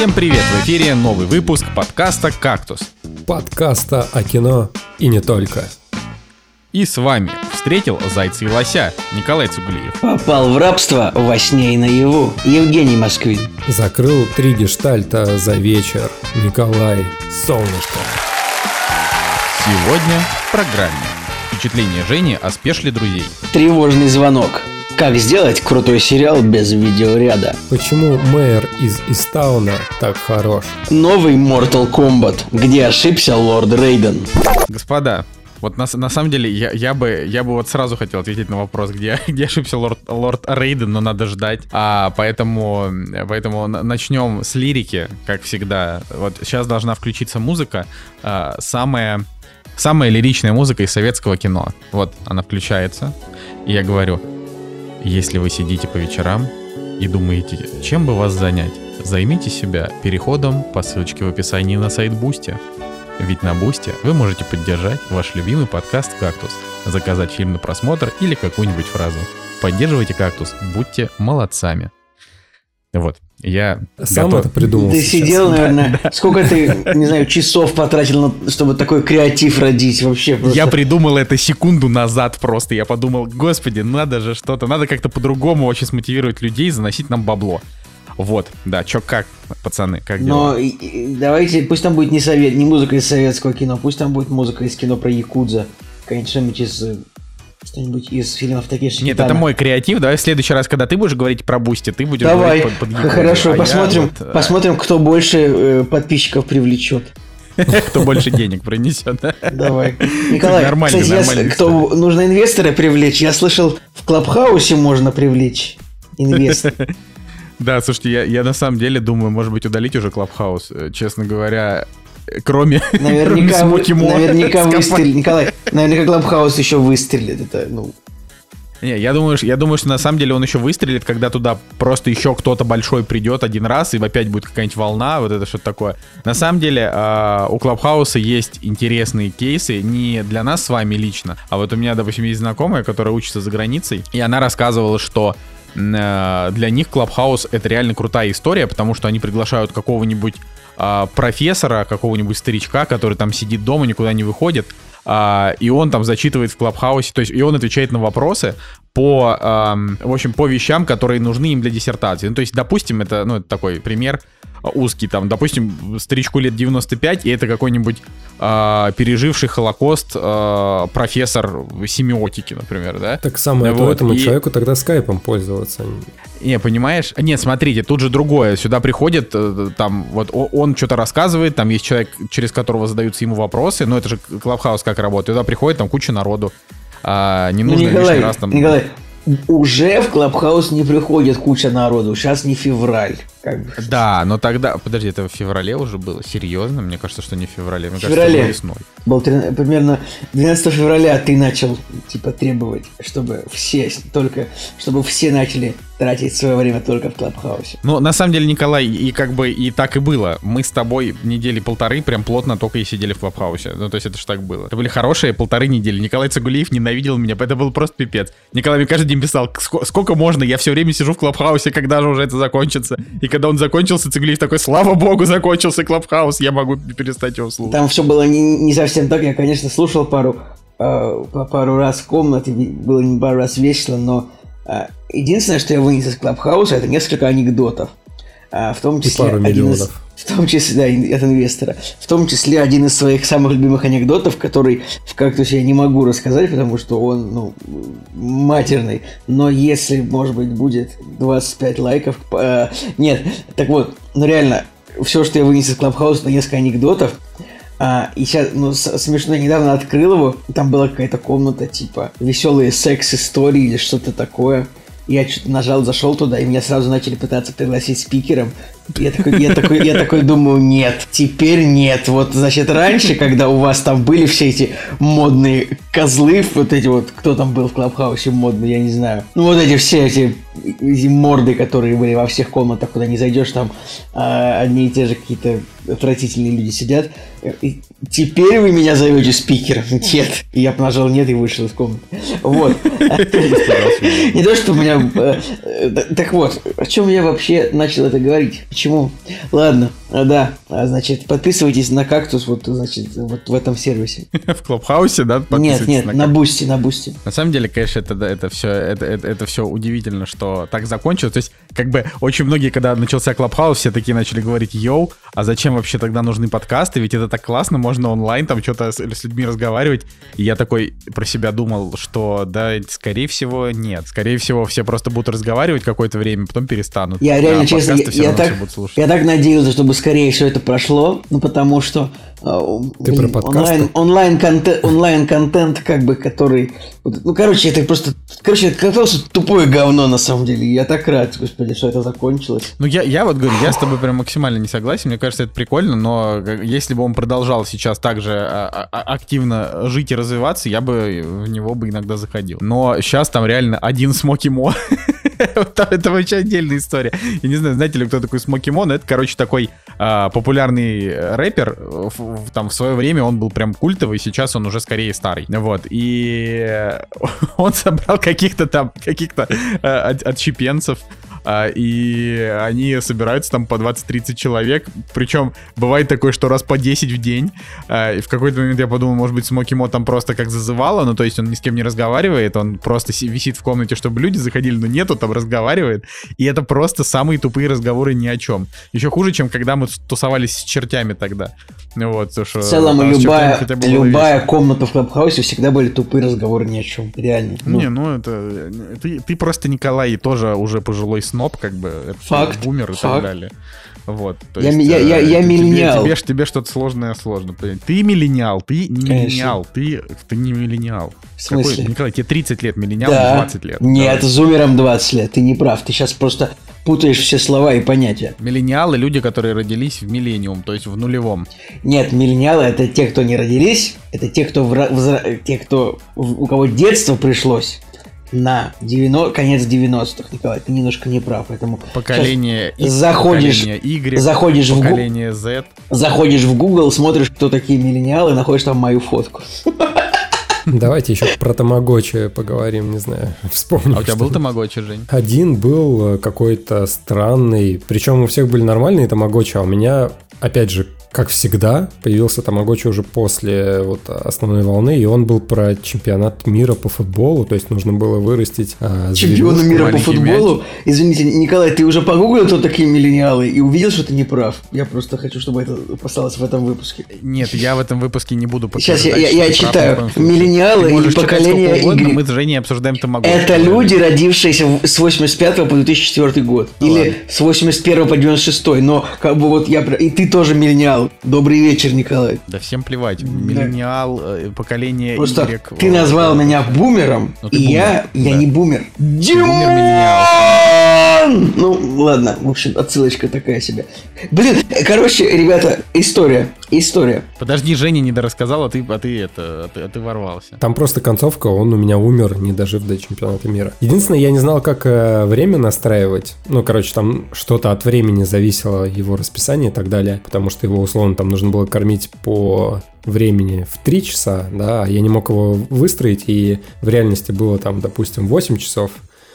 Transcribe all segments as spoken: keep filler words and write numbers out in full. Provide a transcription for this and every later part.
Всем привет! В эфире новый выпуск подкаста «Кактус». Подкаста о кино и не только. И с вами встретил зайца и лося Николай Цугулиев. Попал в рабство во сне и наяву Евгений Москвин. Закрыл три гештальта за вечер Николай Солнышко. Сегодня в программе впечатление Жени о спешле друзей. Тревожный звонок. Как сделать крутой сериал без видеоряда? Почему мэр из Истауна так хорош? Новый Mortal Kombat. Где ошибся лорд Рейден? Господа, вот на, на самом деле я, я, бы, я бы вот сразу хотел ответить на вопрос, где, где ошибся лорд, лорд Рейден, но надо ждать. А поэтому, поэтому начнем с лирики, как всегда. Вот сейчас должна включиться музыка, а, самая, самая лиричная музыка из советского кино. Вот она включается, и я говорю: если вы сидите по вечерам и думаете, чем бы вас занять, займите себя переходом по ссылочке в описании на сайт Boosty. Ведь на Boosty вы можете поддержать ваш любимый подкаст «Кактус», заказать фильм на просмотр или какую-нибудь фразу. Поддерживайте «Кактус», будьте молодцами. Вот, я сам готов. это придумал. Ты сейчас. сидел, наверное, сколько ты, не знаю, часов потратил, на, чтобы такой креатив родить вообще просто. Я придумал это секунду назад просто. Я подумал, господи, надо же что-то, надо как-то по-другому очень смотивировать людей, заносить нам бабло. Вот, да, чё как, пацаны, как дела? Но и, и, давайте, пусть там будет не совет, не музыка из советского кино, пусть там будет музыка из кино про якудза. Конечно, что-нибудь из... Что-нибудь из фильмов Такеши Нет, Китано. это мой креатив. Давай в следующий раз, когда ты будешь говорить про Бусти, ты будешь Давай. говорить под, под якудзу. Хорошо, А посмотрим, я вот, посмотрим, кто больше э, подписчиков привлечет. кто больше денег принесет. Давай. Николай, Нормальный, кстати, нормальный, я, кто нужно инвестора привлечь, я слышал, в Клабхаусе можно привлечь инвестора. Да, слушайте, я, я на самом деле думаю, может быть, удалить уже Клабхаус. Честно говоря, кроме Наверняка, вы, Смоки Мо наверняка с компа- выстрелит. Николай, наверняка Клабхаус еще выстрелит. Это, ну... Не, я думаю, я думаю, что на самом деле он еще выстрелит, когда туда просто еще кто-то большой придет один раз, и опять будет какая-нибудь волна, вот это что-то такое. На самом деле э, у Клабхауса есть интересные кейсы, не для нас с вами лично, а вот у меня, допустим, есть знакомая, которая учится за границей, и она рассказывала, что э, для них Клабхаус — это реально крутая история, потому что они приглашают какого-нибудь э, профессора, какого-нибудь старичка, который там сидит дома, никуда не выходит, Uh, и он там зачитывает в Клабхаусе, то есть и он отвечает на вопросы по, uh, в общем, по вещам, которые нужны им для диссертации. Ну, то есть, допустим, это, ну, это такой пример узкий, там, допустим, старичку лет девяносто пять, и это какой-нибудь uh, переживший Холокост uh, профессор семиотики, например, да? Так самое вот. то этому и... человеку тогда скайпом пользоваться. Не, понимаешь? Нет, смотрите, тут же другое. Сюда приходит, там, вот он что-то рассказывает, там есть человек, через которого задаются ему вопросы, но это же Клабхаус как работает. Туда приходит там куча народу. А, не нужно ну, Николай, лишний раз там... Николай, уже в Клабхаус не приходит куча народу. Сейчас не февраль. Как бы. Да, но тогда... Подожди, это в феврале уже было? Серьезно? Мне кажется, что не в феврале. Мне в феврале. Кажется, весной. Был трин... примерно двенадцатого февраля ты начал, типа, требовать, чтобы все, только, чтобы все начали тратить свое время только в Клабхаусе. Ну, на самом деле, Николай, и как бы и так и было. Мы с тобой недели полторы прям плотно только и сидели в Клабхаусе. Ну, то есть это же так было. Это были хорошие полторы недели. Николай Цугулиев ненавидел меня, это был просто пипец. Николай мне каждый день писал, сколько можно, я все время сижу в Клабхаусе, когда же уже это закончится. И когда он закончился, Цугулиев такой: слава богу, закончился Клабхаус, я могу перестать его слушать. Там все было не, не совсем так. Я, конечно, слушал пару, э, пару раз в комнате, было не пару раз весело, но э, единственное, что я вынес из Клабхауса, это несколько анекдотов. Э, в том числе И пару один миллионов. из, в том числе, да, от инвестора. В том числе один из своих самых любимых анекдотов, который в «Кактусе» я не могу рассказать, потому что он, ну, матерный. Но если, может быть, будет двадцать пять лайков... Э, нет, так вот, ну реально, все, что я вынес из Клабхауса, это несколько анекдотов. А, и сейчас, ну, с- смешно, я недавно открыл его, там была какая-то комната, типа, веселые секс-истории или что-то такое. Я что-то нажал, зашел туда, и меня сразу начали пытаться пригласить спикером. Я такой, я такой, я такой думаю, нет, теперь нет. Вот, значит, раньше, когда у вас там были все эти модные козлы, вот эти вот, кто там был в Клабхаусе модный, я не знаю. Ну, вот эти все эти, эти морды, которые были во всех комнатах, куда не зайдешь, там а, одни и те же какие-то отвратительные люди сидят. И теперь вы меня зовете спикером? Нет. И я нажал нет и вышел из комнаты. Вот. Не то, что у меня... Так вот, о чем я вообще начал это говорить? Почему? Ладно, а, да, а, значит, подписывайтесь на «Кактус» вот, значит, вот в этом сервисе. В Клабхаусе, да? Нет, нет, на Бусти, на Бусти. На самом деле, конечно, это, это, все, это, это, это все удивительно, что так закончилось. То есть, как бы, очень многие, когда начался Клабхаус, все такие начали говорить: йоу, а зачем вообще тогда нужны подкасты? Ведь это так классно, можно онлайн там что-то с, с людьми разговаривать. И я такой про себя думал, что, да, скорее всего, нет. Скорее всего, все просто будут разговаривать какое-то время, потом перестанут. Я реально, а честно, я, я, так, я так надеялся, чтобы скорее все это прошло, ну, потому что Ты блин, про онлайн, онлайн-контент, онлайн-контент, как бы, который... Ну, короче, это просто... Короче, это оказалось тупое говно, на самом деле. Я так рад, господи, что это закончилось. Ну, я, я вот говорю, я с тобой прям максимально не согласен. Мне кажется, это прикольно, но если бы он продолжал сейчас так же активно жить и развиваться, я бы в него бы иногда заходил. Но сейчас там реально один Смоки Мо. Это вообще отдельная история. Я не знаю, знаете ли, кто такой Смоки Мо, но это, короче, такой а, популярный рэпер. В, в, там в свое время он был прям культовый, сейчас он уже скорее старый. Вот. И он собрал каких-то там, каких-то а, от, отщепенцев. И они собираются там по двадцать-тридцать человек. Причем бывает такое, что раз по десять в день. И в какой-то момент я подумал, может быть, Смоки Мо там просто как зазывало. Ну, то есть он ни с кем не разговаривает. Он просто висит в комнате, чтобы люди заходили. Но нет, он там разговаривает. И это просто самые тупые разговоры ни о чем. Еще хуже, чем когда мы тусовались с чертями тогда. Вот, что, в целом, любая, любая комната в Клабхаусе всегда были тупые разговоры ни о чем. Реально. Ну. Не, ну это... Ты, ты просто, Николай, тоже уже пожилой сноб, как бы. Это факт. Бумер и факт. так далее. Вот. То я, есть, я, я, я тебе, миллениал. Тебе, тебе, тебе что-то сложное сложно. Ты миллениал, ты не миллениал. Ты, ты не миллениал. В смысле? Какой, Николай, тебе тридцать лет, миллениал, да. двадцать лет. Нет, давай. зумерам двадцать лет. Ты не прав. Ты сейчас просто путаешь все слова и понятия. Миллениалы — люди, которые родились в миллениум, то есть в нулевом. Нет, миллениалы — это те, кто не родились. Это те, кто, в, в, те, кто у кого детство пришлось на девяностых, конец девяностых, Николай, ты немножко не прав, поэтому поколение X, заходишь, поколение Y, заходишь поколение в, Z. Заходишь в Google, смотришь, кто такие миллениалы, находишь там мою фотку. Давайте еще про тамагочи поговорим, не знаю, вспомним. А у тебя был тамагочи, Жень? Один был какой-то странный, причем у всех были нормальные тамагочи, а у меня, опять же, как всегда, появился тамагочи уже после вот основной волны, и он был про чемпионат мира по футболу, то есть нужно было вырастить а, чемпиона мира по футболу? Мяч. Извините, Николай, ты уже погуглил, кто такие миллениалы, и увидел, что ты не прав? Я просто хочу, чтобы это осталось в этом выпуске. Нет, я в этом выпуске не буду подтверждать. Сейчас я, я, я читаю. Миллениалы и поколение Y. Мы с Женей обсуждаем тамагочи. Это люди, родившиеся с восемьдесят пятого по две тысячи четвёртый год. Ну, или ладно. С восемьдесят первого по девяносто шестой. Но как бы вот я... И ты тоже миллениал. Добрый вечер, Николай. Да всем плевать. Миллениал, да. Поколение просто Y. Просто ты назвал да. меня бумером, и бумер. я, я да. не бумер. Бумер миллениал. Ну, ладно, в общем, отсылочка такая себе. Блин, короче, ребята, история. История. Подожди, Женя не дорассказал, а ты, а ты это, а ты, а ты ворвался. Там просто концовка, он у меня умер, не дожив до чемпионата мира. Единственное, я не знал, как э, время настраивать. Ну, короче, там что-то от времени зависело, его расписание и так далее. Потому что его, условно, там нужно было кормить по времени в три часа, да, а я не мог его выстроить, и в реальности было там, допустим, восемь часов.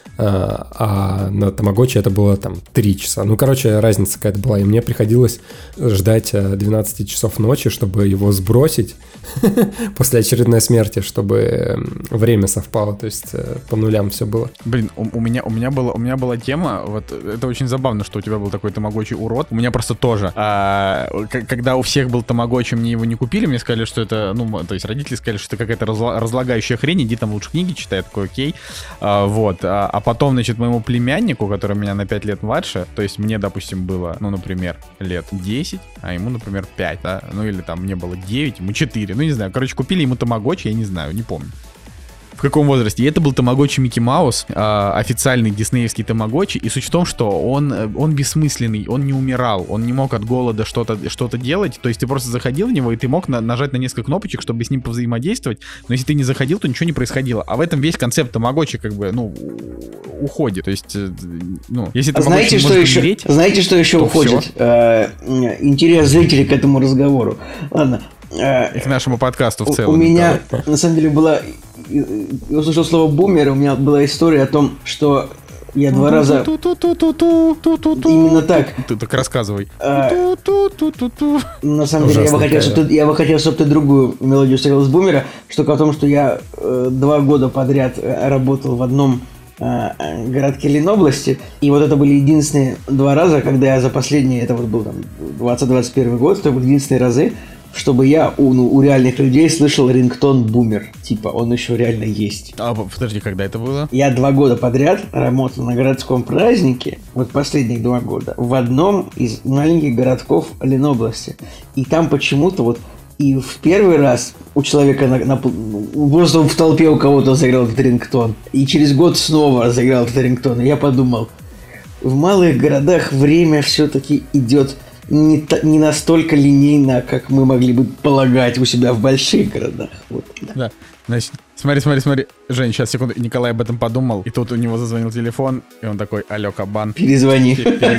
А на тамагочи это было там три часа. Ну, короче, разница какая-то была. И мне приходилось ждать двенадцать часов ночи, чтобы его сбросить после очередной смерти, чтобы время совпало. То есть по нулям все было. Блин, у, у, меня, у, меня была, у меня была тема, вот это очень забавно, что у тебя был такой тамагочи урод. У меня просто тоже. А, когда у всех был тамагочи, мне его не купили, мне сказали, что это, ну, то есть родители сказали, что это какая-то разла- разлагающая хрень, иди там лучше книги читай, я такой, окей. А, вот. А, а потом, значит, моему племяннику, который меня на пять лет младше, то есть мне, допустим, было, ну, например, лет десять, а ему, например, пять, да, ну, или там мне было девять, ему четыре, ну, не знаю, короче, купили ему тамагочи, я не знаю, не помню. В каком возрасте. И это был тамагочи Микки Маус, э, официальный диснеевский тамагочи. И суть в том, что он, он бессмысленный, он не умирал, он не мог от голода что-то, что-то делать. То есть ты просто заходил в него, и ты мог на, нажать на несколько кнопочек, чтобы с ним повзаимодействовать. Но если ты не заходил, то ничего не происходило. А в этом весь концепт тамагочи как бы, ну, уходит. То есть, ну, если тамагочи знаете, не что может еще, умереть, знаете, что еще уходит? Э, интерес зрителей к этому разговору. Ладно. И к нашему подкасту в целом. У меня, на самом деле, была... Я услышал слово «бумер», у меня была история о том, что Я два раза... Именно так. Ты так рассказывай. На самом деле, я бы хотел, чтобы ты, я бы хотел, чтобы ты другую мелодию вставил с бумера. Штука в том, что я э, два года подряд работал в одном э, городке Ленобласти, и вот это были единственные два раза, когда я за последние, это вот был там двадцать двадцать первый год, это были единственные разы, чтобы я у, ну, у реальных людей слышал рингтон бумер. Типа, он еще реально есть. А, подожди, когда это было? Я два года подряд работал на городском празднике, вот последние два года, в одном из маленьких городков Ленобласти. И там почему-то вот и в первый раз у человека на, на, просто в толпе у кого-то заиграл этот рингтон. И через год снова заиграл этот рингтон. И я подумал, в малых городах время все-таки идет не, не настолько линейно, как мы могли бы полагать у себя в больших городах. Вот, да. Да. Значит, смотри, смотри, смотри. Жень, сейчас, секунду. Николай об этом подумал. И тут у него зазвонил телефон, и он такой: алло, кабан. Перезвони.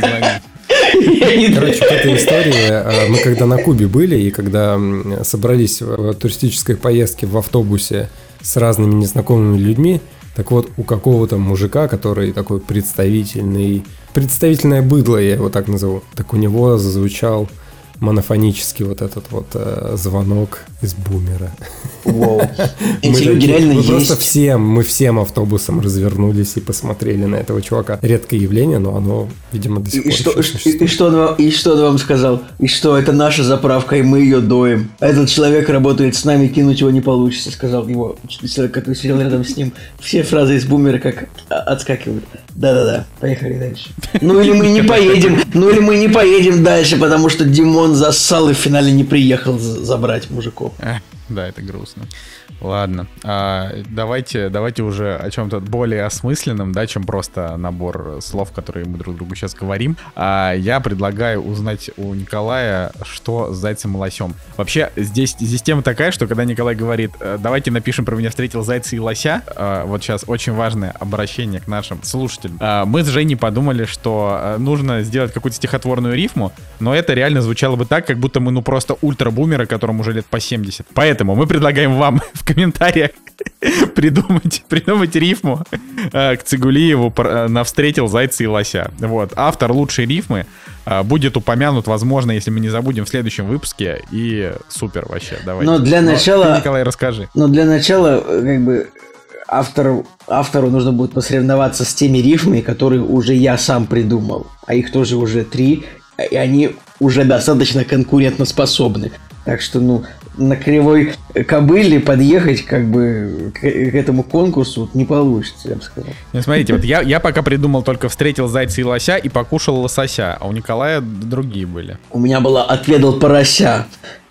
Перезвони. Короче, к этой истории, мы когда на Кубе были, и когда собрались в туристической поездке в автобусе с разными незнакомыми людьми, так вот, у какого-то мужика, который такой представительный, представительное быдло, я его так назову, так у него зазвучал монофонический вот этот вот э, звонок из бумера. Wow. Эти люди такие, реально мы есть. Просто всем, мы всем автобусом развернулись и посмотрели на этого чувака. Редкое явление, но оно, видимо, до сих и пор что, еще и, и, что он вам, и что он вам сказал? И что это наша заправка, и мы ее доим. А этот человек работает с нами, кинуть его не получится, сказал его человек, который сидел рядом с ним. Все фразы из бумера как отскакивают. Да-да-да, поехали дальше. Ну или мы не поедем, ну или мы не поедем дальше, потому что Димон зассал и в финале не приехал забрать мужиков. Да, это грустно. Ладно, а, давайте, давайте уже о чем-то более осмысленном, да, чем просто набор слов, которые мы друг другу сейчас говорим. А, я предлагаю узнать у Николая, что с зайцем и лосем. Вообще, здесь, здесь тема такая, что когда Николай говорит: давайте напишем про меня встретил зайца и лося, а, вот сейчас очень важное обращение к нашим слушателям. А, мы с Женей подумали, что нужно сделать какую-то стихотворную рифму, но это реально звучало бы так, как будто мы, ну, просто ультрабумеры, которым уже лет по семьдесят. Поэтому мы предлагаем вам в комментариях придумать, придумать рифму э, к Цигулиеву э, на «Встретил зайца и лося». Вот. Автор лучшей рифмы э, будет упомянут, возможно, если мы не забудем, в следующем выпуске. И супер вообще, давайте. Но для начала... Но ты, Николай, расскажи. Но для начала, как бы, автору, автору нужно будет посоревноваться с теми рифмами, которые уже я сам придумал. А их тоже уже три, и они уже достаточно конкурентоспособны. Так что, ну, на кривой кобыле подъехать, как бы, к, к этому конкурсу не получится, я бы сказал. Ну, смотрите, вот я, я пока придумал только «Встретил зайца и лося» и «Покушал лосося», а у Николая другие были. У меня было «Отведал порося»,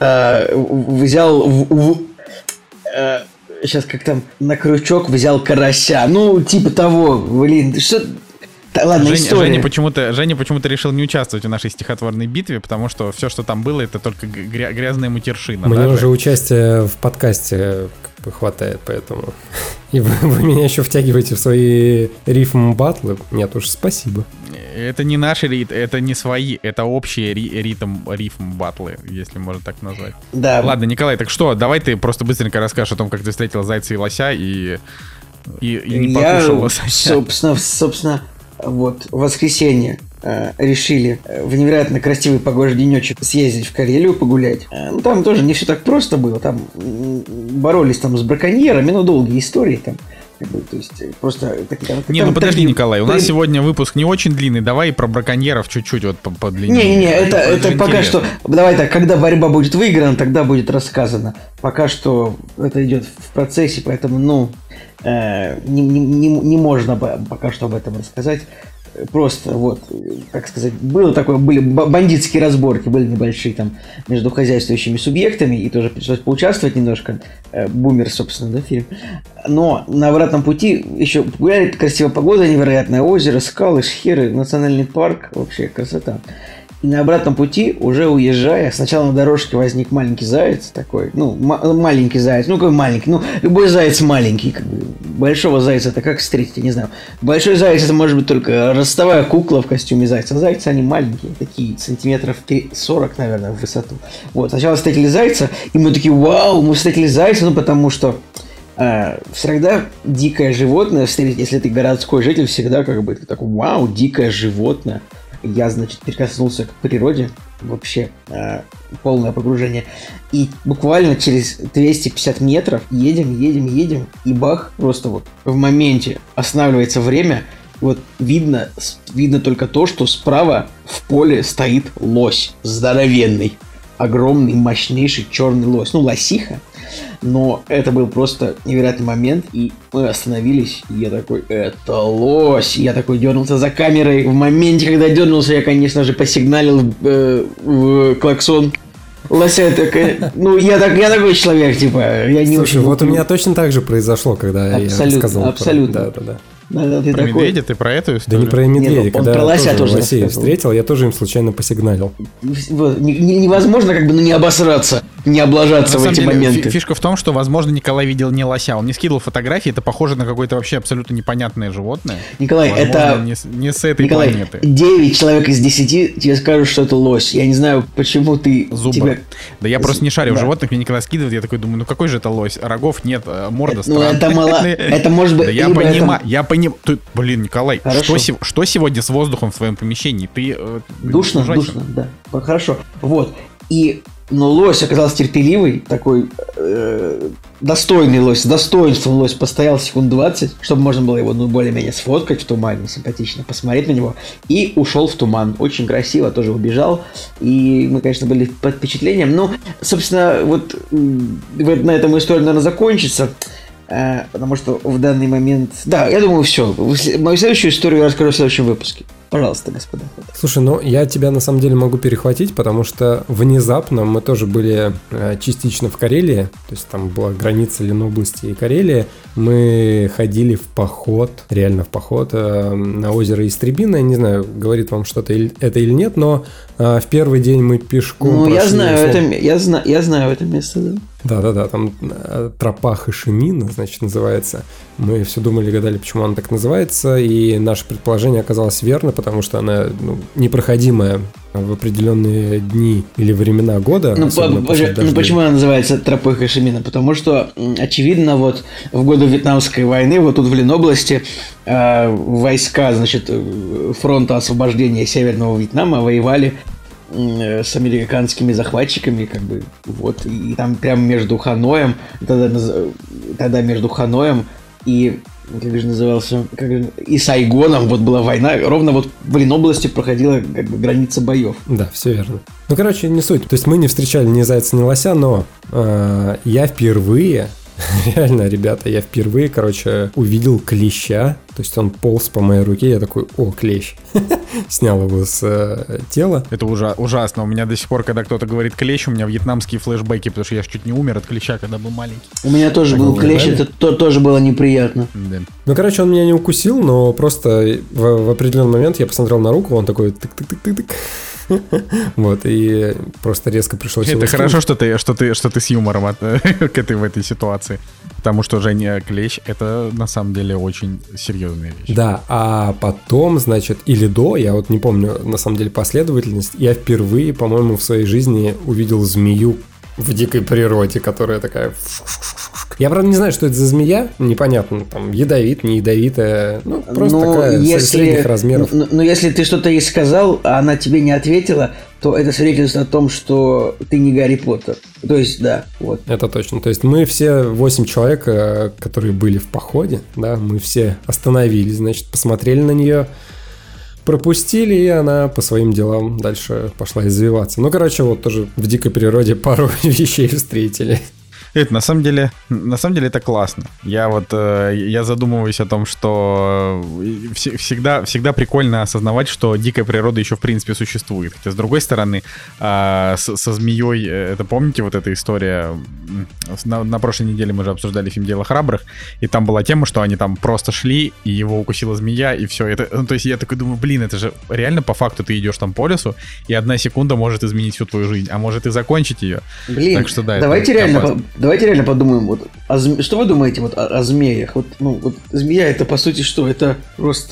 э, взял... В, в, э, сейчас как там, на крючок взял карася. Ну, типа того, блин, что... Да, ладно, Женя, история. Женя, почему-то, Женя почему-то решил не участвовать в нашей стихотворной битве, потому что все, что там было, это только гря- грязная матершина. Мне даже. уже участия в подкасте как бы хватает, поэтому... И вы, вы меня еще втягиваете в свои рифм-баттлы? Нет уж, спасибо. Это не наши ритмы, это не свои, это общие ри- ритм, рифм-баттлы, если можно так назвать. Да. Ладно, Николай, так что, давай ты просто быстренько расскажешь о том, как ты встретил зайца и лося и, и, и не покушал Я, лосося. собственно, собственно... Вот, в воскресенье э, решили в невероятно красивый погожий денечек съездить в Карелию погулять. Э, ну, там тоже не все так просто было. Там м- боролись там с браконьерами, ну, долгие истории там. То есть, просто... Там, не, там, ну подожди, там, Николай, у там, нас сегодня выпуск не очень длинный, давай про браконьеров чуть-чуть вот подлиннее. Не-не-не, это, это, это пока интересно. что... Давай так, когда борьба будет выиграна, тогда будет рассказано. Пока что это идет в процессе, поэтому, ну, э, не, не, не, не можно пока что об этом рассказать. Просто, вот, как сказать, было такое, были бандитские разборки, были небольшие там между хозяйствующими субъектами, и тоже пришлось поучаствовать немножко. Бумер, собственно, да, фильм. Но на обратном пути еще гуляли, красивая погода, невероятное озеро, скалы, шхеры, национальный парк, вообще красота. И на обратном пути, уже уезжая, сначала на дорожке возник маленький заяц такой, ну, м- маленький заяц, ну, какой маленький, ну, любой заяц маленький, как бы, большого зайца это как встретить, я не знаю. Большой заяц это может быть только ростовая кукла в костюме зайца, зайцы они маленькие, такие, сантиметров сорок, наверное, в высоту. Вот, сначала встретили зайца, и мы такие, вау, мы встретили зайца, ну, потому что А, всегда дикое животное встретить, если ты городской житель, всегда как бы ты такой, вау, дикое животное. Я, значит, прикоснулся к природе, вообще а, полное погружение. И буквально через двести пятьдесят метров едем, едем, едем, и бах, просто вот в моменте останавливается время. Вот видно, видно только то, что справа в поле стоит лось здоровенный. Огромный, мощнейший черный лось. Ну, лосиха. Но это был просто невероятный момент. И мы остановились. И я такой, это лось. И я такой дернулся за камерой. В моменте, когда дернулся, я, конечно же, посигналил э, в клаксон. Лося такая... Ну, я, так, я такой человек, типа... Я не Слушай, очень вот у меня точно так же произошло, когда абсолютно, я рассказал. Абсолютно. Про... Да, да, да. Да, да, ты про такой... медведя ты про эту историю? Да не про медведя, Нет, когда про лося я тоже лосей встретил, я тоже им случайно посигналил. Невозможно как бы ну, не обосраться, не облажаться в эти деле, моменты. Фишка в том, что, возможно, Николай видел не лося. Он не скидывал фотографии, это похоже на какое-то вообще абсолютно непонятное животное. Николай, возможно, это... Не, не с этой Николай, планеты. девять человек из десяти тебе скажут, что это лось. Я не знаю, почему ты... Зубы. Тебя... Да я просто не шарю да. в животных, мне никогда скидывают, я такой думаю, ну какой же это лось? Рогов нет, морда Ну странная. это мало... Это может быть... Да я либо понимаю, это... я понимаю. Блин, Николай, Хорошо. что, что сегодня с воздухом в твоем помещении? Ты э, Душно, ужасен. душно, да. Хорошо. Вот. И... Но лось оказался терпеливый, такой э, достойный лось, с достоинством лось постоял секунд двадцать, чтобы можно было его ну, более-менее сфоткать в тумане, симпатично, посмотреть на него, и ушел в туман. Очень красиво, тоже убежал, и мы, конечно, были под впечатлением. Ну, собственно, вот на этом история, наверное, закончится, э, потому что в данный момент... Да, я думаю, все. Мою следующую историю я расскажу в следующем выпуске. Пожалуйста, господа. Слушай, ну я тебя на самом деле могу перехватить, потому что внезапно мы тоже были э, частично в Карелии, то есть там была граница Ленобласти и Карелии. Мы ходили в поход, реально в поход э, на озеро Истребино. Я не знаю, говорит вам что-то это или нет, но э, в первый день мы пешком Ну, прошли, я знаю, условно... это, я, знаю, я знаю это место, да. Да-да-да, там э, тропа Хашимина, значит, называется. Мы все думали, гадали, почему она так называется, и наше предположение оказалось верно, потому что она ну, непроходимая в определенные дни или времена года. Ну, по, ну почему она называется тропой Хашимина? Потому что, очевидно, вот в годы Вьетнамской войны, вот тут в Ленобласти, э, войска, значит, фронта освобождения Северного Вьетнама воевали с американскими захватчиками, как бы, вот, и там прямо между Ханоем, тогда, тогда между Ханоем и, как же назывался, как же, и Сайгоном, вот была война, ровно вот в Ленобласти проходила, как бы, граница боев. Да, все верно. Ну, короче, не суть. То есть мы не встречали ни зайца, ни лося, но э, я впервые... Реально, ребята, я впервые, короче, увидел клеща. То есть он полз по моей руке, я такой, о, клещ. Снял его с э, тела. Это ужа- ужасно. У меня до сих пор, когда кто-то говорит клещ, у меня вьетнамские флешбеки, потому что я чуть не умер от клеща, когда был маленький. У меня тоже был клещ, это то, тоже было неприятно. Да. Ну, короче, он меня не укусил, но просто в, в определенный момент я посмотрел на руку, он такой тык-тык-тык-тык. Вот, и просто резко пришлось... Это хорошо, что ты, что, ты, что ты с юмором от, к этой, в этой ситуации. Потому что Женя клещ — это на самом деле очень серьезная вещь. Да, а потом, значит, или до, я вот не помню на самом деле последовательность, я впервые, по-моему, в своей жизни увидел змею в дикой природе, которая такая... Я, правда, не знаю, что это за змея, непонятно, там, ядовит, не ядовитая, ну, просто но такая, если, средних размеров. Но, но если ты что-то ей сказал, а она тебе не ответила, то это свидетельствует о том, что ты не Гарри Поттер. То есть, да, вот. Это точно. То есть мы все восемь человек, которые были в походе, да, мы все остановились, значит, посмотрели на нее, пропустили, и она по своим делам дальше пошла извиваться. Ну, короче, вот тоже в дикой природе пару вещей встретили. Это на самом деле, на самом деле это классно. Я вот э, я задумываюсь о том, что вс- всегда, всегда прикольно осознавать, что дикая природа еще в принципе существует. Хотя с другой стороны, э, с, со змеей, это помните вот эта история? На, на прошлой неделе мы же обсуждали фильм «Дело храбрых», и там была тема, что они там просто шли, и его укусила змея, и все. Это, ну, то есть я такой думаю, блин, это же реально по факту ты идешь там по лесу, и одна секунда может изменить всю твою жизнь, а может и закончить ее. Блин, так что, да, давайте это реально... опасно. Давайте реально подумаем, вот, о зме... что вы думаете вот о, о змеях? Вот, ну, вот змея это по сути что? Это просто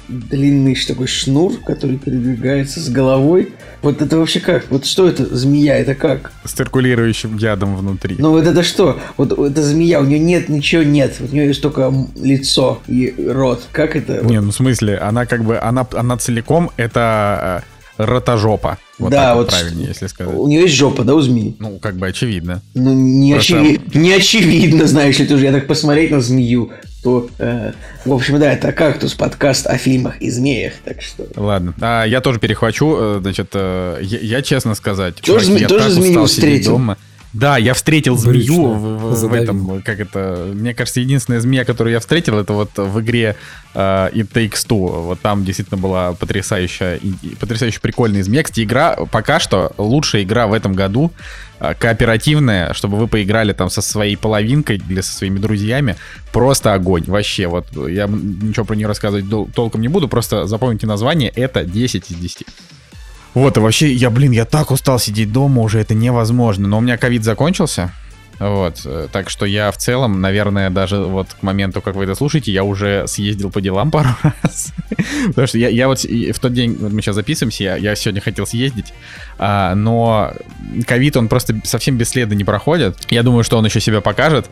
длинный такой шнур, который передвигается с головой. Вот это вообще как? Вот что это змея? Это как? С циркулирующим ядом внутри. Ну вот это что? Вот это змея, у нее нет ничего нет. Вот у нее есть только лицо и рот. Как это? Не, ну в смысле, она как бы, она, она целиком это э, ротожопа. Вот да, так вот правильнее, если сказать. У нее есть жопа, да, у змеи? Ну, как бы очевидно. Ну, не, Просто... очеви... не очевидно, знаешь ли, тоже я так посмотреть на змею, то, э, в общем, да, это «Кактус», подкаст о фильмах и змеях, так что... Ладно, а, я тоже перехвачу, значит, я, я честно сказать, тоже, чуваки, я тоже так змею устал сидеть встретил. дома. Да, я встретил Брючно, змею в, в, в этом, как это, мне кажется, единственная змея, которую я встретил, это вот в игре uh, It Takes Two. Вот там действительно была потрясающая, потрясающе прикольная змея. Кстати, игра пока что лучшая игра в этом году, uh, кооперативная, чтобы вы поиграли там со своей половинкой или со своими друзьями. Просто огонь, вообще. Вот я ничего про нее рассказывать дол- толком не буду, просто запомните название, это десять из десяти. Вот, и вообще, я, блин, я так устал сидеть дома, уже это невозможно. Но у меня ковид закончился, вот, так что я в целом, наверное, даже вот к моменту, как вы это слушаете, я уже съездил по делам пару раз. Потому что я, я вот в тот день, вот мы сейчас записываемся, я, я сегодня хотел съездить, а, но ковид, он просто совсем бесследно не проходит. Я думаю, что он еще себя покажет.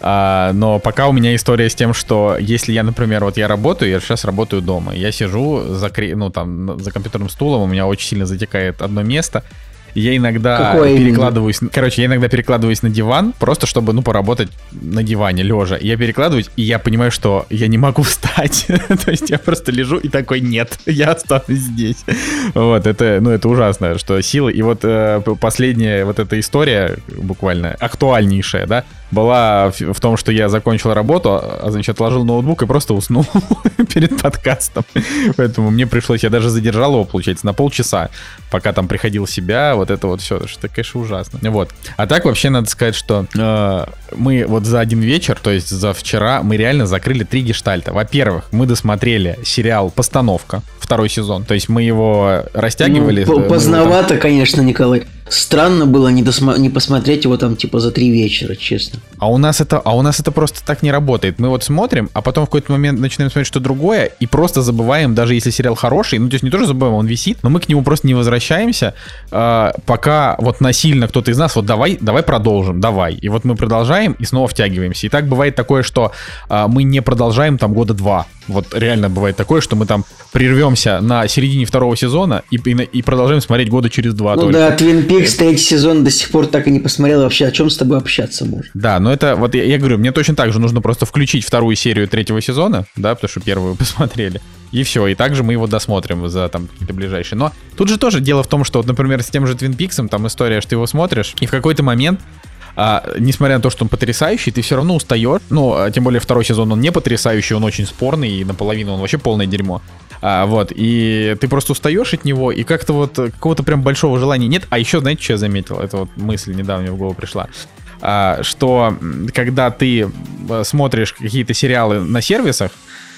А, но пока у меня история с тем, что если я, например, вот я работаю, я сейчас работаю дома, я сижу за, ну, там, за компьютерным стулом, у меня очень сильно затекает одно место, я иногда Какое перекладываюсь, именно? короче, я иногда перекладываюсь на диван, просто чтобы, ну, поработать на диване, лежа. Я перекладываюсь, и я понимаю, что я не могу встать. То есть я просто лежу и такой, нет, я останусь здесь. Вот, это, ну, это ужасно, что сила. И вот э, последняя вот эта история, буквально актуальнейшая, да, была в, в том, что я закончил работу, а, значит, отложил ноутбук и просто уснул перед подкастом. Поэтому мне пришлось, я даже задержал его, получается, на полчаса, пока там приходил в себя, вот это вот все, что, конечно, ужасно. Вот. А так вообще надо сказать, что э, мы вот за один вечер, то есть за вчера, мы реально закрыли три гештальта. Во-первых, мы досмотрели сериал «Постановка», второй сезон, то есть мы его растягивали. Ну, поздновато, там... конечно, Николай. Странно было не, досма- не посмотреть его там типа за три вечера, честно. А у нас это, а у нас это просто так не работает. Мы вот смотрим, а потом в какой-то момент начинаем смотреть что-то другое и просто забываем, даже если сериал хороший, ну то есть не тоже забываем, он висит, но мы к нему просто не возвращаемся, э, пока вот насильно кто-то из нас вот давай, давай продолжим, давай. И вот мы продолжаем и снова втягиваемся. И так бывает такое, что э, мы не продолжаем там года два. Вот реально бывает такое, что мы там прервемся на середине второго сезона и, и, и продолжаем смотреть года через два. Ну только. да, Twin Peaks третий сезон до сих пор так и не посмотрел. Вообще, о чем с тобой общаться можно? Да, но это, вот я, я говорю, мне точно так же нужно просто включить вторую серию третьего сезона, да, потому что первую посмотрели, и все, и также мы его досмотрим за там какие-то ближайшие. Но тут же тоже дело в том, что, вот, например, с тем же Twin Peaks'ом, там история, что ты его смотришь, и в какой-то момент, а, несмотря на то, что он потрясающий, ты все равно устаешь. Ну, а тем более второй сезон, он не потрясающий, он очень спорный, и наполовину он вообще полное дерьмо. А, вот, и ты просто устаешь от него, и как-то вот какого-то прям большого желания нет. А еще, знаете, что я заметил? Это вот мысль недавно мне в голову пришла. А, что когда ты смотришь какие-то сериалы на сервисах,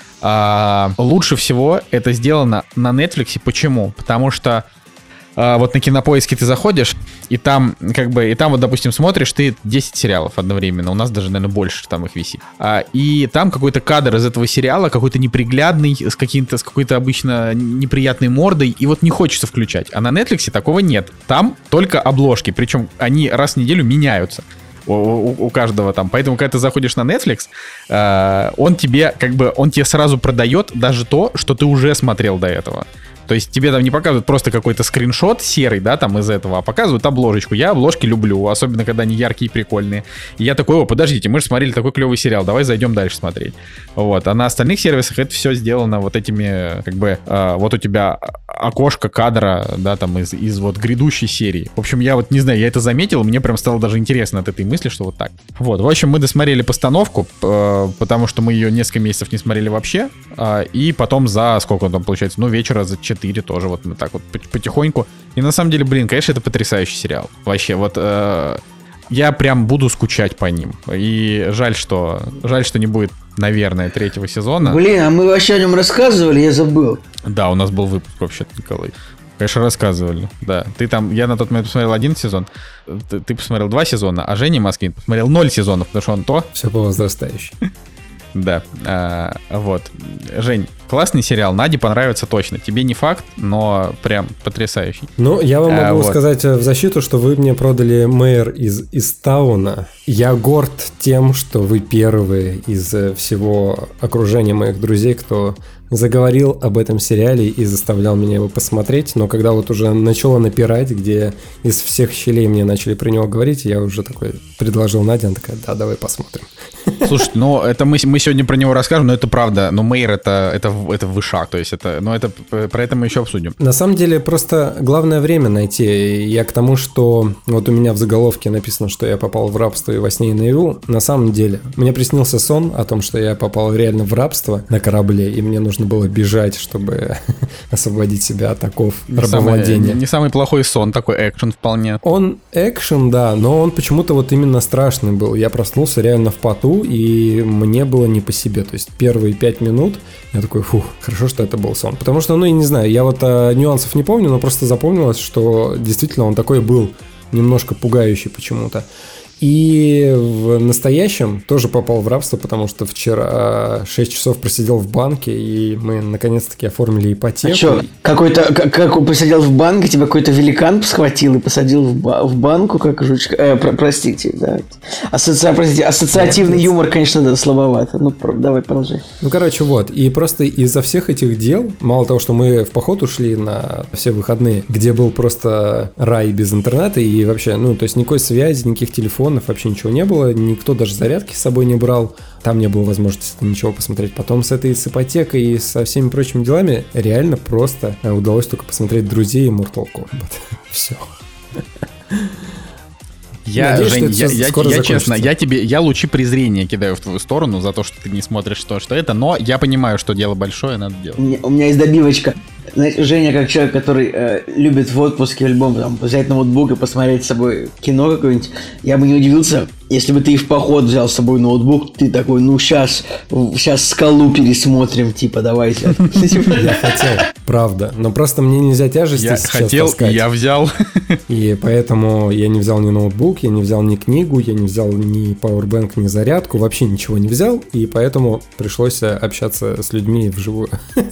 а, лучше всего это сделано на Netflix. Почему? Потому что а, вот на Кинопоиске ты заходишь, и там, как бы, и там вот, допустим, смотришь ты десять сериалов одновременно, у нас даже, наверное, больше там их висит. А, и там какой-то кадр из этого сериала, какой-то неприглядный, с, каким-то, с какой-то обычно неприятной мордой, и вот не хочется включать. А на Netflix такого нет. Там только обложки, причем они раз в неделю меняются. У, у, у каждого там. Поэтому, когда ты заходишь на Netflix, э, он тебе, как бы, он тебе сразу продает даже то, что ты уже смотрел до этого. То есть тебе там не показывают просто какой-то скриншот серый, да, там из этого, а показывают обложечку. Я обложки люблю, особенно когда они яркие и прикольные. И я такой, о, подождите, мы же смотрели такой клевый сериал, давай зайдем дальше смотреть. Вот, а на остальных сервисах это все сделано вот этими, как бы, э, вот у тебя окошко кадра, да, там из, из вот грядущей серии. В общем, я вот не знаю, я это заметил, мне прям стало даже интересно от этой мысли, что вот так. Вот, в общем, мы досмотрели постановку, э, потому что мы ее несколько месяцев не смотрели вообще, э, и потом за, сколько там получается, ну, вечера за четыре тоже вот мы так вот потихоньку. И на самом деле, блин, конечно, это потрясающий сериал. Вообще, вот э, я прям буду скучать по ним. И жаль, что жаль, что не будет, наверное, третьего сезона. Блин, а мы вообще о нем рассказывали, я забыл. Да, у нас был выпуск вообще-то, Николай. Конечно, рассказывали, да. Ты там, я на тот момент посмотрел один сезон, ты, ты посмотрел два сезона, а Женя Москвин посмотрел ноль сезонов, потому что он то... Все по возрастающей. Да, а, вот. Жень, классный сериал, Наде понравится точно. Тебе не факт, но прям потрясающий. Ну, я вам могу а, вот. сказать в защиту, что вы мне продали Мэйр из, из Тауна. Я горд тем, что вы первые из всего окружения моих друзей, кто заговорил об этом сериале и заставлял меня его посмотреть, но когда вот уже начало напирать, где из всех щелей мне начали про него говорить, я уже такой предложил Наде, она такая, да, давай посмотрим. Слушай, ну это мы, мы сегодня про него расскажем, но это правда, но Мэйр это, это, это вышаг, то есть это, но это, про это мы еще обсудим. На самом деле просто главное время найти. Я к тому, что вот у меня в заголовке написано, что я попал в рабство и во сне и наяву. На самом деле мне приснился сон о том, что я попал реально в рабство на корабле, и мне нужно было бежать, чтобы освободить себя от оков рабовладения. Не, не самый плохой сон, такой экшен вполне. Он экшен, да, но он почему-то вот именно страшный был. Я проснулся реально в поту, и мне было не по себе. То есть первые пять минут я такой, фух, хорошо, что это был сон. Потому что, ну, я не знаю, я вот а, нюансов не помню, но просто запомнилось, что действительно он такой был немножко пугающий почему-то. И в настоящем тоже попал в рабство, потому что вчера шесть часов просидел в банке, и мы наконец-таки оформили ипотеку. А что, какой-то, как, как посидел в банке, тебя какой-то великан схватил и посадил в, ба- в банку, как жучка. Э, про- простите, да. Асоци... простите, ассоциативный Нет, юмор, конечно, да, слабовато. Ну, про- давай продолжай. Ну, короче, вот. И просто из-за всех этих дел, мало того, что мы в поход ушли на все выходные, где был просто рай без интернета и вообще, ну, то есть никакой связи, никаких телефонов, вообще ничего не было, никто даже зарядки с собой не брал, там не было возможности ничего посмотреть. Потом с этой с ипотекой и со всеми прочими делами реально просто удалось только посмотреть «Друзей» и Mortal Kombat. Все. Я, Надеюсь, Жень, я, я, я честно, я тебе, я лучи презрения кидаю в твою сторону за то, что ты не смотришь то, что это, но я понимаю, что дело большое, надо делать. У меня, у меня есть добивочка. Знаете, Женя, как человек, который э, любит в отпуске альбом там, взять ноутбук и посмотреть с собой кино какое-нибудь, я бы не удивился, если бы ты и в поход взял с собой ноутбук, ты такой, ну сейчас, сейчас «Скалу» пересмотрим, типа, давайте. Я хотел, правда, но просто мне нельзя тяжести сейчас таскать. Я хотел, и я взял. И поэтому я не взял ни ноутбук, я не взял ни книгу, я не взял ни пауэрбэнк, ни зарядку, вообще ничего не взял, и поэтому пришлось общаться с людьми вживую.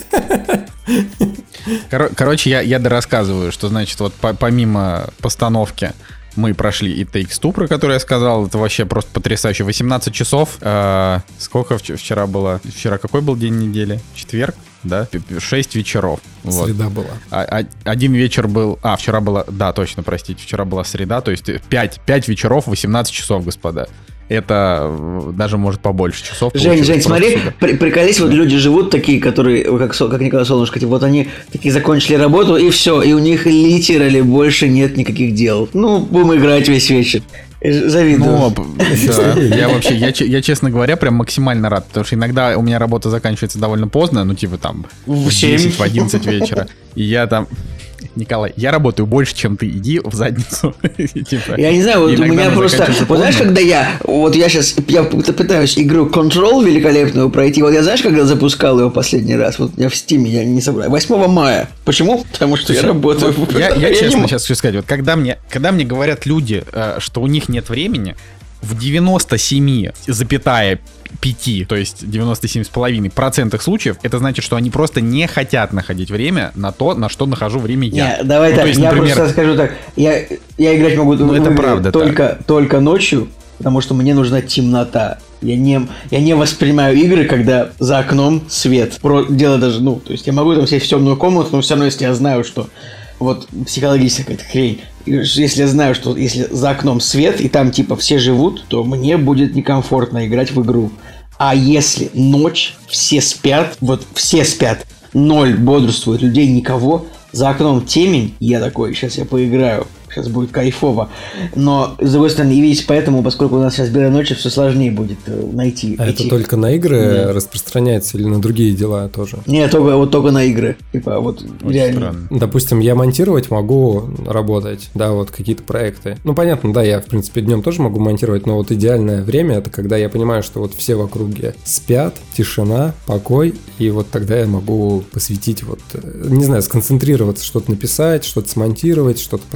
Кор- короче, я, я дорассказываю, что, значит, вот по- помимо постановки мы прошли и Takes Two, про который я сказал, это вообще просто потрясающе. восемнадцать часов, э- сколько вчера было? Вчера какой был день недели? Четверг? Да? шесть вечеров. Вот. Среда была. А- а- один вечер был... А, вчера была... Да, точно, простите, вчера была среда, то есть пять, пять вечеров, восемнадцать часов, господа. Это даже, может, побольше часов. Жень, Жень, смотри, при, приколись, вот люди живут такие, которые, как, как Николай Солнышко, типа, вот они такие закончили работу, и все, и у них литерали больше нет никаких дел. Ну, будем играть весь вечер. Завидую. Ну, да. Я вообще, я, я, честно говоря, прям максимально рад, потому что иногда у меня работа заканчивается довольно поздно, ну, типа там в десять, в одиннадцать вечера, и я там... Николай, я работаю больше, чем ты, иди в задницу. типа, я не знаю, вот у меня просто... Вот знаешь, когда я... Вот я сейчас... Я пытаюсь игру Control великолепную пройти. Вот я знаешь, когда запускал его последний раз? Вот я в Стиме, я не собрал. восьмого мая. Почему? Потому что Слушай, я работаю. Вот я, я, я честно не... сейчас хочу сказать. Вот когда мне, когда мне говорят люди, что у них нет времени, в девяносто семь целых пять, то есть девяносто семь целых пять процентов случаев, это значит, что они просто не хотят находить время на то, на что нахожу время я. Не, давай ну, так, есть, я например... просто скажу так, я, я играть могу ну, это правда, только, только ночью, потому что мне нужна темнота. Я не, я не воспринимаю игры, когда за окном свет. Про, дело даже, ну, то есть я могу там сесть в темную комнату, но все равно, если я знаю, что вот психологическая какая-то хрень, если я знаю, что если за окном свет, и там типа все живут, то мне будет некомфортно играть в игру. А если ночь, все спят, вот все спят, ноль бодрствует, людей никого, за окном темень, я такой, сейчас я поиграю, сейчас будет кайфово. Но, с другой стороны, и видите, поэтому, поскольку у нас сейчас белая ночь, все сложнее будет найти. А эти... это только на игры да. распространяется или на другие дела тоже? Нет, только, вот только на игры. Типа, вот очень реально. Странно. Допустим, я монтировать могу, работать, да, вот какие-то проекты. Ну, понятно, да, я, в принципе, днем тоже могу монтировать, но вот идеальное время, это когда я понимаю, что вот все в округе спят, тишина, покой, и вот тогда я могу посвятить, вот, не знаю, сконцентрироваться, что-то написать, что-то смонтировать, что-то посмотреть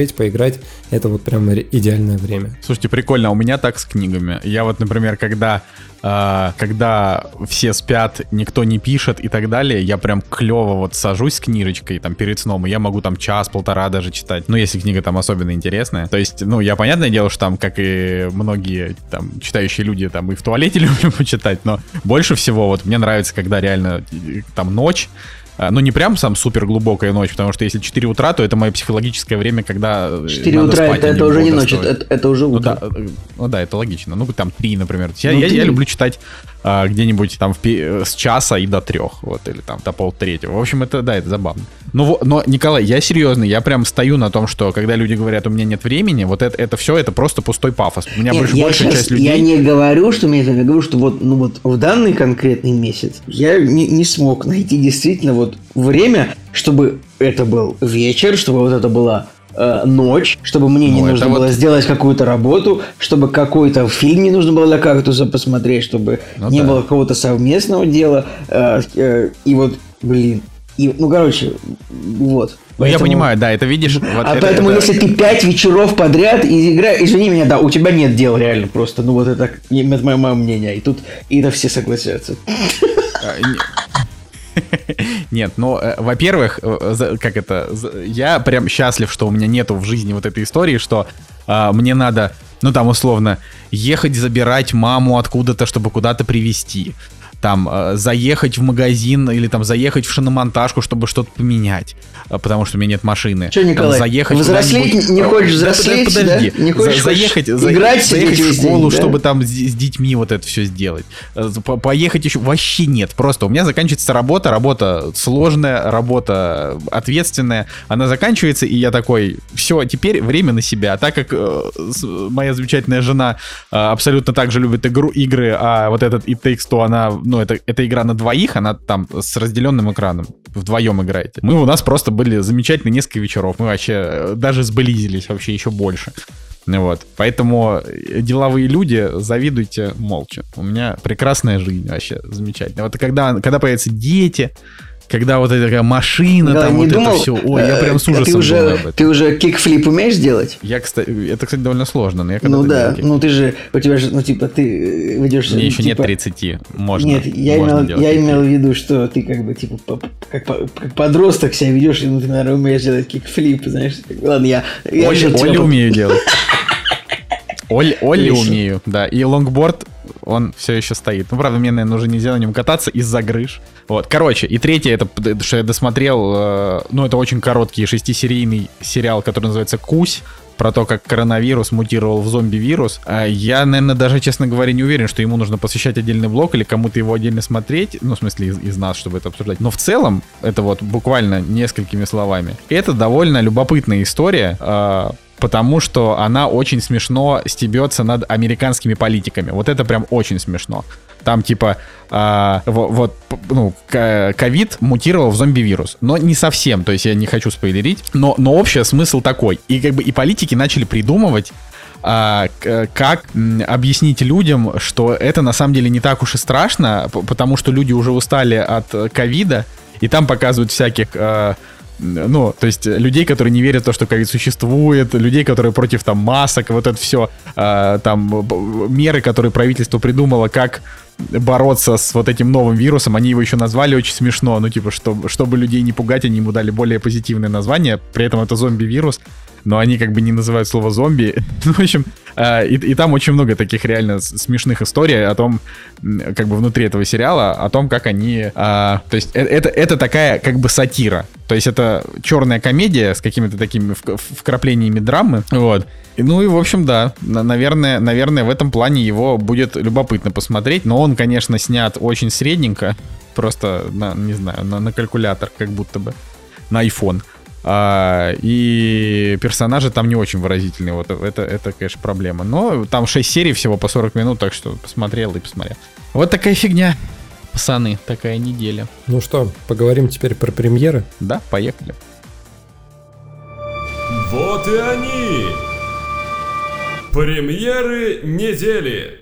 посмотреть, поиграть. Это вот прям идеальное время. Слушайте, прикольно, у меня так с книгами. Я вот, например, когда, э, когда все спят, никто не пишет и так далее, я прям клево вот сажусь с книжечкой там перед сном, и я могу там час-полтора даже читать. Ну, если книга там особенно интересная. То есть, ну, я, понятное дело, что там, как и многие там читающие люди, там и в туалете люблю почитать, но больше всего вот мне нравится, когда реально там ночь. Ну, не прям сам супер глубокая ночь, потому что если четыре утра, то это мое психологическое время, когда четыре утра это, это уже не ночь, это, это уже утро. Ну да, ну да, это логично. Ну, там три, например. Я, ну, я, я люблю читать а, где-нибудь там в, с часа и до трех, вот, или там до полтретьего. В общем, это, да, это забавно. Но, но, Николай, я серьезно, я прям стою на том, что когда люди говорят, у меня нет времени, вот это, это все, это просто пустой пафос. У меня нет, больше, большая сейчас, часть людей... Я не говорю, что мне это, я говорю, что вот, ну вот в данный конкретный месяц я не, не смог найти действительно вот время, чтобы это был вечер, чтобы вот это была э, ночь, чтобы мне ну, не нужно было вот... сделать какую-то работу, чтобы какой-то фильм не нужно было для кактуса посмотреть, чтобы ну, не да. было какого-то совместного дела. Э, э, и вот, блин, и, ну, короче, вот. Ну, поэтому... я понимаю, да, это видишь... Вот а это, поэтому, это... если ты пять вечеров подряд и играешь... Извини меня, да, у тебя нет дел реально просто. Ну, вот это, это мое, мое мнение. И тут и это все согласятся. Нет, ну, э, во-первых, э, как это, я прям счастлив, что у меня нету в жизни вот этой истории, что э, мне надо, ну, там, условно, ехать забирать маму откуда-то, чтобы куда-то привезти. Там, э, заехать в магазин или там заехать в шиномонтажку, чтобы что-то поменять, э, потому что у меня нет машины. Что, Николай, там, заехать взрослеть не хочешь взрослеть, да? Подожди, да? Не хочешь, заехать, хочешь за, играть заехать в школу, день, чтобы да? там с, с детьми вот это все сделать. Поехать еще вообще нет. Просто у меня заканчивается работа, работа сложная, работа ответственная. Она заканчивается, и я такой, все, теперь время на себя. Так как э, моя замечательная жена э, абсолютно так же любит игру, игры, а вот этот It Takes Two, она, ну, это, это игра на двоих, она там с разделенным экраном. Вдвоем играете. Мы у нас просто были замечательные несколько вечеров. Мы вообще даже сблизились вообще еще больше. Вот. Поэтому деловые люди, завидуйте молча. У меня прекрасная жизнь вообще замечательная. Вот когда, когда появятся дети, когда вот эта такая машина, да, там вот думал, это все. Ой, я прям с ужасом ты уже, думаю об этом. Ты уже кикфлип умеешь делать? Я, кстати, это, кстати, довольно сложно. Но я ну да, ну ты же, у тебя же, ну типа, ты ведешь... Мне еще типа... нет тридцати, можно. Нет, я, можно имел, я имел в виду, что ты как бы, типа, как, как подросток себя ведешь, и ну ты, наверное, умеешь делать кикфлип, знаешь. Ладно, я... я Оля, Оля умею делать. Оль, Олли умею, да. И лонгборд, он все еще стоит. Ну, правда, мне, наверное, уже нельзя на нем кататься из-за грыж. Вот, короче, и третье, это, что я досмотрел, э, ну, это очень короткий шестисерийный сериал, который называется «Кусь», про то, как коронавирус мутировал в зомби-вирус. Я, наверное, даже, честно говоря, не уверен, что ему нужно посвящать отдельный блог или кому-то его отдельно смотреть, ну, в смысле, из, из нас, чтобы это обсуждать. Но в целом, это вот буквально несколькими словами, это довольно любопытная история, э, потому что она очень смешно стебется над американскими политиками. Вот это прям очень смешно. Там типа э, вот, вот ну, ковид мутировал в зомби-вирус. Но не совсем, то есть я не хочу спойлерить. Но, но общий смысл такой. И как бы и политики начали придумывать, э, как объяснить людям, что это на самом деле не так уж и страшно, потому что люди уже устали от ковида. И там показывают всяких... Э, ну, то есть людей, которые не верят в то, что ковид существует, людей, которые против там масок, вот это все, э, там меры, которые правительство придумало, как бороться с вот этим новым вирусом, они его еще назвали очень смешно, ну типа, чтобы, чтобы людей не пугать, они ему дали более позитивное название, при этом это зомби-вирус, но они как бы не называют слово зомби. Ну, в общем, э, и, и там очень много таких реально смешных историй о том, как бы внутри этого сериала, о том, как они... Э, то есть это, это такая как бы сатира. То есть это черная комедия с какими-то такими вкраплениями драмы. Вот. И, ну и, в общем, да, наверное, наверное, в этом плане его будет любопытно посмотреть. Но он, конечно, снят очень средненько. Просто, на, не знаю, на, на калькулятор, как будто бы. На iPhone. А, и персонажи там не очень выразительные. Вот это, это, конечно, проблема. Но там шесть серий всего по сорок минут, так что посмотрел и посмотрел. Вот такая фигня, пацаны, такая неделя. Ну что, поговорим теперь про премьеры? Да, поехали. Вот и они! Премьеры недели!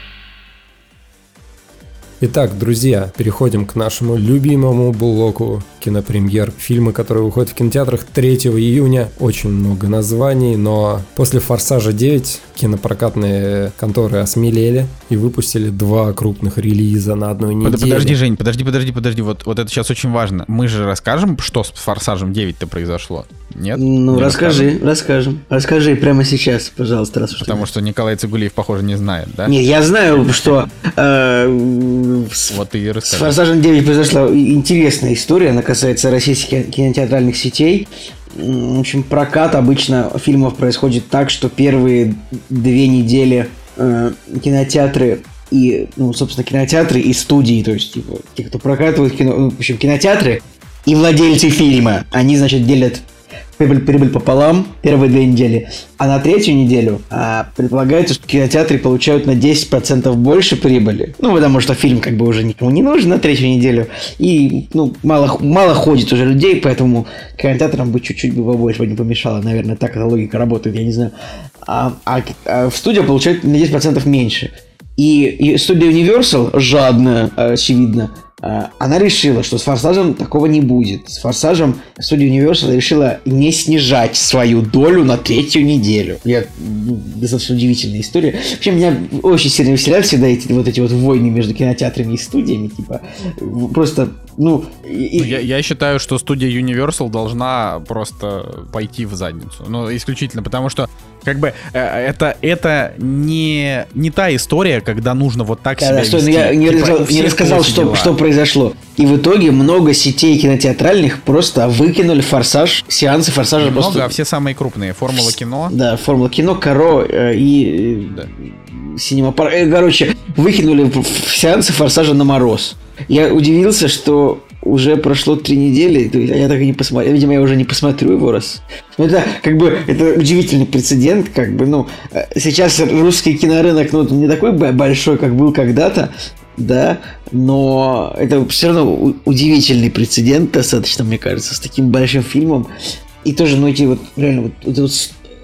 Итак, друзья, переходим к нашему любимому блоку кинопремьер. Фильмы, которые выходят в кинотеатрах третьего июня. Очень много названий, но после «Форсажа девять» кинопрокатные конторы осмелели и выпустили два крупных релиза на одной неделе. Подожди, Жень, подожди, подожди, подожди. Вот, вот это сейчас очень важно. Мы же расскажем, что с «Форсажем девять»-то произошло? Нет? Ну, Не расскажи, расскажем. Расскажи прямо сейчас, пожалуйста, раз уж Потому ты... что Николай Цигулиев, похоже, не знает, да? Не, я знаю, что э, с, Вот ты и с расскажи. «Форсажем девять» произошла интересная история. Она касается российских кинотеатральных сетей. В общем, прокат обычно фильмов происходит так, что первые две недели э, кинотеатры и, ну, собственно, кинотеатры и студии, то есть, типа, те, кто прокатывают кино, ну, в общем, кинотеатры и владельцы фильма, они, значит, делят прибыль, прибыль пополам первые две недели, а на третью неделю а, предполагается, что кинотеатры получают на десять процентов больше прибыли. Ну, потому что фильм как бы уже никому не нужен на третью неделю, и, ну, мало, мало ходит уже людей, поэтому кинотеатрам бы чуть-чуть бы побольше не помешало, наверное, так эта логика работает, я не знаю. А, а, а в студии получают на десять процентов меньше. И, и студия Universal, жадная, очевидно, она решила, что с «Форсажем» такого не будет. С «Форсажем» студия Universal решила не снижать свою долю на третью неделю. Я, ну, достаточно удивительная история. Вообще, меня очень сильно веселят всегда эти вот эти вот войны между кинотеатрами и студиями. Типа, просто, ну... И... Я, я считаю, что студия Universal должна просто пойти в задницу. Ну, исключительно потому, что как бы э, это, это не, не та история, когда нужно вот так да, себя да, стой, вести. я не, Типа, рассказал, не рассказал, что, что произошло. И в итоге много сетей кинотеатральных просто выкинули «Форсаж», сеансы «Форсажа». Немного, просто... а все самые крупные. «Формула кино». Да, «Формула кино», «Каро» э, и да. «Синема Парк». Э, короче, выкинули сеансы «Форсажа» на мороз. Я удивился, что уже прошло три недели, я так и не посмотрел. Видимо, я уже не посмотрю его раз. Но это как бы это удивительный прецедент, как бы, ну, сейчас русский кинорынок, ну, не такой большой, как был когда-то, да, но это все равно удивительный прецедент достаточно, мне кажется, с таким большим фильмом. И тоже, ну, эти вот, реально, вот, вот, вот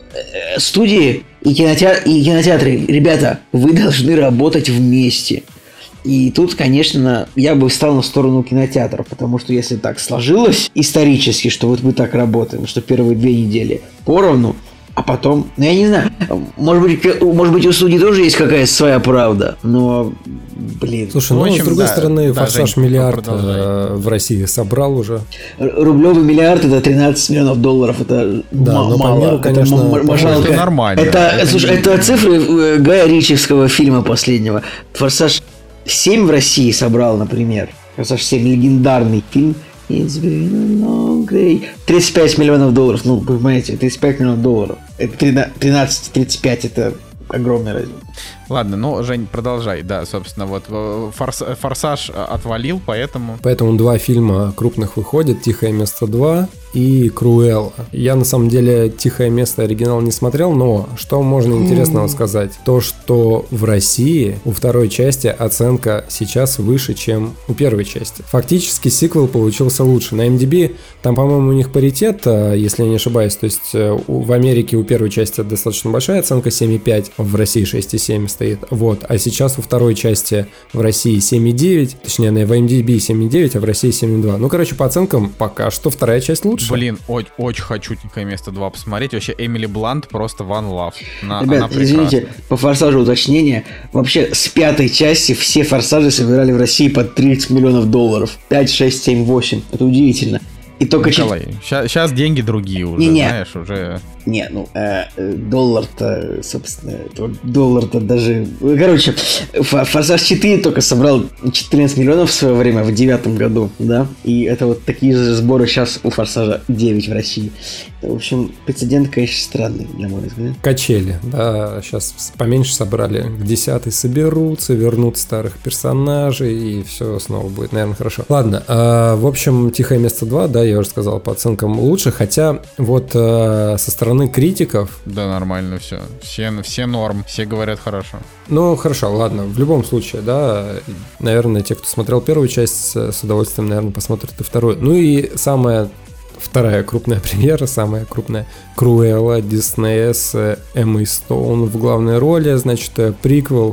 студии и, кинотеатры, и кинотеатры, ребята, вы должны работать вместе. И тут, конечно, я бы встал на сторону кинотеатров, потому что если так сложилось исторически, что вот мы так работаем, что первые две недели поровну, а потом, ну я не знаю, может быть, может быть у судей тоже есть какая-то своя правда, но, блин. Слушай, ну, общем, с другой да, стороны, да, «Форсаж» Жень, миллиард продолжай. в России собрал уже. Рублевый миллиард — это тринадцать миллионов долларов, это да, м- но по мало, миру, конечно, это, м- жалко. Это нормально. Это, Это слушай, не- это цифры Гая Ричевского фильма последнего. «Форсаж семь» в России собрал, например. «Форсаж семь» — легендарный фильм. It's been a long day. тридцать пять миллионов долларов. Ну, вы понимаете, тридцать пять миллионов долларов. Это тринадцать тридцать пять, это огромная разница. Ладно, ну, Жень, продолжай. Да, собственно, вот форс, «Форсаж» отвалил, поэтому... Поэтому два фильма крупных выходят: «Тихое место два» и «Круэлла». Я, на самом деле, «Тихое место» оригинал не смотрел, но что можно интересного сказать? То, что в России у второй части оценка сейчас выше, чем у первой части. Фактически сиквел получился лучше. На эм ди би там, по-моему, у них паритет, если я не ошибаюсь. То есть в Америке у первой части достаточно большая оценка, семь и пять, в России шесть и семь стоит. Вот. А сейчас у второй части в России семь и девять, точнее, в эм ди би семь и девять, а в России семь и два. Ну, короче, по оценкам пока что вторая часть лучше. Блин, очень, очень хочу «Тихое место два» посмотреть. Вообще, Эмили Блант просто one love. Она, Ребят, она извините, по «Форсажу» уточнение. Вообще, с пятой части все «Форсажи» собирали в России под тридцать миллионов долларов. пять, шесть, семь, восемь. Это удивительно. И только Николай, сейчас, сейчас деньги другие уже, Не-не. знаешь, уже... Не, ну, э, э, доллар-то, собственно, доллар-то даже... Короче, «Форсаж четыре» только собрал четырнадцать миллионов в свое время, в девятом году, да? И это вот такие же сборы сейчас у «Форсажа девять» в России. В общем, прецедент, конечно, странный, на мой взгляд. Качели, да, сейчас поменьше собрали, к десятой соберутся, вернут старых персонажей, и все снова будет, наверное, хорошо. Ладно, э, в общем, «Тихое место два», да, я уже сказал, по оценкам лучше, хотя вот э, со стороны критиков... Да, нормально все. Все, все норм, все говорят хорошо. Ну, хорошо, ладно, в любом случае, да, наверное, те, кто смотрел первую часть, с удовольствием, наверное, посмотрят и вторую. Ну и самая вторая крупная премьера, самая крупная, «Круэлла» Диснея с Эммой Стоун в главной роли, значит, приквел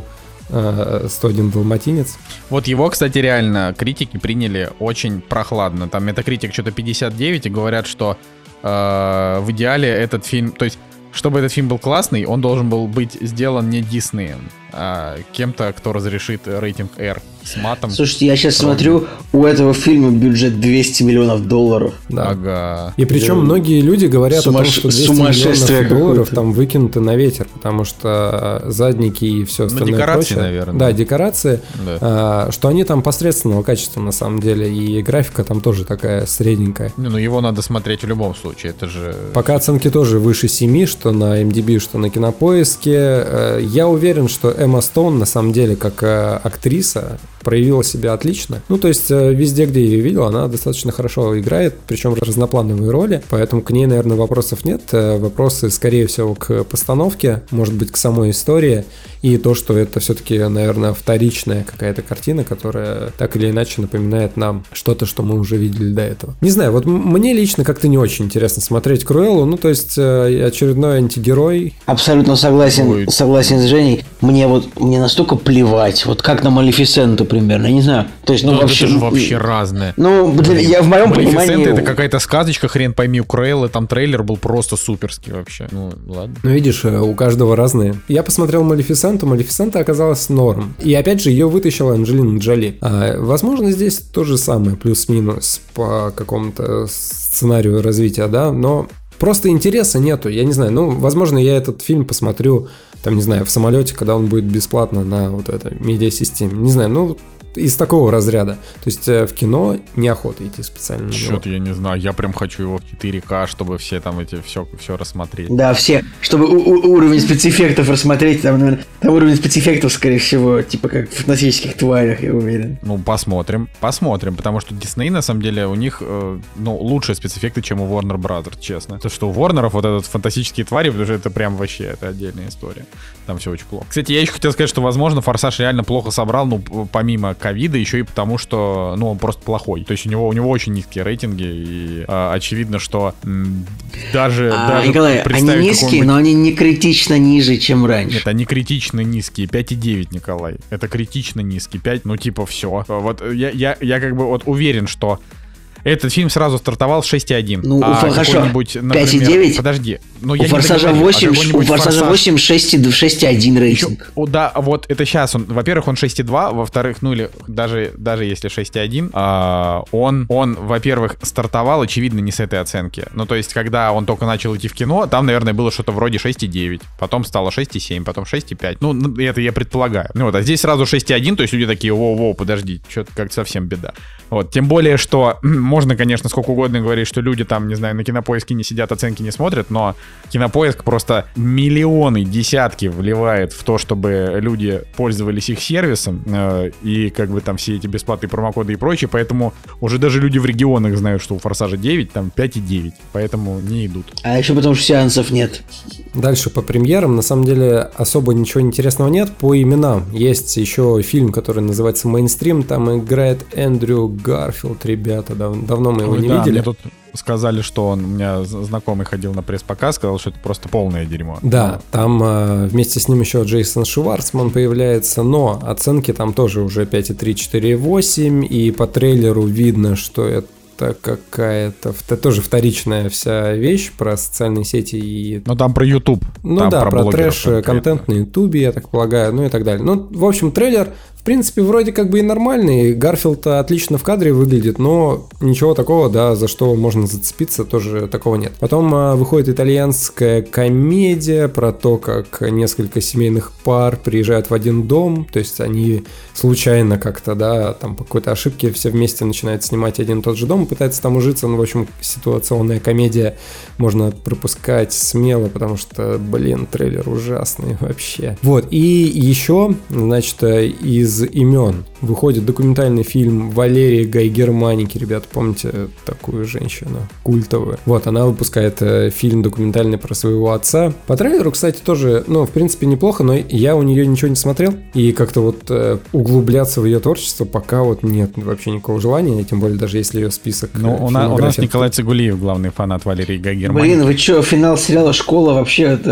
сто один Далматинец. Вот его, кстати, реально критики приняли очень прохладно. Там Метакритик что-то пятьдесят девять, и говорят, что э, в идеале этот фильм... То есть, чтобы этот фильм был классный, он должен был быть сделан не Диснеем, а кем-то, кто разрешит рейтинг R с матом. Слушайте, я сейчас Кроме... смотрю, у этого фильма бюджет двести миллионов долларов. Да. Ага. И причем Я... многие люди говорят Сумаш... о том, что двести миллионов долларов там выкинуты на ветер, потому что задники и все остальное. Ну, декорации, прочее, наверное. Да, декорации, да. А, что они там посредственного качества на самом деле, и графика там тоже такая средненькая. Ну, его надо смотреть в любом случае, это же... Пока оценки тоже выше семи, что на эм ди би, что на Кинопоиске. Я уверен, что Эмма Стоун на самом деле как актриса проявила себя отлично. Ну, то есть, везде, где я ее видел, она достаточно хорошо играет, причем разноплановые роли, поэтому к ней, наверное, вопросов нет. Вопросы, скорее всего, к постановке, может быть, к самой истории, и то, что это все-таки, наверное, вторичная какая-то картина, которая так или иначе напоминает нам что-то, что мы уже видели до этого. Не знаю, вот мне лично как-то не очень интересно смотреть Круэллу, ну, то есть, очередной антигерой. Абсолютно согласен, Ой. согласен с Женей. Мне вот, мне настолько плевать, вот как на Малефисенту примерно, я не знаю. То есть, ну, ну вообще... это же вообще разное. Ну, блин, я в моем понимании... Это какая-то сказочка, хрен пойми, у Круэллы, там трейлер был просто суперский вообще. Ну, ладно. Ну, видишь, у каждого разные. Я посмотрел Малефисенту, Малефисента оказалась норм. И опять же, ее вытащила Анджелина Джоли. А, возможно, здесь то же самое, плюс-минус по какому-то сценарию развития, да, но... Просто интереса нету, я не знаю, ну, возможно, я этот фильм посмотрю, там, не знаю, в самолете, когда он будет бесплатно на вот этой медиасистеме, не знаю, ну, из такого разряда. То есть в кино неохота идти специально на него. Что-то я не знаю, я прям хочу его в четыре ка, чтобы все там эти, все, все рассмотреть. Да, все, чтобы у- у- уровень спецэффектов рассмотреть, там, наверное, там уровень спецэффектов, скорее всего, типа как в «Фантастических тварях», я уверен. Ну, посмотрим, посмотрим, потому что Disney, на самом деле, у них, э, ну, лучшие спецэффекты, чем у Warner Brothers, честно. То, что у Warner'ов вот этот «Фантастические твари», потому что это прям вообще, это отдельная история. Там все очень плохо. Кстати, я еще хотел сказать, что, возможно, «Форсаж» реально плохо собрал, ну, помимо ковида, еще и потому, что, ну, он просто плохой. То есть у него, у него очень низкие рейтинги, и э, очевидно, что м, даже, а, даже Николай, они низкие, но они не критично ниже, чем раньше. Нет, они критично низкие, пять и девять, Николай. Это критично низкий, пять, ну, типа, все. Вот я, я, я как бы вот уверен, что этот фильм сразу стартовал с шесть и один. Ну, а хорошо, пять и девять? Подожди. Ну, у я «Форсажа восемь», а у «Форсажа восемь» шесть и один рейтинг. Еще, о, да, вот это сейчас он, во-первых, он шесть и два, во-вторых, ну или даже, даже если шесть и один, а, он, он, во-первых, стартовал, очевидно, не с этой оценки. Ну, то есть, когда он только начал идти в кино, там, наверное, было что-то вроде шесть и девять, потом стало шесть и семь, потом шесть и пять. Ну, это я предполагаю. Ну вот, а здесь сразу шесть и один, то есть люди такие, воу-воу, подожди, что-то как-то совсем беда. Вот, тем более, что можно, конечно, сколько угодно говорить, что люди там, не знаю, на Кинопоиске не сидят, оценки не смотрят, но Кинопоиск просто миллионы, десятки вливает в то, чтобы люди пользовались их сервисом, э, и как бы там все эти бесплатные промокоды и прочее, поэтому уже даже люди в регионах знают, что у «Форсажа» девять, там пять и девять, поэтому не идут. А еще потому, что сеансов нет. Дальше по премьерам, на самом деле, особо ничего интересного нет. По именам есть еще фильм, который называется «Мейнстрим», там играет Эндрю Гарфилд, ребята, дав- давно мы его Ой, не да, видели. Мне тут сказали, что он, у меня знакомый ходил на пресс-показ, сказал, что это просто полное дерьмо. Да, там э, вместе с ним еще Джейсон Шварцман появляется, но оценки там тоже уже пять и три, четыре и восемь, и по трейлеру видно, что это какая-то это тоже вторичная вся вещь про социальные сети и... Ну там про YouTube. Ну там да, про, про конкретно. трэш-контент на YouTube, я так полагаю, ну и так далее. Ну, в общем, трейлер, в принципе, вроде как бы и нормальный. Гарфилд отлично в кадре выглядит, но ничего такого, да, за что можно зацепиться, тоже такого нет. Потом а, выходит итальянская комедия про то, как несколько семейных пар приезжают в один дом, то есть они случайно как-то, да, там по какой-то ошибке все вместе начинают снимать один и тот же дом, пытаются там ужиться, ну, в общем, ситуационная комедия можно пропускать смело, потому что, блин, трейлер ужасный вообще. Вот, и еще, значит, из имен выходит документальный фильм Валерии Гай Германики, ребята, помните такую женщину культовую? Вот, она выпускает фильм документальный про своего отца. По трейлеру, кстати, тоже, ну, в принципе, неплохо, но я у нее ничего не смотрел, и как-то вот э, углубляться в ее творчество пока вот нет вообще никакого желания, тем более даже если ее список... Ну, у, на, у нас Николай Цигулиев главный фанат Валерии Гай Германики. Блин, вы что, финал сериала «Школа» вообще это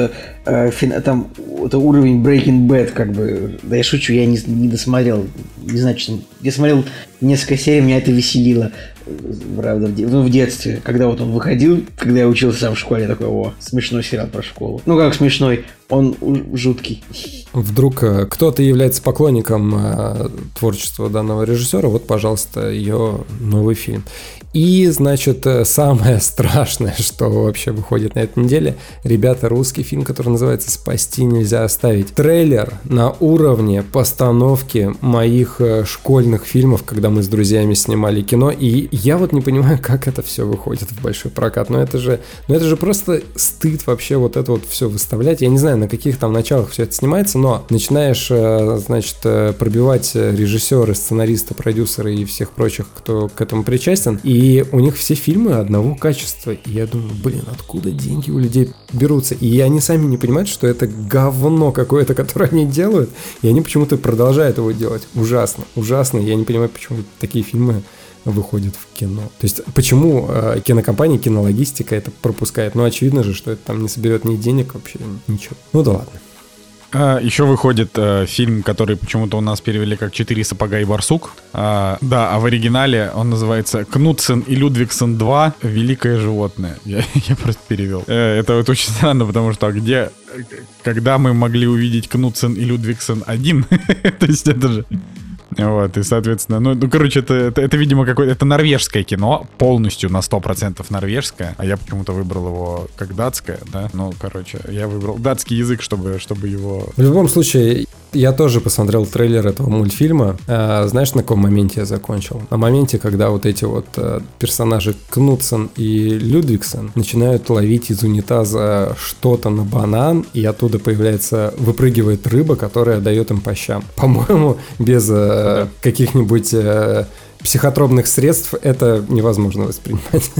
э, фин, там это уровень Breaking Bad, как бы. Да я шучу, я не, не досмотрел. Не знаю, что там. Я смотрел несколько серий, меня это веселило. Правда, в, де- ну, в детстве, когда вот он выходил, когда я учился там в школе, я такой, о, смешной сериал про школу. Ну как смешной, он у- жуткий. Вдруг э, кто-то является поклонником э, творчества данного режиссера, вот, пожалуйста, ее новый фильм. И, значит, э, самое страшное, что вообще выходит на этой неделе, ребята, русский фильм, который называется «Спасти нельзя оставить». Трейлер на уровне постановки моих э, школьных фильмов, когда мы с друзьями снимали кино, и я вот не понимаю, как это все выходит в большой прокат. Но это же, ну это же просто стыд вообще вот это вот все выставлять. Я не знаю, на каких там началах все это снимается, но начинаешь, значит, пробивать режиссеры, сценаристы, продюсеры и всех прочих, кто к этому причастен, и у них все фильмы одного качества. И я думаю, блин, откуда деньги у людей берутся? И они сами не понимают, что это говно какое-то, которое они делают, и они почему-то продолжают его делать. Ужасно, ужасно. Я не понимаю, почему такие фильмы выходит в кино. То есть, почему э, кинокомпания, кинологистика это пропускает? Ну, очевидно же, что это там не соберет ни денег вообще, ничего. Ну да ладно. А, еще выходит э, фильм, который почему-то у нас перевели как «Четыре сапога и барсук». А, да, а в оригинале он называется «Кнутсен и Людвигсен два. Великое животное». Я, я просто перевел. Э, это вот очень странно, потому что где... Когда мы могли увидеть Кнутсен и Людвигсен один? То есть это же... Вот, и, соответственно, ну, ну короче, это, это, это, видимо, какое-то... Это норвежское кино, полностью на сто процентов норвежское, а я почему-то выбрал его как датское, да? Ну, короче, я выбрал датский язык, чтобы, чтобы его... В любом случае, я тоже посмотрел трейлер этого мультфильма. А, знаешь, на каком моменте я закончил? На моменте, когда вот эти вот а, персонажи Кнутсен и Людвигсен начинают ловить из унитаза что-то на банан, и оттуда появляется, выпрыгивает рыба, которая дает им по щам. По-моему, без... Да. каких-нибудь э, психотропных средств это невозможно воспринимать.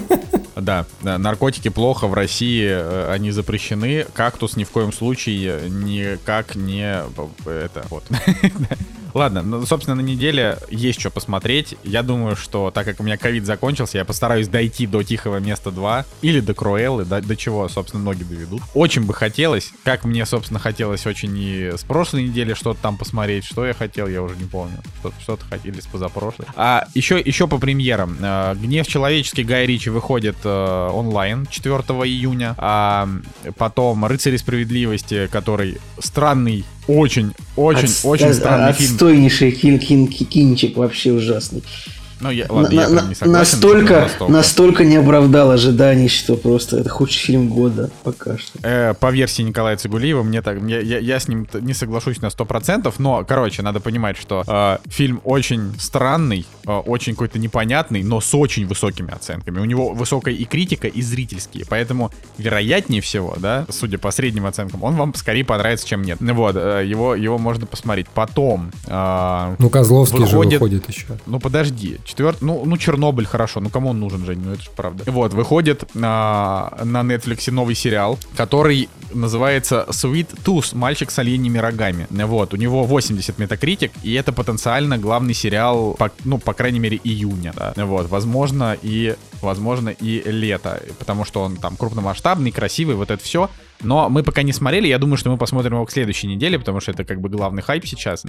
Да, да, наркотики плохо, в России э, они запрещены. Кактус ни в коем случае никак не... Это вот. Ладно, ну, собственно, на неделе есть что посмотреть. Я думаю, что так как у меня ковид закончился, я постараюсь дойти до «Тихого места два» или до «Круэллы», до, до чего, собственно, ноги доведут. Очень бы хотелось, как мне, собственно, хотелось очень и с прошлой недели что-то там посмотреть. Что я хотел, я уже не помню. Что-то, что-то хотели с позапрошлой. А еще, еще по премьерам. «Гнев человеческий» Гай Ричи выходит э, онлайн четвёртого июня. А потом «Рыцари справедливости», который странный, очень, очень, От, очень от, странный отстойнейший фильм. Отстойнейший кин, кин, кинчик, вообще ужасный. Ну, я, ладно, на, я на, прям не согласен. Настолько, настолько не оправдал ожиданий, что просто это худший фильм года пока что. Э, по версии Николая Цигулиева, мне так, я, я, я с ним не соглашусь на сто процентов, но, короче, надо понимать, что э, фильм очень странный, э, очень какой-то непонятный, но с очень высокими оценками. У него высокая и критика, и зрительские, поэтому, вероятнее всего, да, судя по средним оценкам, он вам скорее понравится, чем нет. Вот, э, его, его можно посмотреть. Потом... Э, ну, Козловский выходит, же выходит еще. Ну, подожди. Четвертый, ну, ну, Чернобыль, хорошо, ну кому он нужен, Жень, ну это же правда. Вот, выходит а, на Netflix новый сериал, который называется Sweet Tooth, мальчик с оленьими рогами. Вот, у него восемьдесят метакритик, и это потенциально главный сериал, по, ну, по крайней мере, июня, да. Вот, возможно, и, возможно, и лето, потому что он там крупномасштабный, красивый, вот это все. Но мы пока не смотрели, я думаю, что мы посмотрим его к следующей неделе, потому что это как бы главный хайп сейчас.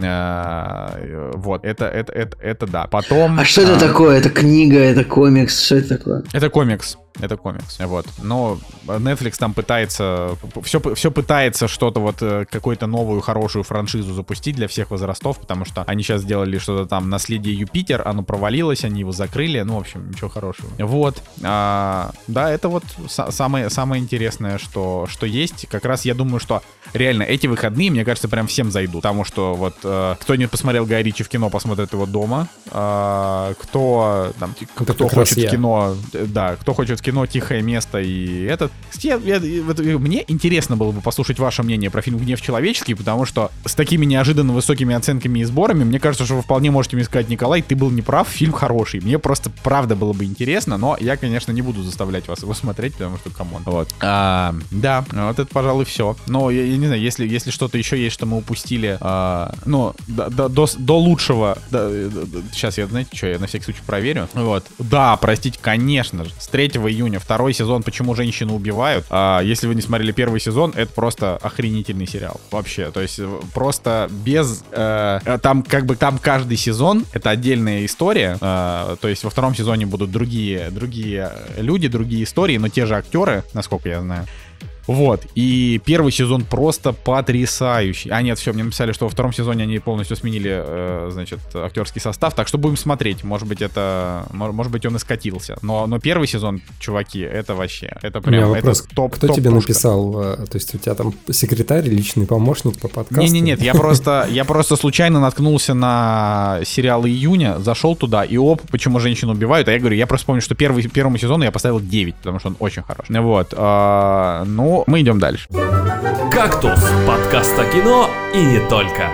Вот, это, это, это, это да. Потом... А что это а... такое? Это книга, это комикс, что это такое? Это комикс. Это комикс, вот. Но Netflix там пытается, все, все пытается что-то вот, какую-то новую хорошую франшизу запустить для всех возрастов, потому что они сейчас сделали что-то там «Наследие Юпитер», оно провалилось, они его закрыли, ну, в общем, ничего хорошего. Вот, а, да, это вот самое, самое интересное, что, что есть. Как раз я думаю, что реально эти выходные, мне кажется, прям всем зайдут, потому что вот, кто не посмотрел Гая Ричи в кино, посмотрит его дома, а, кто, там, кто хочет в кино, да, кто хочет в кино «Тихое место» и этот. Я, я, я, мне интересно было бы послушать ваше мнение про фильм «Гнев человеческий», потому что с такими неожиданно высокими оценками и сборами, мне кажется, что вы вполне можете мне сказать: Николай, ты был неправ, фильм хороший. Мне просто правда было бы интересно, но но я, конечно, не буду заставлять вас его смотреть, потому что, камон. Вот. А, да, вот это, пожалуй, все. Но я, я не знаю, если, если что-то еще есть, что мы упустили, а, ну, до, до, до, до лучшего, до, до, сейчас я, знаете, что, я на всякий случай проверю. Вот. Да, простите, конечно же, с третьего июня второй сезон «Почему женщины убивают». А, если вы не смотрели первый сезон, это просто охренительный сериал. Вообще, то есть просто без... Э, там как бы там каждый сезон это отдельная история. Э, то есть во втором сезоне будут другие, другие люди, другие истории, но те же актеры, насколько я знаю. Вот, и первый сезон просто потрясающий. А нет, все, мне написали, что во втором сезоне они полностью сменили, э, значит, актерский состав. Так что будем смотреть, может быть, это, может быть, он и скатился. Но, но первый сезон, чуваки, это вообще, это прям, у меня вопрос, это топ. Кто топ тебе пушка. написал? То есть у тебя там секретарь, личный помощник по подкасту? Не, не, нет, я просто, я просто случайно наткнулся на сериал «Июня», зашел туда, и оп, почему женщину убивают. А я говорю, я просто помню, что первый, первому сезону я поставил девять, потому что он очень хороший. Вот, а, ну, мы идем дальше. «Кактус» — подкаст о кино и не только.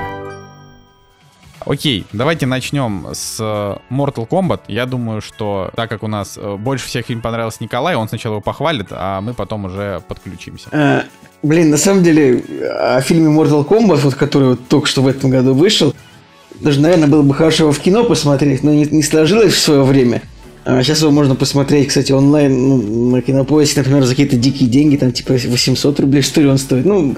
Окей, давайте начнем с Mortal Kombat. Я думаю, что так как у нас больше всех фильм понравился Николай, он сначала его похвалит, а мы потом уже подключимся. А, блин, на самом деле, о фильме Mortal Kombat, вот, который вот только что в этом году вышел, даже, наверное, было бы хорошо его в кино посмотреть, но не, не сложилось в свое время. А сейчас его можно посмотреть, кстати, онлайн, ну, на Кинопоиске, например, за какие-то дикие деньги, там типа восемьсот рублей, что ли, он стоит. Ну,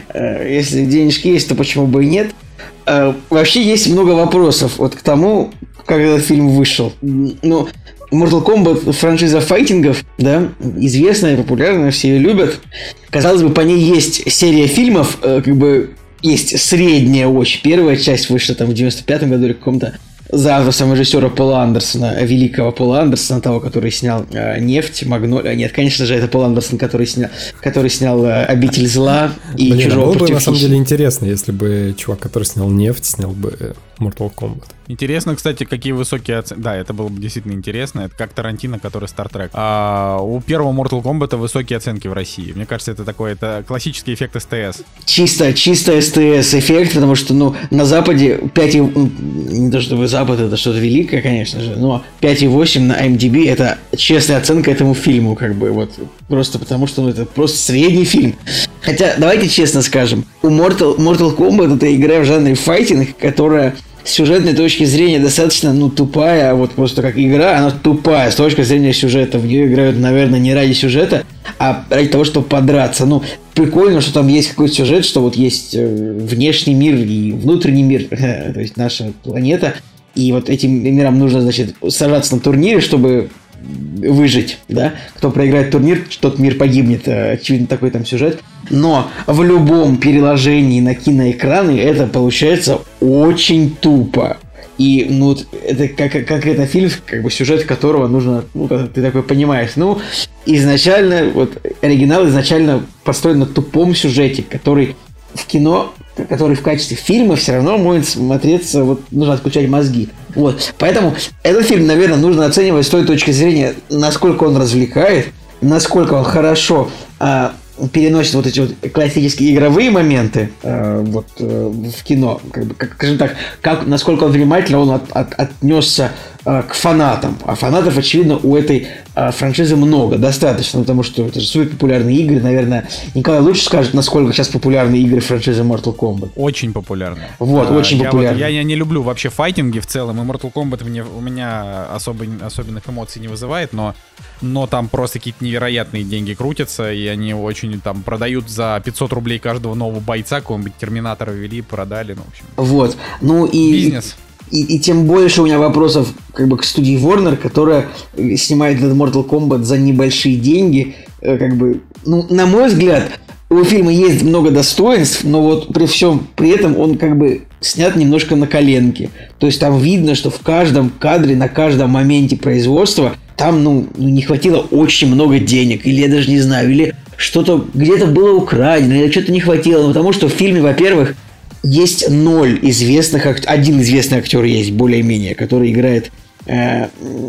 э, если денежки есть, то почему бы и нет. Э, вообще есть много вопросов вот к тому, как этот фильм вышел. Ну, Mortal Kombat — франшиза файтингов, да, известная, популярная, все ее любят. Казалось бы, по ней есть серия фильмов, э, как бы есть средняя очень. Первая часть вышла там в девяносто пятом году или каком-то, за авторством режиссера Пола Андерсона, великого Пола Андерсона, того, который снял э, «Нефть», «Магнолия». Нет, конечно же, это Пол Андерсон, который снял, который снял э, «Обитель зла» и Блин, «Чужого было бы против на самом хищника». деле интересно, если бы чувак, который снял «Нефть», снял бы Mortal Kombat. Интересно, кстати, какие высокие оценки. Да, это было бы действительно интересно. Это как Тарантино, который Star Trek. А у первого Mortal Kombat высокие оценки в России. Мне кажется, это такой, это классический эффект СТС. Чисто, чисто СТС эффект, потому что, ну, на Западе пять, ну, не то чтобы Запад это что-то великое, конечно же, но пять и восемь на эм ди би это честная оценка этому фильму, как бы, вот, просто потому что, ну, это просто средний фильм. Хотя, давайте честно скажем, у Mortal, Mortal Kombat это игра в жанре файтинг, которая с сюжетной точки зрения достаточно, ну, тупая, а вот просто как игра, она тупая с точки зрения сюжета. В нее играют, наверное, не ради сюжета, а ради того, чтобы подраться. Ну, прикольно, что там есть какой-то сюжет, что вот есть внешний мир и внутренний мир, то есть наша планета, и вот этим мирам нужно, значит, сражаться на турнире, чтобы выжить, да? Кто проиграет турнир, тот мир погибнет. Очевидно, такой там сюжет. Но в любом переложении на киноэкраны это получается очень тупо. И, ну, это как, конкретно фильм, как бы сюжет которого нужно, ну, ты такой понимаешь, ну, изначально, вот, оригинал изначально построен на тупом сюжете, который в кино, который в качестве фильма все равно может смотреться, вот, нужно отключать мозги. Вот, поэтому этот фильм, наверное, нужно оценивать с той точки зрения, насколько он развлекает, насколько он хорошо а, переносит вот эти вот классические игровые моменты а, вот, а, в кино, как бы, как, скажем так, как, насколько он внимательно он от, от, отнесся а, к фанатам. А фанатов, очевидно, у этой а, франшизы много, достаточно, потому что это же супер популярные игры, наверное. Николай лучше скажет, насколько сейчас популярны игры франшизы Mortal Kombat. Очень популярны. Вот, а, очень я популярны. Вот, я, я не люблю вообще файтинги в целом, и Mortal Kombat мне, у меня особо, особенных эмоций не вызывает, но, но там просто какие-то невероятные деньги крутятся, и они очень там продают за пятьсот рублей каждого нового бойца, какого-нибудь Терминатора ввели, продали, ну, в общем. Вот, ну и... Бизнес. И, и тем больше у меня вопросов как бы к студии Warner, которая снимает этот Mortal Kombat за небольшие деньги. Как бы, ну, на мой взгляд, у фильма есть много достоинств, но вот при всем при этом он как бы снят немножко на коленке. То есть там видно, что в каждом кадре, на каждом моменте производства там, ну, не хватило очень много денег. Или я даже не знаю, или что-то где-то было украдено, или что-то не хватило. Потому что в фильме, во-первых, есть ноль известных актеров. Один известный актер есть, более-менее, который играет э,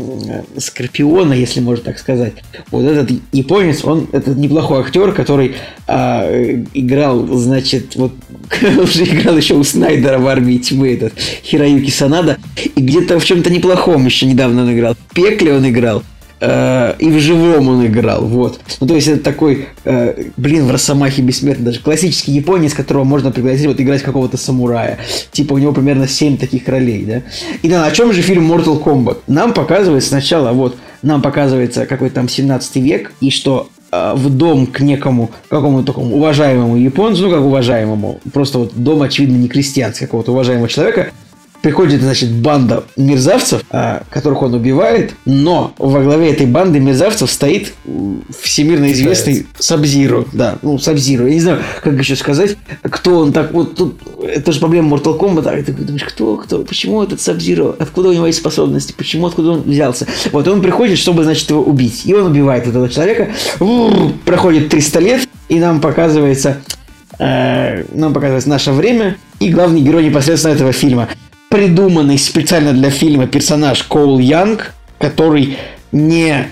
Скорпиона, если можно так сказать. Вот этот японец, он этот неплохой актер, который э, играл, значит, вот уже играл еще у Снайдера в «Армии тьмы», этот Хироюки Санада. И где-то в чем-то неплохом еще недавно он играл. В «Пекле» он играл. э, и в живом он играл, вот. Ну, то есть это такой, э, блин, в Росомахе бессмертный, даже классический японец, которого можно пригласить вот играть какого-то самурая. Типа у него примерно семь таких ролей, да. И да, о чем же фильм Mortal Kombat? Нам показывает сначала, вот, нам показывается какой-то там семнадцатый век, и что э, в дом к некому, какому-то такому уважаемому японцу, ну как уважаемому, просто вот дом, очевидно, не крестьянский, какого-то уважаемого человека, приходит, значит, банда мерзавцев, которых он убивает, но во главе этой банды мерзавцев стоит всемирно известный Саб-Зиро. Да, ну, Саб-Зиро. Я не знаю, как еще сказать, кто он так... Вот тут... Это же проблема Mortal Kombat. А ты думаешь, кто, кто? Почему этот Саб-Зиро? Откуда у него есть способности? Почему, откуда он взялся? Вот, он приходит, чтобы, значит, его убить. И он убивает этого человека. Проходит триста лет, и нам показывается... Э, нам показывается наше время и главный герой непосредственно этого фильма. Придуманный специально для фильма персонаж Коул Янг, который не,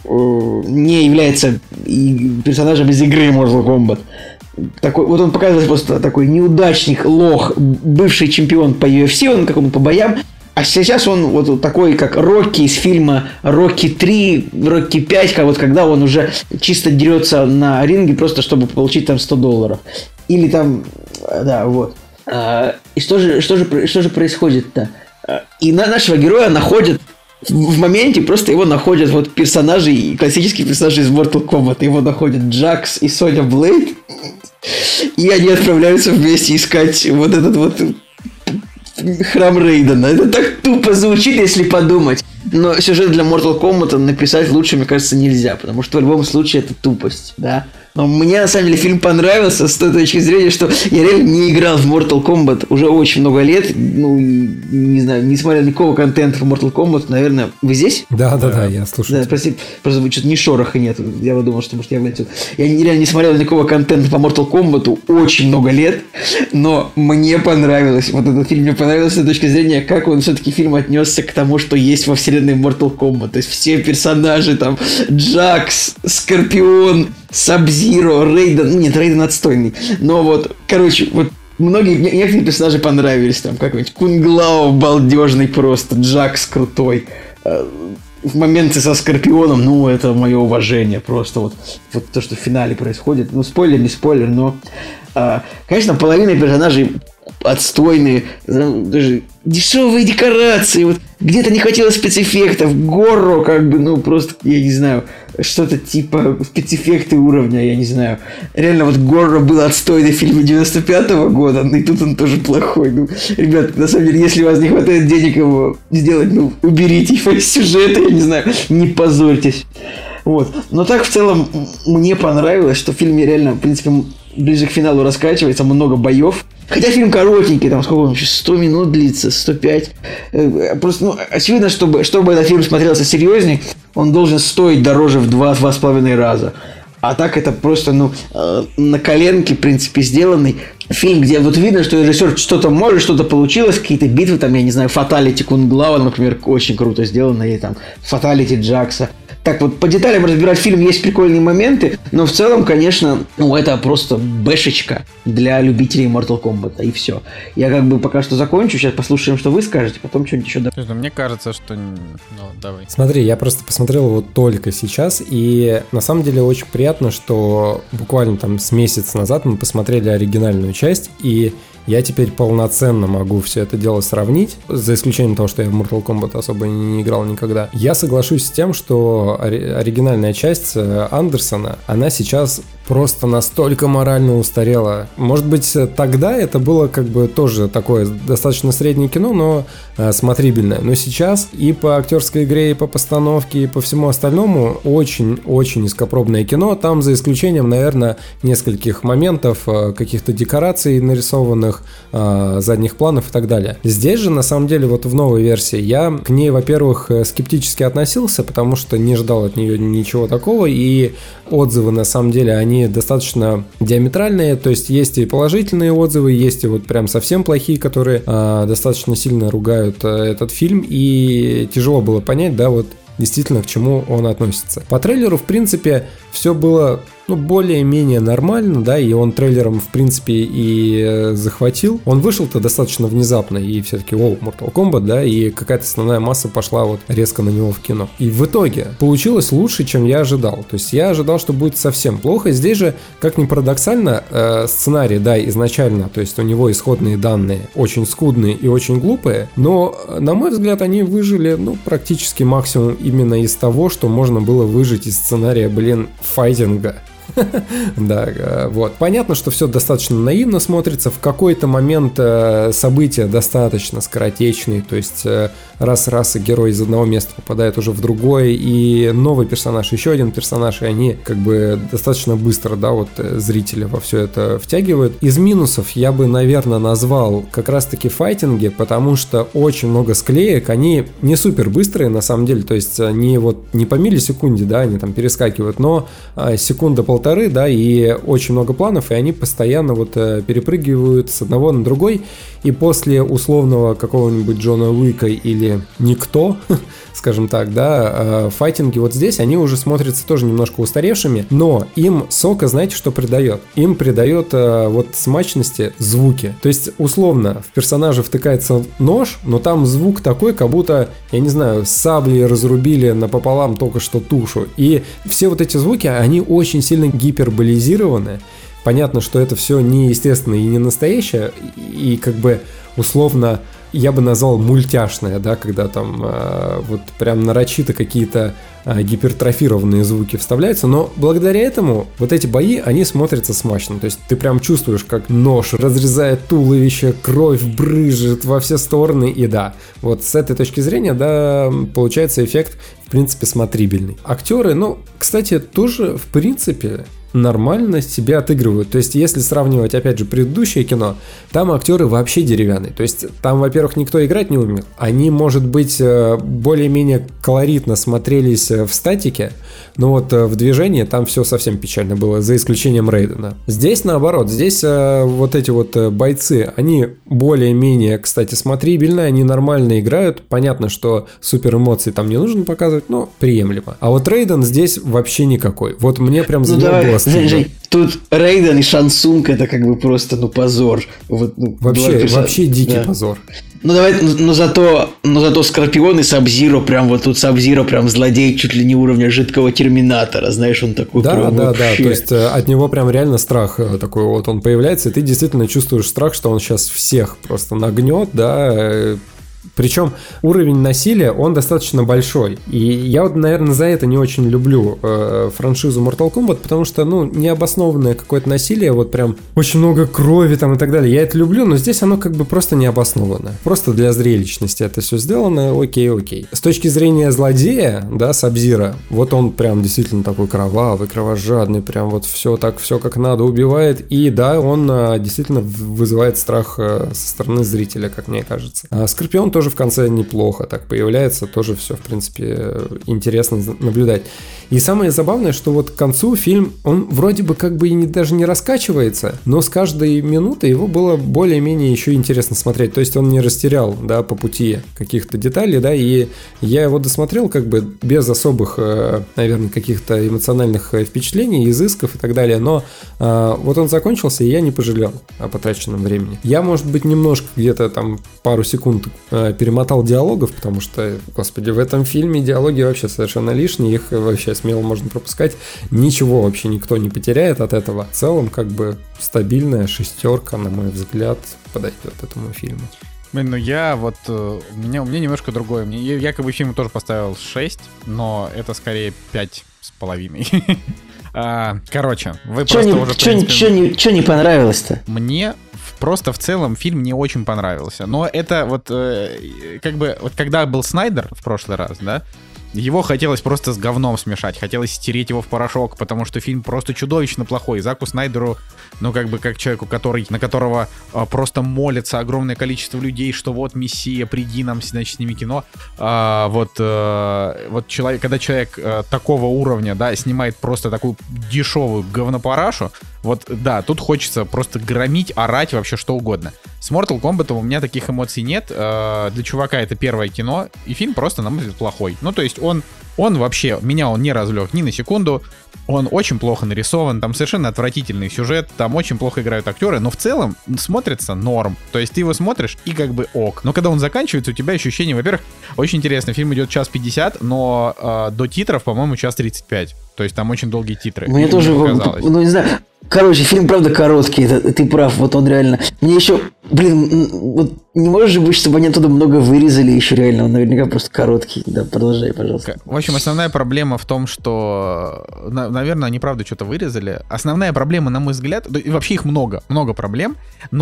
не является персонажем из игры Mortal Kombat. Такой, вот он показывает просто такой неудачник, лох, бывший чемпион по ю эф си, он какому-то по боям. А сейчас он вот такой, как Рокки из фильма Рокки три, Рокки пять, вот когда он уже чисто дерется на ринге, просто чтобы получить там сто долларов. Или там, да, вот. И что же, что же, что же происходит-то? И на нашего героя находят в моменте, просто его находят вот персонажи, классические персонажи из Mortal Kombat. Его находят Джакс и Соня Блейд. И они отправляются вместе искать вот этот вот храм Рейдена. Это так тупо звучит, если подумать. Но сюжет для Mortal Kombat написать лучше, мне кажется, нельзя. Потому что в любом случае это тупость, да. Но мне, на самом деле, фильм понравился с той точки зрения, что я реально не играл в Mortal Kombat уже очень много лет. Ну, не знаю, не смотрел никакого контента в Mortal Kombat. Наверное, вы здесь? Да, да, да, я слушаю. Да, прости, просто что-то ни шороха нет. Я подумал, что, может, я, блядь, я реально не смотрел никакого контента по Mortal Kombat очень много лет. Но мне понравилось. Вот этот фильм мне понравился с той точки зрения, как он все-таки фильм отнесся к тому, что есть во вселенной Mortal Kombat. То есть все персонажи, там, Джакс, Скорпион, Саб-Зиро, Рейден, ну нет, Рейден отстойный, но вот, короче, вот многие, некоторые персонажи понравились, там, как-нибудь Кунг-Лао балдежный просто, Джакс крутой, в моменты со Скорпионом, ну, это мое уважение просто, вот, вот то, что в финале происходит, ну, спойлер, не спойлер, но, конечно, половина персонажей отстойные, даже дешевые декорации, вот где-то не хватило спецэффектов, Горро, как бы, ну, просто, я не знаю, что-то типа спецэффекты уровня, я не знаю. Реально, вот Горро был отстойный в фильме девяносто пятого года, и тут он тоже плохой. Ну, ребят, на самом деле, если у вас не хватает денег его сделать, ну, уберите его из сюжета, я не знаю, не позорьтесь. Вот. Но так, в целом, мне понравилось, что в фильме реально, в принципе, ближе к финалу раскачивается, много боев. Хотя фильм коротенький, там сколько он, сто минут длится, сто пять. Просто, ну, очевидно, чтобы, чтобы этот фильм смотрелся серьезнее, он должен стоить дороже в два-два с половиной раза. А так это просто, ну, на коленке, в принципе, сделанный фильм, где вот видно, что режиссер что-то может, что-то получилось, какие-то битвы, там, я не знаю, Фаталити Кунг-Лао, например, очень круто сделано, или там Фаталити Джакса. Так вот, по деталям разбирать фильм есть прикольные моменты, но в целом, конечно, ну, это просто бэшечка для любителей Mortal Kombat, и все. Я как бы пока что закончу, сейчас послушаем, что вы скажете, потом что-нибудь еще добавим. Мне кажется, что... Ну, давай. Смотри, я просто посмотрел его только сейчас, и на самом деле очень приятно, что буквально там с месяца назад мы посмотрели оригинальную часть, и я теперь полноценно могу все это дело сравнить, за исключением того, что я в Mortal Kombat особо не играл никогда. Я соглашусь с тем, что оригинальная часть Андерсона, она сейчас просто настолько морально устарела. Может быть, тогда это было как бы тоже такое достаточно среднее кино, но э, смотрибельное. Но сейчас и по актерской игре, и по постановке, и по всему остальному очень-очень низкопробное кино. Там за исключением, наверное, нескольких моментов, э, каких-то декораций нарисованных, э, задних планов и так далее. Здесь же, на самом деле, вот в новой версии я к ней, во-первых, скептически относился, потому что не ждал от нее ничего такого, и отзывы, на самом деле, они достаточно диаметральные, то есть есть и положительные отзывы, есть и вот прям совсем плохие, которые э, достаточно сильно ругают э, этот фильм, и тяжело было понять, да, вот действительно, к чему он относится. По трейлеру, в принципе, все было, ну, более-менее нормально, да, и он трейлером, в принципе, и э, захватил. Он вышел-то достаточно внезапно, и все таки о, Mortal Kombat, да, и какая-то основная масса пошла вот резко на него в кино. И в итоге получилось лучше, чем я ожидал. То есть я ожидал, что будет совсем плохо. Здесь же, как ни парадоксально, э, сценарий, да, изначально, то есть у него исходные данные очень скудные и очень глупые, но, на мой взгляд, они выжили, ну, практически максимум именно из того, что можно было выжить из сценария, блин, файтинга. Да, вот. Понятно, что все достаточно наивно смотрится. В какой-то момент э, события достаточно скоротечные. То есть э, раз-раз и герой из одного места попадает уже в другое. И новый персонаж, еще один персонаж. И они как бы достаточно быстро, да, вот зрителя во все это втягивают. Из минусов я бы, наверное, назвал как раз-таки файтинги, потому что очень много склеек. Они не супер быстрые на самом деле. То есть они вот не по миллисекунде, да, они там перескакивают, но э, секунда полтора полторы, да, и очень много планов, и они постоянно вот э, перепрыгивают с одного на другой, и после условного какого-нибудь Джона Уика или Никто, скажем так, да, э, файтинги вот здесь, они уже смотрятся тоже немножко устаревшими, но им сока, знаете, что придает? Им придает э, вот смачности звуки. То есть, условно, в персонажа втыкается нож, но там звук такой, как будто, я не знаю, саблей разрубили напополам только что тушу. И все вот эти звуки, они очень сильно гиперболизированы. Понятно, что это все неестественно и не настоящее, и как бы условно я бы назвал мультяшное, да, когда там э, вот прям нарочито какие-то э, гипертрофированные звуки вставляются, но благодаря этому вот эти бои, они смотрятся смачно, то есть ты прям чувствуешь, как нож разрезает туловище, кровь брызжет во все стороны, и да, вот с этой точки зрения, да, получается эффект, в принципе, смотрибельный. Актеры, ну, кстати, тоже, в принципе, нормально себя отыгрывают. То есть, если сравнивать, опять же, предыдущее кино, там актеры вообще деревянные. То есть, там, во-первых, никто играть не умел. Они, может быть, более-менее колоритно смотрелись в статике, но вот в движении там все совсем печально было, за исключением Рейдена. Здесь, наоборот, здесь вот эти вот бойцы, они более-менее, кстати, смотрибельные, они нормально играют. Понятно, что супер эмоций там не нужно показывать, но приемлемо. А вот Рейден здесь вообще никакой. Вот мне прям за него было Жень, Жень, тут Рейден и Шансунг это как бы просто, ну, позор. Вот, ну, вообще, перса... вообще дикий да. позор. Ну давай, но, но зато, но зато Скорпион и Саб-Зиро прям вот тут Саб-Зиро прям злодей чуть ли не уровня жидкого Терминатора, знаешь, он такой да, прям да, вообще. Да, то есть от него прям реально страх такой вот он появляется, и ты действительно чувствуешь страх, что он сейчас всех просто нагнет, да. Причем уровень насилия, он достаточно большой. И я вот, наверное, за это не очень люблю э, франшизу Mortal Kombat, потому что, ну, необоснованное какое-то насилие, вот прям очень много крови там и так далее. Я это люблю, но здесь оно как бы просто необоснованно. Просто для зрелищности это все сделано, окей, окей. С точки зрения злодея, да, Саб-Зиро, вот он прям действительно такой кровавый, кровожадный, прям вот все так, все как надо убивает. И да, он э, действительно вызывает страх э, со стороны зрителя, как мне кажется. А Скорпион тоже в конце неплохо так появляется, тоже все, в принципе, интересно наблюдать. И самое забавное, что вот к концу фильм, он вроде бы как бы и не, даже не раскачивается, но с каждой минуты его было более-менее еще интересно смотреть, то есть он не растерял, да, по пути каких-то деталей, да, и я его досмотрел как бы без особых, наверное, каких-то эмоциональных впечатлений, изысков и так далее, но а, вот он закончился, и я не пожалел о потраченном времени. Я, может быть, немножко где-то там пару секунд перемотал диалогов, потому что, господи, в этом фильме диалоги вообще совершенно лишние, их вообще смело можно пропускать, ничего вообще никто не потеряет от этого. В целом, как бы, стабильная шестерка, на мой взгляд, подойдет этому фильму. Блин, ну я вот, у меня, у меня немножко другое, мне, я якобы фильму тоже поставил шесть, но это скорее пять с половиной. Короче, вы чё просто не, уже... Что принципе... не, не, не понравилось-то? Мне просто в целом фильм не очень понравился. Но это вот э, как бы... Вот когда был Снайдер в прошлый раз, да, его хотелось просто с говном смешать, хотелось стереть его в порошок, потому что фильм просто чудовищно плохой. Заку Снайдеру, ну как бы как человеку, который, на которого э, просто молится огромное количество людей, что вот Мессия, приди нам, значит, сними кино. А, вот э, вот человек, когда человек э, такого уровня, да, снимает просто такую дешевую говнопарашу, вот да, тут хочется просто громить, орать, вообще что угодно. С Mortal Kombat у меня таких эмоций нет. Э, для чувака это первое кино, и фильм просто, на мой взгляд, плохой. Ну то есть он Он вообще, меня он не развлек ни на секунду. Он очень плохо нарисован, там совершенно отвратительный сюжет, там очень плохо играют актеры, но в целом смотрится норм. То есть ты его смотришь и как бы ок. Но когда он заканчивается, у тебя ощущение, во-первых, очень интересно, фильм идет час пятьдесят, но э, до титров, по-моему, час тридцать пять. То есть там очень долгие титры. Мне тоже, ну не знаю, короче, фильм правда короткий, это, ты прав, вот он реально. Мне еще, блин, вот не может же быть, чтобы они оттуда много вырезали еще реально, он наверняка просто короткий. Да, продолжай, пожалуйста. В общем, основная проблема в том, что, наверное, они правда что-то вырезали. Основная проблема, на мой взгляд, и вообще их много, много проблем,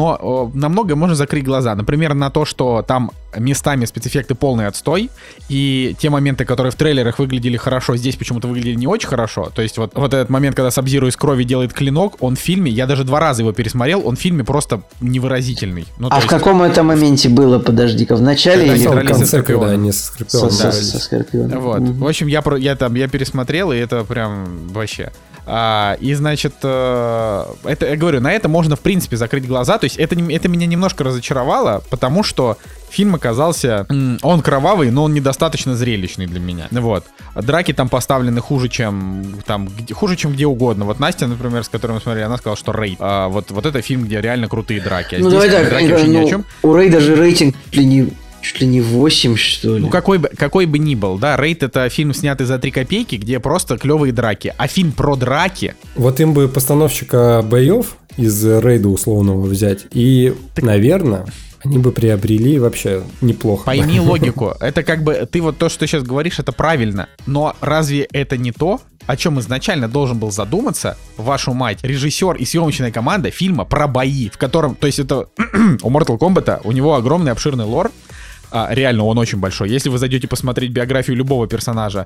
но на многое можно закрыть глаза. Например, на то, что там местами спецэффекты полный отстой, и те моменты, которые в трейлерах выглядели хорошо, здесь почему-то выглядели не очень хорошо. То есть вот, вот этот момент, когда Саб-Зиро из крови делает клинок, он в фильме, я даже два раза его пересмотрел, он в фильме просто невыразительный. Ну, а в есть... каком это моменте было, подожди-ка, в начале когда или в конце, когда они со Скорпионом? Со, со, со Скорпионом. Вот. Mm-hmm. В общем, я, я там я пересмотрел, и это прям вообще... А, и, значит, э, это, я говорю, на это можно, в принципе, закрыть глаза. То есть это, это меня немножко разочаровало, потому что фильм оказался... М, он кровавый, но он недостаточно зрелищный для меня. Вот. Драки там поставлены хуже, чем там, где, хуже, чем где угодно. Вот Настя, например, с которой мы смотрели, она сказала, что Рейд. А, вот, вот это фильм, где реально крутые драки. А ну, здесь давай так, драки вообще ну, ни о чем. У Рейда же рейтинг чуть ли не... Чуть ли не восемь, что ли? Ну, какой бы, какой бы ни был, да, Рейд — это фильм, снятый за три копейки, где просто клевые драки. А фильм про драки... Вот им бы постановщика боев из Рейда условного взять, и, так... наверное... они бы приобрели вообще неплохо. Пойми логику. Это как бы, ты вот то, что ты сейчас говоришь, это правильно. Но разве это не то, о чем изначально должен был задуматься, вашу мать, режиссер и съемочная команда фильма про бои, в котором, то есть это у Mortal Kombat, у него огромный обширный лор. А, реально, он очень большой. Если вы зайдете посмотреть биографию любого персонажа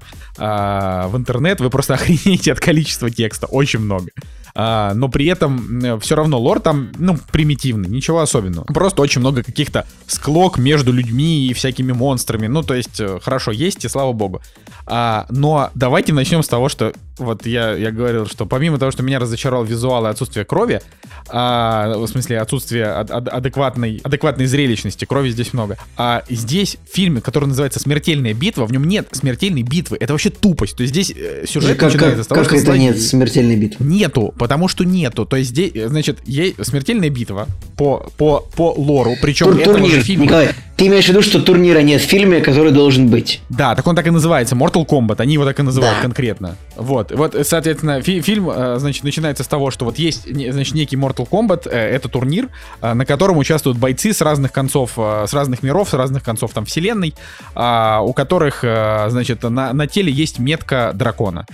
а, в интернет, вы просто охренеете от количества текста. Очень много. А, но при этом все равно лор там, ну, примитивный, ничего особенного. Просто очень много каких-то склок между людьми и всякими монстрами. Ну, то есть, хорошо, есть, и слава богу. А, но давайте начнем с того, что вот я, я говорил, что помимо того, что меня разочаровал визуал и отсутствие крови, а, в смысле отсутствие ад- ад- адекватной, адекватной зрелищности, крови здесь много, а здесь в фильме, который называется «Смертельная битва», в нем нет смертельной битвы. Это вообще тупость. То есть здесь сюжет как, начинается как, с того, как что... это злодеи... нет смертельной битвы? Нету, потому что нету. То есть здесь, значит, есть смертельная битва по, по, по лору, причем Тур- этого турнир, же фильма... Николай, ты имеешь в виду, что турнира нет в фильме, который должен быть? Да, так он так и называется, Mortal Kombat, они его так и называют, да. конкретно. Вот, вот, соответственно, фи- фильм, значит, начинается с того, что вот есть, значит, некий Mortal Kombat, это турнир, на котором участвуют бойцы с разных концов, с разных миров, с разных концов там вселенной, у которых, значит, на, на теле есть метка дракона.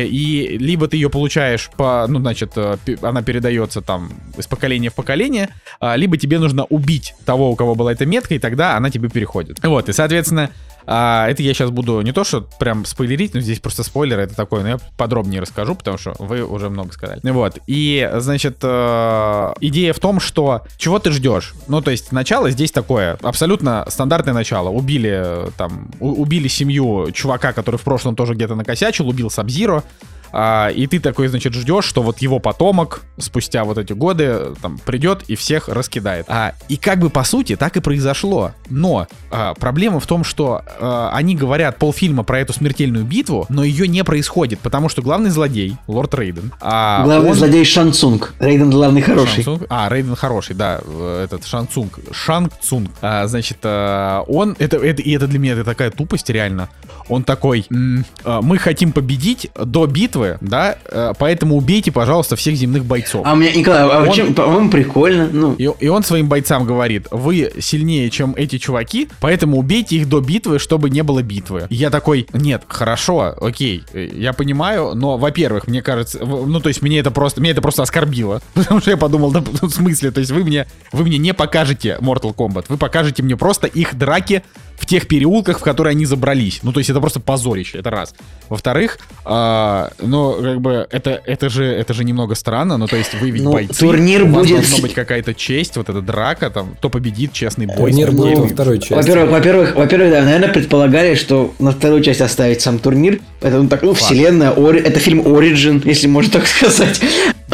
И либо ты ее получаешь по, ну, значит, она передается там из поколения в поколение, либо тебе нужно убить того, у кого была эта метка, и тогда она тебе переходит. Вот, и, соответственно, а, это я сейчас буду не то, что прям спойлерить, но здесь просто спойлер, это такое, но я подробнее расскажу, потому что вы уже много сказали. Вот, и, значит, э, идея в том, что чего ты ждешь? Ну, то есть, начало здесь такое, абсолютно стандартное начало. Убили, там, у- убили семью чувака, который в прошлом тоже где-то накосячил, убил Саб-Зиро. А, и ты такой, значит, ждешь, что вот его потомок спустя вот эти годы там придет и всех раскидает. А, и как бы по сути так и произошло. Но а, проблема в том, что а, они говорят полфильма про эту смертельную битву, но ее не происходит, потому что главный злодей, лорд Рейден... А, главный он... злодей Шан Цунг. Рейден главный хороший. Шан Цунг? А, Рейден хороший, да, этот Шан Цунг. Шанг Цунг. А, значит, а, он... Это, это, и это для меня это такая тупость реально. Он такой, м- мы хотим победить до битвы, да, поэтому убейте, пожалуйста, всех земных бойцов. А у меня, Николай, а он... чем, по-моему, прикольно. Ну. И, и он своим бойцам говорит, вы сильнее, чем эти чуваки, поэтому убейте их до битвы, чтобы не было битвы. И я такой, нет, хорошо, окей, я понимаю, но, во-первых, мне кажется, ну, то есть, мне это просто, меня это просто оскорбило, потому что я подумал, да, в смысле, то есть, вы мне, вы мне не покажете Mortal Kombat, вы покажете мне просто их драки в тех переулках, в которые они забрались. Ну, то есть, это просто позорище, это раз. Во-вторых, э, ну, как бы, это, это, же, это же немного странно, ну, то есть, вы ведь ну, бойцы, турнир у вас будет... должна быть какая-то честь, вот эта драка, там, кто победит, честный бой. Турнир будет ну, во второй части. Во-первых, во-первых, во-первых, да, наверное, предполагали, что на вторую часть оставить сам турнир, Это ну, так, ну, вселенная, ори... это фильм Origin, если можно так сказать.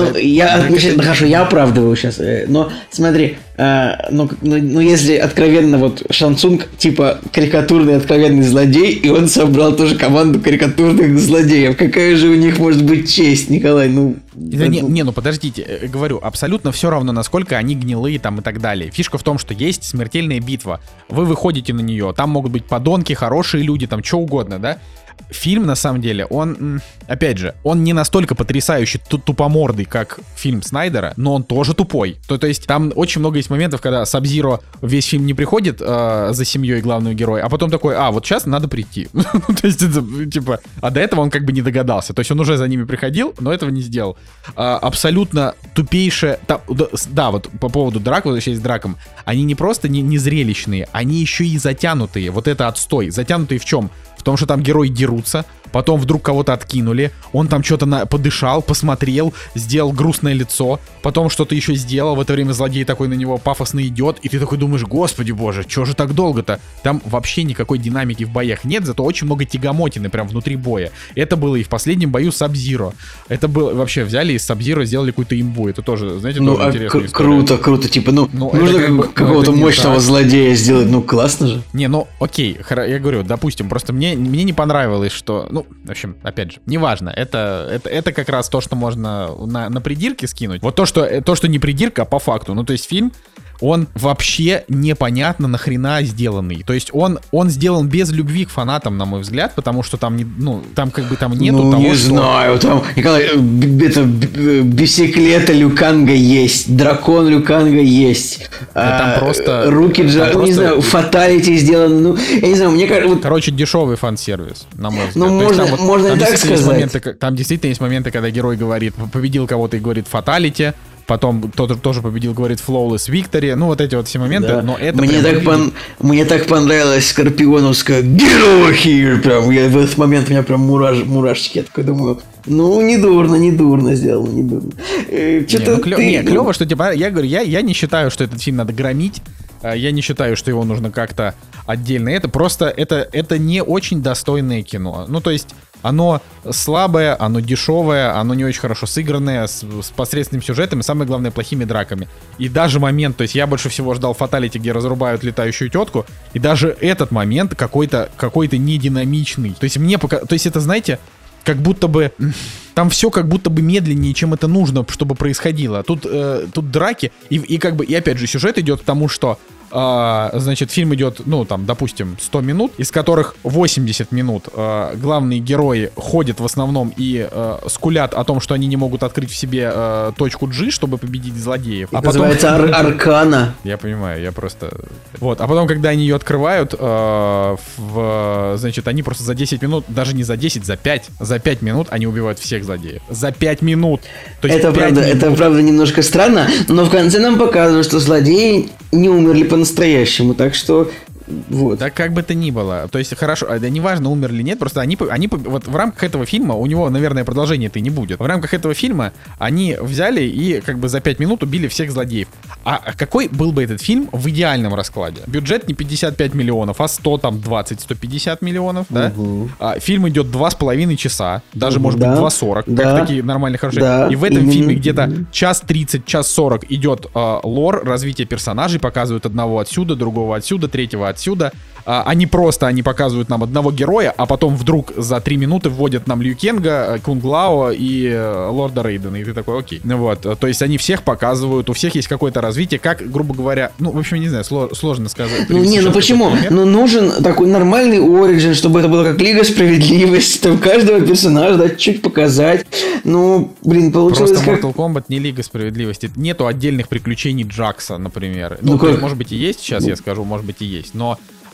Я, хорошо, я оправдываю сейчас, но смотри, ну, ну, ну если откровенно вот Шан Цунг типа карикатурный откровенный злодей, и он собрал тоже команду карикатурных злодеев, какая же у них может быть честь, Николай, ну... Да это... не, не, ну подождите, говорю, абсолютно все равно, насколько они гнилые там и так далее. Фишка в том, что есть смертельная битва, вы выходите на нее, там могут быть подонки, хорошие люди, там что угодно, да? Фильм, на самом деле, он, опять же, он не настолько потрясающий тупомордый, как фильм Снайдера, но он тоже тупой. То, то есть там очень много есть моментов, когда Саб-Зиро весь фильм не приходит э, за семьей главного героя, а потом такой, а, вот сейчас надо прийти. То есть, это, типа, а до этого он как бы не догадался. То есть он уже за ними приходил, но этого не сделал. А, абсолютно тупейшее... Да, да, вот по поводу драк, возвращаясь к дракам, они не просто не, не зрелищные, они еще и затянутые. Вот это отстой. Затянутые в чем? В том, что там герои дерутся, потом вдруг кого-то откинули, он там что-то на... подышал, посмотрел, сделал грустное лицо, потом что-то еще сделал, в это время злодей такой на него пафосно идет, и ты такой думаешь, господи боже, что же так долго-то? Там вообще никакой динамики в боях нет, зато очень много тягомотины прям внутри боя. Это было и в последнем бою с Саб-Зиро. Это было, вообще взяли из Саб-Зиро, сделали какую-то имбу, это тоже, знаете, ну, тоже а интересная к- история. Круто, круто, типа, ну, ну нужно как бы, какого-то ну, мощного так. злодея сделать, ну, классно же. Не, ну, окей, я говорю, допустим, просто мне, мне не понравилось, что, ну, в общем, опять же, неважно, это, это, это как раз то, что можно на, на придирке скинуть. Вот то что, то, что не придирка, а по факту. Ну, то есть фильм, он вообще непонятно нахрена сделанный. То есть он, он сделан без любви к фанатам, на мой взгляд, потому что там, не, ну, там как бы там нету ну, того, не что... знаю, там, Николай, это, бисеклета Люканга есть, дракон Люканга есть. Да, там а, просто... Руки Джа... просто... не знаю, фаталити сделаны, ну, я не знаю, мне кажется... Вот... Короче, дешевый фан-сервис, на мой взгляд. Ну, можно, там, вот, можно там и так сказать. Моменты, там действительно есть моменты, когда герой говорит, победил кого-то и говорит фаталити, потом тот тоже победил, говорит flawless victory, ну вот эти вот все моменты, да. Но это мне так, пон... мне так понравилась скорпионовская get over here, прям, я в этот момент у меня прям мураш... мурашечки, я такой думаю, ну не дурно, не дурно сделано, не дурно. Э, не, ну, клё... ты... не, клево, что типа, я говорю, я, я не считаю, что этот фильм надо громить, я не считаю, что его нужно как-то отдельно, это просто, это, это не очень достойное кино, ну то есть оно слабое, оно дешевое, оно не очень хорошо сыгранное, с, с посредственным сюжетом и, самое главное, плохими драками. И даже момент, то есть я больше всего ждал фаталити, где разрубают летающую тетку, и даже этот момент какой-то, какой-то нединамичный. То есть мне пока, то есть это, знаете, как будто бы там все как будто бы медленнее, чем это нужно, чтобы происходило. Тут, э, тут драки, и, и как бы, и опять же, сюжет идет к тому, что Uh, значит, фильм идет, ну, там, допустим, сто минут, из которых восемьдесят минут uh, главные герои ходят в основном и uh, скулят о том, что они не могут открыть в себе uh, точку G, чтобы победить злодеев. А называется потом... ар- Аркана. Я понимаю, я просто... Вот, а потом, когда они ее открывают, uh, в, значит, они просто за десять минут, даже не за десять, за пять, за пять минут они убивают всех злодеев. За пять минут! То есть это, правда, минут. это правда немножко странно, но в конце нам показывают, что злодеи не умерли по-настоящему, так что вот. Да как бы то ни было, то есть хорошо, да неважно, умер или нет, просто они, они вот в рамках этого фильма, у него, наверное, продолжения-то и не будет. В рамках этого фильма они взяли и как бы за пять минут убили всех злодеев. А какой был бы этот фильм в идеальном раскладе? Бюджет не пятьдесят пять миллионов, а сто, там, двадцать, сто пятьдесят миллионов, да? Угу. А, фильм идет два с половиной часа, даже, может да. быть, два сорок, да. как такие нормальные, хорошие. Да. И в этом Именно. фильме где-то час тридцать, час сорок идет а, лор, развитие персонажей, показывают одного отсюда, другого отсюда, третьего отсюда. Отсюда. А, они просто, они показывают нам одного героя, а потом вдруг за три минуты вводят нам Лью Кенга, Кунг Лао и э, Лорда Рейдена. И ты такой, окей. Вот, то есть они всех показывают, у всех есть какое-то развитие, как, грубо говоря, ну, в общем, не знаю, сло, сложно сказать. Ну, не, ну почему? Ну, нужен такой нормальный оригин, чтобы это было как Лига Справедливости, там каждого персонажа, да, чуть показать. Ну, блин, получилось просто как... Mortal Kombat не Лига Справедливости. Нету отдельных приключений Джакса, например. Ну, ну то есть, может быть, и есть, сейчас я скажу, может быть, и есть, но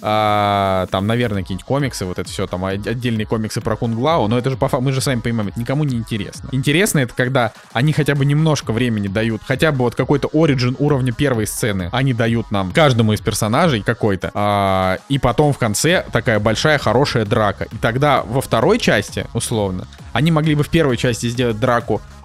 А, там, наверное, какие-нибудь комиксы, вот это все, там отдельные комиксы про Кунг Лао, но это же по факту, мы же сами понимаем, это никому не интересно. Интересно это, когда они хотя бы немножко времени дают, хотя бы вот какой-то оригин уровня первой сцены, они дают нам каждому из персонажей какой-то, а, и потом в конце такая большая хорошая драка. И тогда во второй части, условно, они могли бы в первой части сделать драку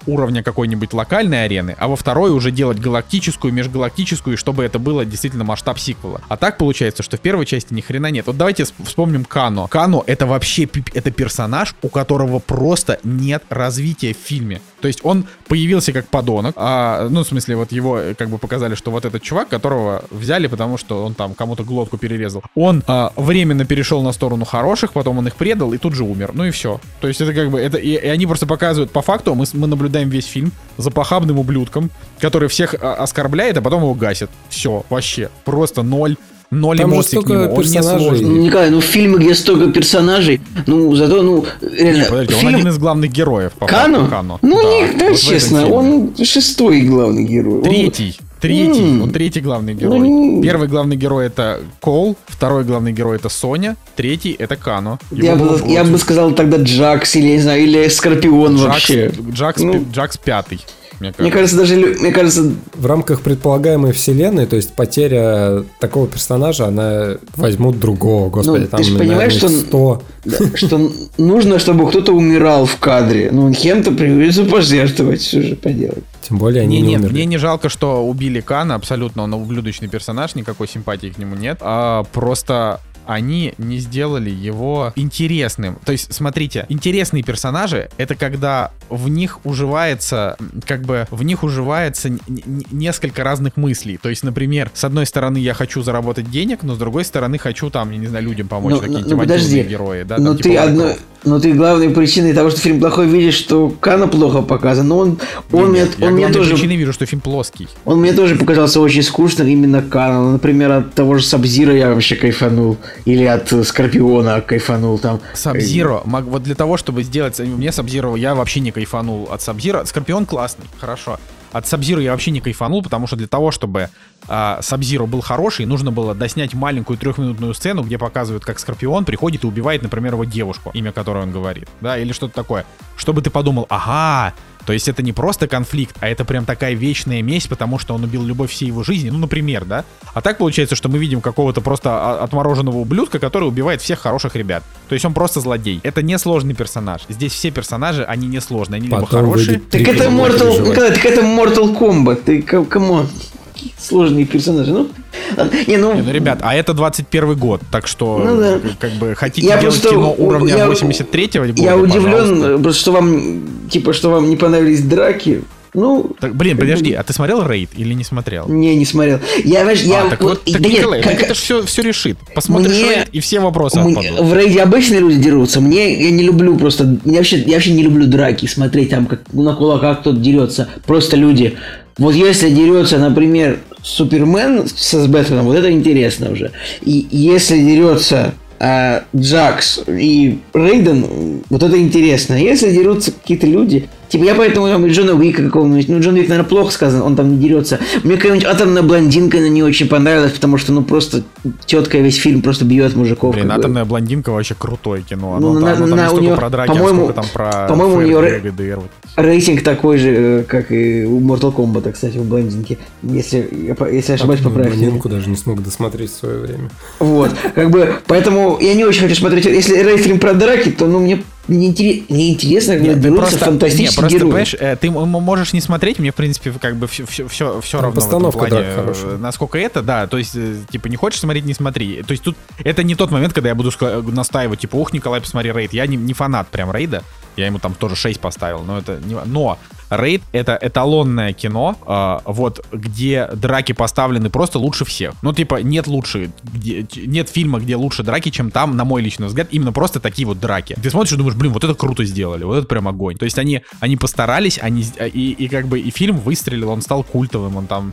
уровня какой-нибудь локальной арены, а во второй уже делать галактическую, межгалактическую, и чтобы это было действительно масштаб сиквела. А так получается, что в первой части ни хрена нет. Вот давайте вспомним Кано. Кано — это вообще это персонаж, у которого просто нет развития в фильме. То есть он появился как подонок, а, ну, в смысле, вот его как бы показали, что вот этот чувак, которого взяли, потому что он там кому-то глотку перерезал, он а, временно перешел на сторону хороших, потом он их предал и тут же умер. Ну и все. То есть это как бы, это, и, и они просто показывают по факту, мы, мы наблюдаем весь фильм за похабным ублюдком, который всех а, оскорбляет, а потом его гасит. Все, вообще, просто ноль. Ноль там эмоций к нему, он не сложный. Николай, ну в фильме, где столько персонажей, ну зато, ну, реально... Не, подожди, фильм... он один из главных героев. По Кано? Кано? Ну, да, не, да вот честно, он шестой главный герой. Третий. Он... Третий, Mm. он третий главный герой. Mm. Первый главный герой это Кол, второй главный герой это Соня, третий это Кано. Я бы, я бы сказал тогда Джакс или, не знаю, или Скорпион Джакс, вообще. Джакс, ну, Джакс пятый. Мне кажется. мне кажется, даже, мне кажется... В рамках предполагаемой вселенной, то есть потеря такого персонажа, она возьмут другого, господи, ну, там, ты же понимаешь, что, сто. Да, что нужно, чтобы кто-то умирал в кадре. Ну, кем-то придется пожертвовать, что же поделать. Тем более они не, не нет, умерли. мне не жалко, что убили Кана, абсолютно, он ублюдочный персонаж, никакой симпатии к нему нет. А, просто... они не сделали его интересным. То есть, смотрите, интересные персонажи — это когда в них уживается, как бы, в них уживается н- н- несколько разных мыслей. То есть, например, с одной стороны, я хочу заработать денег, но с другой стороны, хочу, там, я не знаю, людям помочь, но, какие-нибудь ну, авантюрные герои. Да, но, там, ты типа одно, но ты главной причиной того, что фильм плохой, видишь, что Кано плохо показан. Но он, он, нет, мне, я он мне тоже... причиной вижу, что фильм плоский. Он мне тоже показался очень скучным, именно Кано. Например, от того же Саб-Зиро я вообще кайфанул. Или от Скорпиона кайфанул там. Саб-Зиро, вот для того, чтобы сделать... Мне Саб-Зиро, я вообще не кайфанул от Саб-Зиро. Скорпион классный, хорошо. От Саб-Зиро я вообще не кайфанул, потому что для того, чтобы э, Саб-Зиро был хороший, нужно было доснять маленькую трехминутную сцену, где показывают, как Скорпион приходит и убивает, например, его девушку, имя которой он говорит, да, или что-то такое. Чтобы ты подумал, ага, то есть это не просто конфликт, а это прям такая вечная месть, потому что он убил любовь всей его жизни, ну, например, да. А так получается, что мы видим какого-то просто отмороженного ублюдка, который убивает всех хороших ребят. То есть он просто злодей. Это не сложный персонаж. Здесь все персонажи, они не сложные, они Потом либо хорошие... Так это Mortal, так это Mortal Kombat, ты камон. Сложные персонажи, ну... Не, ну... Не, ну, ребят, а это двадцать первый год, так что, ну, да. как бы, хотите я делать просто, кино уровня я, восемьдесят третьего года, я удивлен, пожалуйста. просто, что вам, типа, что вам не понравились драки. Ну... Так, блин, подожди, а ты смотрел «Рейд» или не смотрел? Не, не смотрел. Я, знаешь, я... А, так вот, вот так, да Николай, нет, так как... это же все, все решит. Посмотришь мне... «Рейд», и все вопросы мне... отпадут. В «Рейде» обычные люди дерутся. Мне, я не люблю просто... Я вообще, я вообще не люблю драки, смотреть там, как на кулаках кто-то дерется. Просто люди... Вот если дерется, например, Супермен с Бэтменом, вот это интересно уже. И если дерется а, Джакс и Рейден, вот это интересно. Если дерутся какие-то люди... Типа, я поэтому там Джона Уика какого-нибудь... Ну, Джон Уик, наверное, плохо сказан, он там не дерется. Мне какая-нибудь атомная блондинка она не очень понравилась, потому что, ну, просто тетка весь фильм просто бьет мужиков. Блин, «Атомная блондинка» вообще крутое кино. Оно, Ну, там, на, оно там на, не у столько нее, про драки, а по-моему, сколько там про по-моему, у нее ФРГ, ГДР. Вот. Рейтинг такой же, как и у Mortal Kombat, кстати, у блондинки. Если, если ошибаюсь, поправьте. Блондинку даже не смог досмотреть в свое время. Вот, как бы, поэтому я не очень хочу смотреть. Если рейтинг про драки, то, ну, мне не интересно, не интересно, когда Нет, берутся просто, фантастические нет, просто, герои. понимаешь, э, ты можешь не смотреть, мне, в принципе, как бы все, все, все, все равно в этом постановка плане, драк хорошая. насколько это, да, то есть, э, типа, не хочешь смотреть, не смотри. То есть тут это не тот момент, когда я буду настаивать, типа, ух, Николай, посмотри «Рейд». Я не, не фанат прям «Рейда», я ему там тоже шесть поставил, но это не... Но «Рейд» — это эталонное кино, э, вот, где драки поставлены просто лучше всех. Ну, типа, нет лучше, где, нет фильма, где лучше драки, чем там, на мой личный взгляд, именно просто такие вот драки. Ты смотришь и думаешь, блин, вот это круто сделали, вот это прям огонь. То есть они, они постарались, они, и, и как бы и фильм выстрелил, он стал культовым, он там...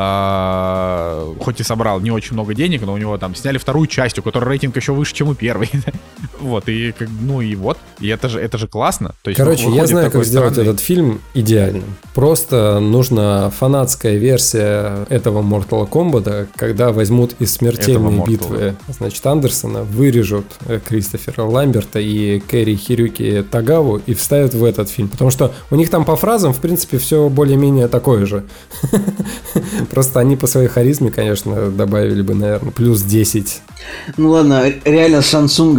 Uh, хоть и собрал не очень много денег, но у него там сняли вторую часть, у которой рейтинг еще выше, чем у первой. Вот, и как, ну и вот, и это же, это же классно. То есть, короче, я знаю, как сделать странный... этот фильм идеальным. Просто нужна фанатская версия этого Mortal Kombat, когда возьмут из смертельной битвы, значит, Андерсона, вырежут Кристофера Ламберта и Кэрри Хируки Тагаву и вставят в этот фильм. Потому что у них там по фразам, в принципе, все более-менее такое же. Просто они по своей харизме, конечно, добавили бы, наверное, плюс десять. Ну ладно, реально с Шансунгом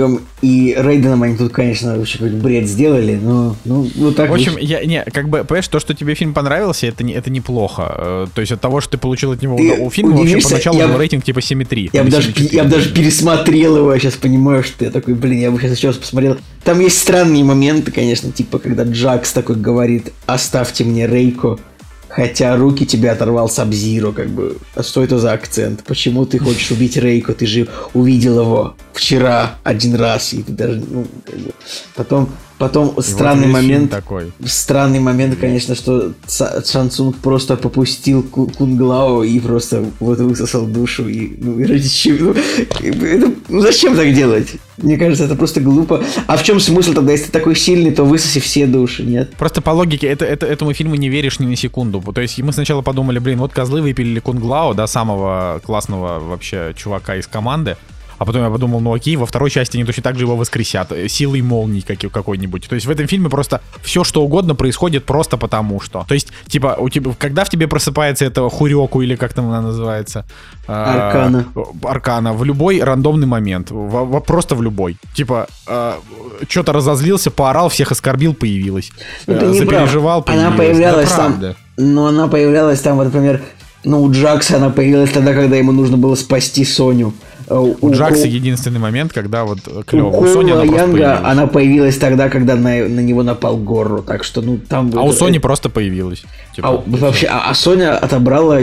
И Рейденом они тут, конечно, вообще какой-то бред сделали, но ну, ну так. В общем, вышло. я не, как бы, понимаешь, то, что тебе фильм понравился, это, не, это неплохо. То есть от того, что ты получил от него Ты у фильма, вообще поначалу я был б... рейтинг типа семь и три. Я бы даже, я бы даже пересмотрел его, я сейчас понимаю, что я такой, блин, я бы сейчас еще раз посмотрел. Там есть странные моменты, конечно, типа, когда Джакс такой говорит: оставьте мне Рейко. Хотя руки тебе оторвал Саб-Зиро, как бы. А что это за акцент? Почему ты хочешь убить Рейко? Ты же увидел его вчера один раз, и ты даже, ну, как бы. Потом, потом странный момент. Такой. Странный момент, конечно, что Шан Цунг просто попустил Кунг Лао и просто вот высосал душу. И, ну, и ради чего? Ну, это, ну, зачем так делать? Мне кажется, это просто глупо. А в чем смысл тогда? Если ты такой сильный, то высоси все души, нет? Просто по логике, это, это, этому фильму не веришь ни на секунду. То есть мы сначала подумали, блин, вот козлы выпилили Кунг Лао, да, самого классного вообще чувака из команды. А потом я подумал, ну окей, во второй части они точно так же его воскресят силой молний какой-нибудь. То есть в этом фильме просто все, что угодно происходит просто потому что. То есть, типа, у тебя, когда в тебе просыпается это Хурёку, или как там она называется? Аркана. Э, Аркана. В любой рандомный момент. В, в, просто в любой. Типа, э, что-то разозлился, поорал, всех оскорбил, появилась. Это э, не запереживал, прав. появилась. Она появлялась да, там. правда. Но она появлялась там, вот, например, ну, у Джакса она появилась тогда, когда ему нужно было спасти Соню. У, у Джакса Кол... единственный момент, когда вот клево. У, у Сони она Янга просто появилась. Она появилась тогда, когда на, на него напал Горро, так что, ну, там... А это, у Сони это... просто появилась. Типа, а, вообще, а, а Соня отобрала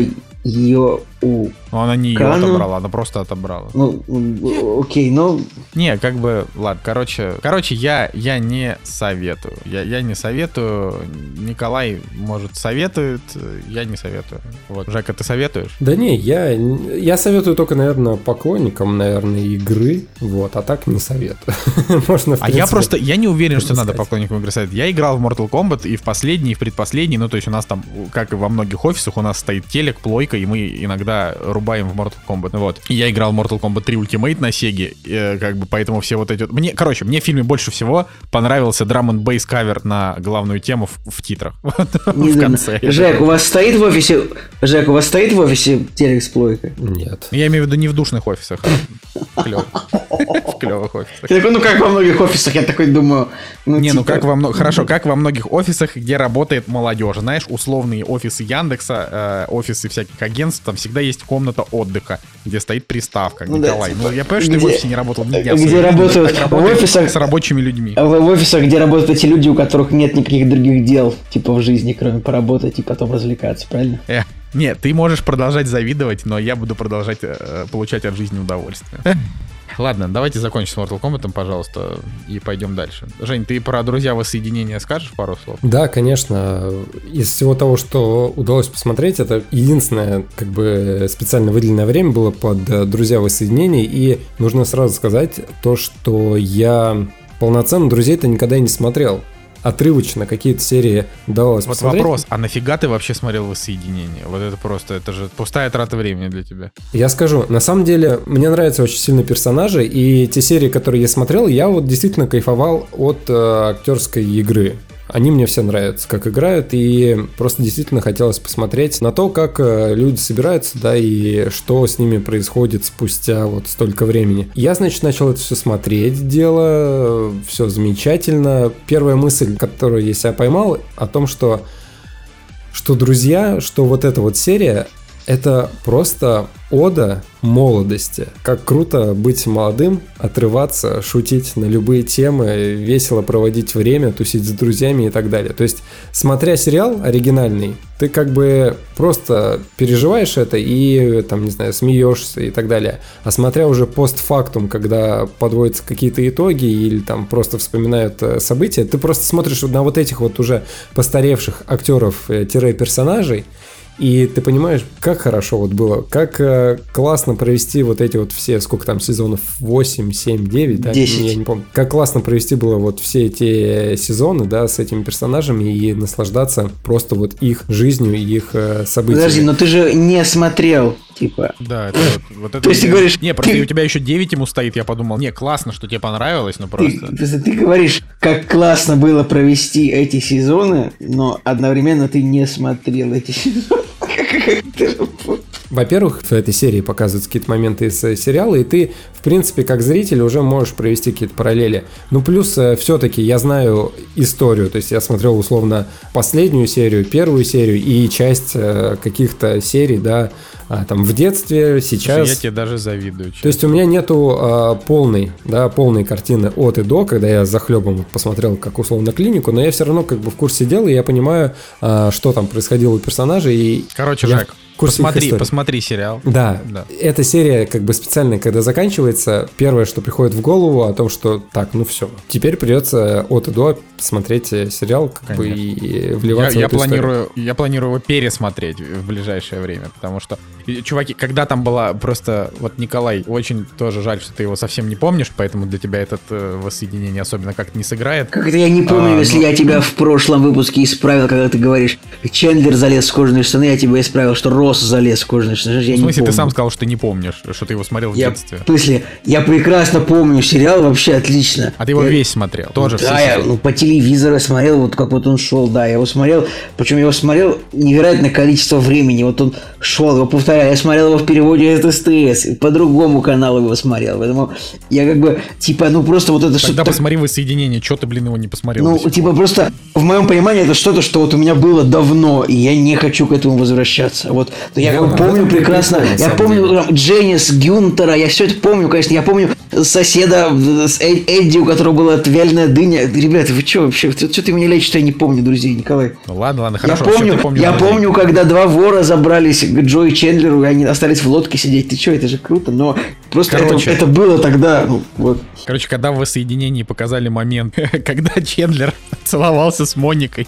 ее у Ну, она не Кану. ее отобрала, она просто отобрала. Ну, окей, ну... Не, как бы, ладно, короче, короче, я, я не советую. Я, я не советую. Николай, может, советует, я не советую. Вот, Жека, ты советуешь? Да не, я, я советую только, наверное, поклонникам, наверное, игры, вот, а так не советую. Можно, в принципе, а я просто, я не уверен, что надо поклонникам игры советовать. Я играл в Mortal Kombat и в последний, и в предпоследний, ну, то есть у нас там, как и во многих офисах, у нас стоит телек, плойка, и мы иногда рубаем в Mortal Kombat. Вот. И я играл в Mortal Kombat три Ultimate на Сеге, э, как бы, поэтому все вот эти... Мне, короче, мне в фильме больше всего понравился драм-н-бейс кавер на главную тему в, в титрах. В конце. Жек, у вас стоит в офисе... Жек, у вас стоит в офисе телек с плойкой? Нет. Я имею в виду не в душных офисах. В клевых офисах. Ну, как во многих офисах, я такой думаю... Не, ну как во многих... Хорошо, как во многих офисах, где работает молодежь. Знаешь, условные офисы Яндекса, офисы всяких агентств, там всегда есть комната отдыха, где стоит приставка. Ну, Николай, да, ну я понимаю, что ты в офисе не работал ни дня. Где работают в офисах с рабочими людьми. В, в офисах, где работают эти люди, у которых нет никаких других дел, типа в жизни, кроме поработать и потом развлекаться, правильно? Э, нет, ты можешь продолжать завидовать, но я буду продолжать э, получать от жизни удовольствие. Ладно, давайте закончим с Mortal Kombat, пожалуйста, и пойдем дальше. Жень, ты про «Друзья воссоединения» скажешь пару слов? Да, конечно. Из всего того, что удалось посмотреть, это единственное, как бы, специально выделенное время было под «Друзья воссоединения», и нужно сразу сказать то, что я полноценно «Друзей»-то никогда и не смотрел. Отрывочно какие-то серии давалось вот посмотреть. Вопрос, а нафига ты вообще смотрел «Воссоединение»? Вот это просто, это же пустая трата времени для тебя. Я скажу, на самом деле, мне нравятся очень сильно персонажи, и те серии, которые я смотрел, я вот действительно кайфовал от э, актерской игры. Они мне все нравятся, как играют, и просто действительно хотелось посмотреть на то, как люди собираются, да, и что с ними происходит спустя вот столько времени. Я, значит, начал это все смотреть, дело, все замечательно. Первая мысль, которую я себя поймал, о том, что, что «Друзья», что вот эта вот серия, это просто ода молодости. Как круто быть молодым, отрываться, шутить на любые темы, весело проводить время, тусить с друзьями и так далее. То есть, смотря сериал оригинальный, ты как бы просто переживаешь это и, там, не знаю, смеешься и так далее. А смотря уже постфактум, когда подводятся какие-то итоги или там просто вспоминают события, ты просто смотришь на вот этих вот уже постаревших актеров-персонажей, и ты понимаешь, как хорошо вот было, как э, классно провести вот эти вот все, сколько там сезонов, восемь, семь, девять, да? десять. Я не помню. Как классно провести было вот все эти сезоны, да, с этими персонажами и наслаждаться просто вот их жизнью и их э, событиями. Подожди, но ты же не смотрел, типа. Да, это вот, вот это... То есть ты говоришь... Не, просто ты... у тебя еще девять ему стоит, я подумал, не, классно, что тебе понравилось, но просто... Ты, просто ты говоришь, как классно было провести эти сезоны, но одновременно ты не смотрел эти сезоны. во-первых, в этой серии показывают какие-то моменты из сериала, и ты, в принципе, как зритель уже можешь провести какие-то параллели. Ну, плюс, все-таки я знаю историю, то есть я смотрел, условно, последнюю серию, первую серию и часть каких-то серий, да, там в детстве, сейчас. Слушай, я тебе даже завидую. Честно. То есть у меня нету а, полной, да, полной картины от и до, когда я за хлебом посмотрел, как условно, клинику, но я все равно как бы в курсе дела, и я понимаю, а, что там происходило у персонажей. И Короче, я... Жак, Посмотри, посмотри сериал. Да, да, эта серия как бы специальная, когда заканчивается, первое, что приходит в голову, о том, что так, ну все, теперь придется от и до смотреть сериал, как Конечно. бы и вливаться я, в эту я планирую, историю. Я планирую его пересмотреть в ближайшее время, потому что, чуваки, когда там была просто, вот Николай, очень тоже жаль, что ты его совсем не помнишь, поэтому для тебя это э, воссоединение особенно как-то не сыграет. Как это я не помню, а, если но... я тебя в прошлом выпуске исправил, когда ты говоришь, Чендлер залез в кожаные штаны, я тебя исправил, что Росс залез в кожаные штаны. Я в смысле, не ты сам сказал, что ты не помнишь, что ты его смотрел в я, детстве. В смысле, я прекрасно помню сериал, вообще отлично. А ты его я... весь смотрел? Тоже Да, я ну, по телевизору смотрел, вот как вот он шел, да, я его смотрел, причем я его смотрел невероятное количество времени, вот он шел, его повторял, я смотрел его в переводе с СТС, по другому каналу его смотрел, поэтому я как бы, типа, ну просто вот это что-то... Тогда посмотри воссоединение, что ты, блин, его не посмотрел? Ну, типа, просто в моем понимании это что-то, что вот у меня было давно, и я не хочу к этому возвращаться, вот, я как бы помню прекрасно, я помню там, Дженнис, Гюнтера, я все это помню, конечно, я помню соседа с Эдди, у которого была вяленая дыня. Ребята, вы что вообще? Что ты меня лечишь, что я не помню друзей, Николай? Ну ладно, ладно, хорошо. Я помню, я помню, когда два вора забрались к Джо и Чендлеру, и они остались в лодке сидеть. Ты что, это же круто, но просто это, это было тогда. Ну, вот. Короче, когда в воссоединении показали момент, когда Чендлер целовался с Моникой,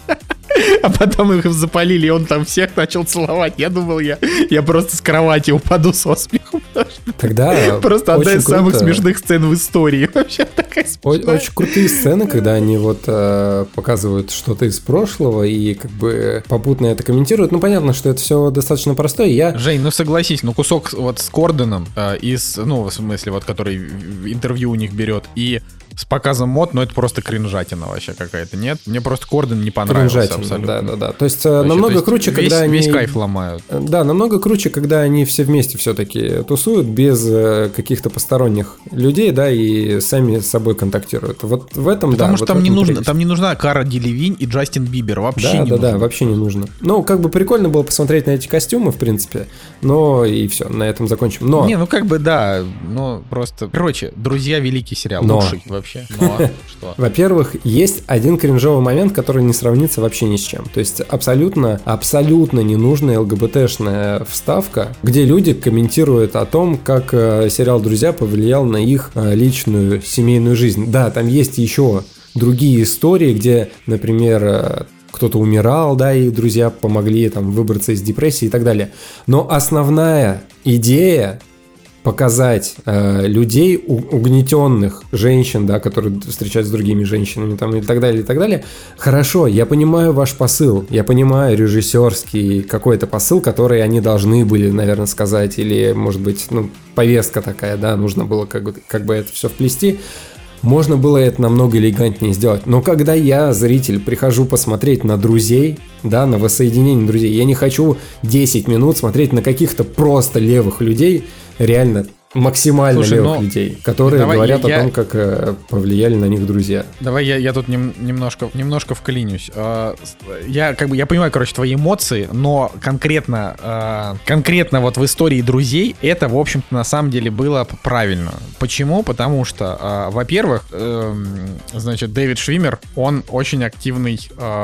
а потом их запалили, и он там всех начал целовать. Я думал, я, я просто с кровати упаду со смеху. Тогда просто одна из круто. самых смешных сцен в истории. Вообще такая смешная. Очень крутые сцены, когда они вот э, показывают что-то из прошлого и как бы попутно это комментируют. Ну, понятно, что это все достаточно простое. Я... Жень, ну согласись, ну кусок вот с Кордоном э, из, ну, в смысле, вот который интервью у них берет, и с показом мод, но это просто кринжатина вообще какая-то, нет? Мне просто Кордон не понравился абсолютно. Да, да, да. То есть вообще, намного то есть круче, весь, когда они... Весь кайф ломают. Да, намного круче, когда они все вместе все-таки тусуют, без каких-то посторонних людей, да, и сами с собой контактируют. Вот в этом, Потому да. Потому что вот там не нужно, там не нужна Кара Делевинь и Джастин Бибер, вообще да, не да, нужно. Да, вообще не нужно. Ну, как бы прикольно было посмотреть на эти костюмы, в принципе, но и все, на этом закончим. Но... Не, ну как бы да, ну просто... Короче, «Друзья» — великий сериал, но... лучший вообще. Но... Что? Во-первых, есть один кринжовый момент, который не сравнится вообще ни с чем. То есть абсолютно, абсолютно ненужная ЛГБТшная вставка, где люди комментируют о том, как э, сериал «Друзья» повлиял на их э, личную семейную жизнь. Да, там есть еще другие истории, где, например, э, кто-то умирал, да, и друзья помогли там выбраться из депрессии и так далее. Но основная идея показать э, людей, у, угнетенных женщин, да, которые встречаются с другими женщинами там, и так далее, и так далее. Хорошо, я понимаю ваш посыл, я понимаю режиссерский какой-то посыл, который они должны были, наверное, сказать, или, может быть, ну, повестка такая, да, нужно было как бы, как бы это все вплести. Можно было это намного элегантнее сделать. Но когда я, зритель, прихожу посмотреть на друзей, да, на воссоединение друзей, я не хочу десять минут смотреть на каких-то просто левых людей, реально максимально Слушай, левых людей, которые давай, говорят я, о том, как э, повлияли на них друзья. Давай я, я тут нем, немножко, немножко вклинюсь. Э, я как бы я понимаю, короче, твои эмоции, но конкретно, э, конкретно вот в истории друзей это, в общем-то, на самом деле было правильно. Почему? Потому что, э, во-первых, э, значит, Дэвид Швиммер, он очень активный,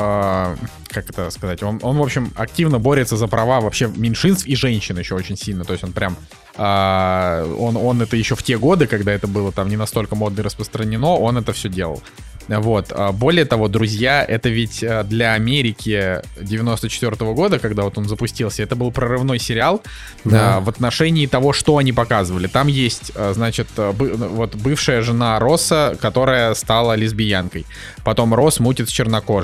э, как это сказать, он, он, в общем, активно борется за права вообще меньшинств и женщин еще очень сильно. То есть он прям Uh, он, он это еще в те годы, когда это было там не настолько модно и распространено, он это все делал. Вот. Uh, более того, «Друзья» — это ведь uh, для Америки девяносто четвёртого года, когда вот он запустился, это был прорывной сериал, да. uh, в отношении того, что они показывали. Там есть, uh, значит, uh, бы, вот бывшая жена Росса, которая стала лесбиянкой. Потом Росс мутит с чернокожей.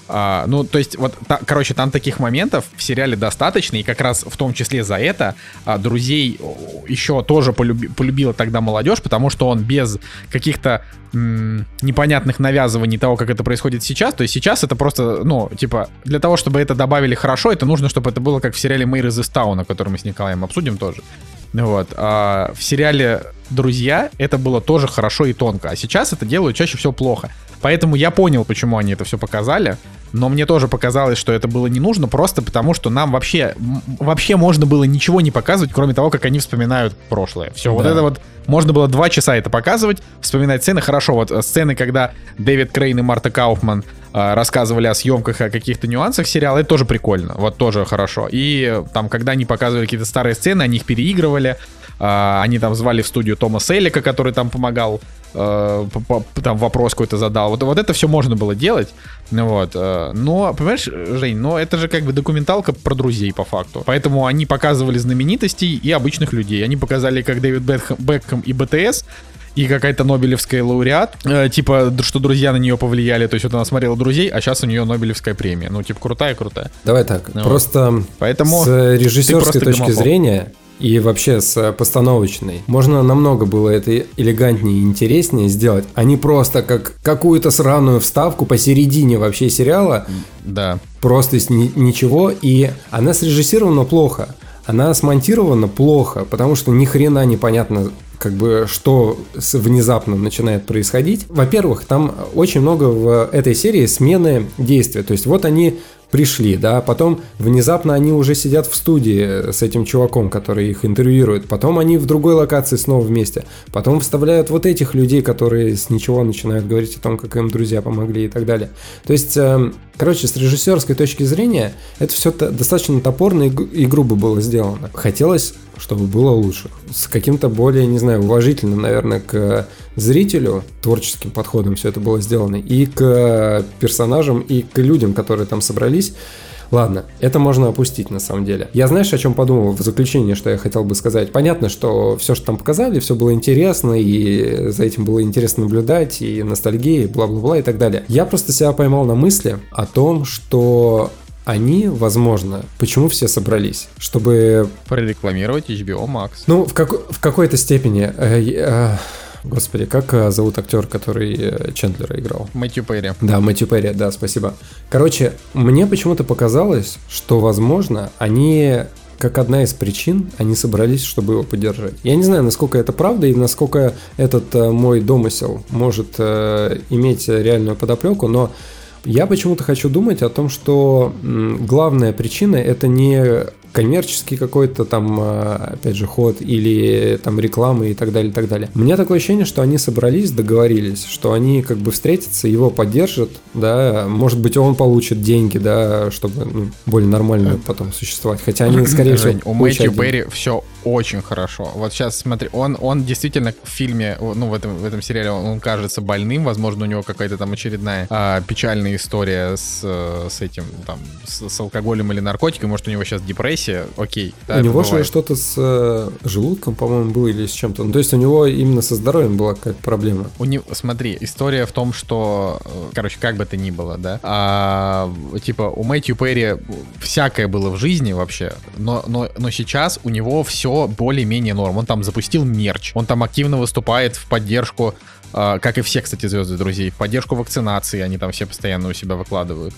А, ну, то есть, вот, та, короче, там таких моментов в сериале достаточно, и как раз в том числе за это а, «Друзей» еще тоже полюби, полюбила тогда молодежь, потому что он без каких-то м- непонятных навязываний того, как это происходит сейчас, то есть сейчас это просто, ну, типа, для того, чтобы это добавили хорошо, это нужно, чтобы это было как в сериале «Мэйр из Истауна», который мы с Николаем обсудим тоже. Вот. А в сериале «Друзья» это было тоже хорошо и тонко, а сейчас это делают чаще всего плохо. Поэтому я понял, почему они это все показали, но мне тоже показалось, что это было не нужно, просто потому что нам вообще, вообще можно было ничего не показывать, кроме того, как они вспоминают прошлое. Все, да. Вот это вот, можно было два часа это показывать, вспоминать сцены. Хорошо, вот сцены, когда Дэвид Крейн и Марта Кауфман э, рассказывали о съемках, о каких-то нюансах сериала, это тоже прикольно, вот тоже хорошо. И там, когда они показывали какие-то старые сцены, они их переигрывали, э, они там звали в студию Тома Селлика, который там помогал, э, там вопрос какой-то задал. Вот, вот это все можно было делать, вот. Но, понимаешь, Жень, но это же как бы документалка про друзей по факту. Поэтому они показывали знаменитостей и обычных людей. Они показали, как Дэвид Бекхэм, Бекхэм и БТС, и какая-то нобелевская лауреат, э, типа, что друзья на нее повлияли. То есть вот она смотрела «Друзей», а сейчас у нее нобелевская премия. Ну, типа, крутая-крутая. Давай так, ну, просто поэтому с режиссерской точки гомофоб. зрения и вообще с постановочной можно намного было это элегантнее и интереснее сделать, а не просто как какую-то сраную вставку посередине вообще сериала. Да. Просто ни- ничего, и она срежиссирована плохо. Она смонтирована плохо, потому что ни хрена непонятно, как бы, что внезапно начинает происходить. Во-первых, там очень много в этой серии смены действия. То есть вот они пришли, да, потом внезапно они уже сидят в студии с этим чуваком, который их интервьюирует, потом они в другой локации снова вместе, потом вставляют вот этих людей, которые с ничего начинают говорить о том, как им друзья помогли и так далее. То есть, э, короче, с режиссерской точки зрения это все достаточно топорно и, и грубо было сделано. Хотелось, чтобы было лучше, с каким-то более, не знаю, уважительным, наверное, к зрителю, творческим подходом все это было сделано, и к персонажам, и к людям, которые там собрались. Ладно, это можно опустить на самом деле. Я, знаешь, о чем подумал в заключение, что я хотел бы сказать? Понятно, что все, что там показали, все было интересно, и за этим было интересно наблюдать, и ностальгия, и бла-бла-бла, и так далее. Я просто себя поймал на мысли о том, что они, возможно, почему все собрались? Чтобы прорекламировать эйч би о Max. Ну, в, как... в какой-то степени... Э, э, Господи, как зовут актер, который Чендлера играл? Мэтью Перри. Да, Мэтью Перри, да, спасибо. Короче, мне почему-то показалось, что, возможно, они, как одна из причин, они собрались, чтобы его поддержать. Я не знаю, насколько это правда и насколько этот э, мой домысел может э, иметь реальную подоплеку, но я почему-то хочу думать о том, что м, главная причина — это не коммерческий какой-то там, опять же, ход или там рекламы и так далее, и так далее. У меня такое ощущение, что они собрались, договорились, что они как бы встретятся, его поддержат, да, может быть, он получит деньги, да, чтобы, ну, более нормально потом существовать. Хотя они, скорее всего, у Мэтью Перри все очень хорошо. Вот сейчас смотри, он, он действительно в фильме, ну, в этом, в этом сериале он, он кажется больным, возможно, у него какая-то там очередная а, печальная история с, с этим, там, с, с алкоголем или наркотиками, может, у него сейчас депрессия. Окей. Да, у него бывает. же что-то с э, желудком, по-моему, было или с чем-то. Ну, то есть у него именно со здоровьем была какая-то проблема. У него, смотри, история в том, что, короче, как бы то ни было, да, а, типа у Мэтью Перри всякое было в жизни вообще, но, но, но сейчас у него все более-менее норм. Он там запустил мерч, он там активно выступает в поддержку, как и все, кстати, звезды друзей, в поддержку вакцинации, они там все постоянно у себя выкладывают.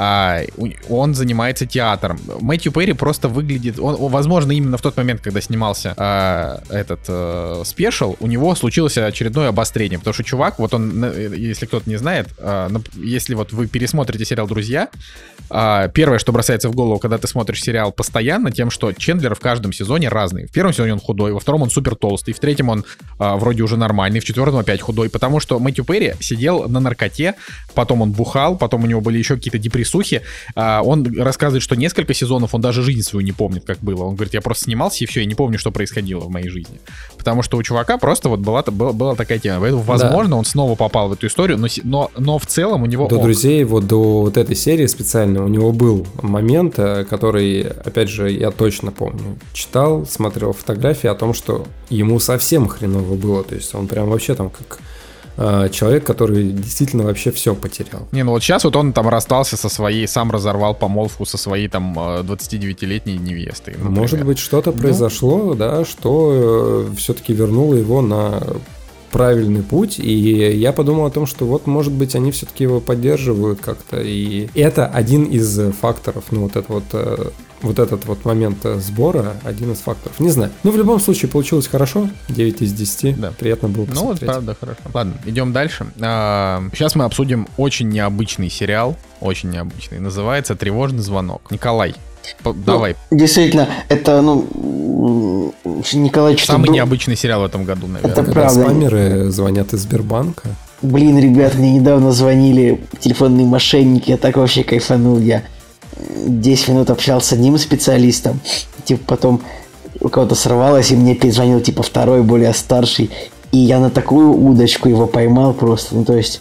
Он занимается театром. Мэтью Перри просто выглядит, он, возможно, именно в тот момент, когда снимался а, этот а, спешл, у него случилось очередное обострение, потому что чувак, вот он, если кто-то не знает, а, если вот вы пересмотрите сериал «Друзья», а, первое, что бросается в голову, когда ты смотришь сериал постоянно, тем, что Чендлер в каждом сезоне разный. В первом сезоне он худой, во втором он супер толстый, в третьем он а, вроде уже нормальный, в четвертом опять худой, потому что Мэтью Перри сидел на наркоте, потом он бухал, потом у него были еще какие-то депрессухи. А, он рассказывает, что несколько сезонов он даже жизнь свою не помнит, как было. Он говорит, я просто снимался и все, я не помню, что происходило в моей жизни. Потому что у чувака просто вот была, была, была такая тема. Поэтому, возможно, да, он снова попал в эту историю, но, но, но в целом у него... До ок. «Друзей», вот до вот этой серии специально, у него был момент, который, опять же, я точно помню. Читал, смотрел фотографии о том, что ему совсем хреново было. То есть он прям вообще там как... э, человек, который действительно вообще все потерял. Не, ну вот сейчас вот он там расстался со своей, сам разорвал помолвку со своей там двадцатидевятилетней невестой. Например. Может быть, что-то произошло, ну, да, что э, все-таки вернуло его на правильный путь, и я подумал о том, что вот, может быть, они все-таки его поддерживают как-то, и это один из факторов, ну, вот это вот, э, вот этот вот момент сбора, один из факторов, не знаю. Ну, в любом случае, получилось хорошо, девять из десяти, да. Приятно было посмотреть. Ну, вот правда, хорошо. Ладно, идем дальше. А, сейчас мы обсудим очень необычный сериал, очень необычный, называется «Тревожный звонок». Николай, по- ну, давай. Действительно, это, ну, Николай... Самый был... необычный сериал в этом году, наверное. Это Когда правда. спамеры звонят из Сбербанка. Блин, ребят, мне недавно звонили телефонные мошенники, я так вообще кайфанул. Я десять минут общался с одним специалистом, типа потом у кого-то сорвалось, и мне перезвонил типа второй, более старший, и я на такую удочку его поймал просто. Ну, то есть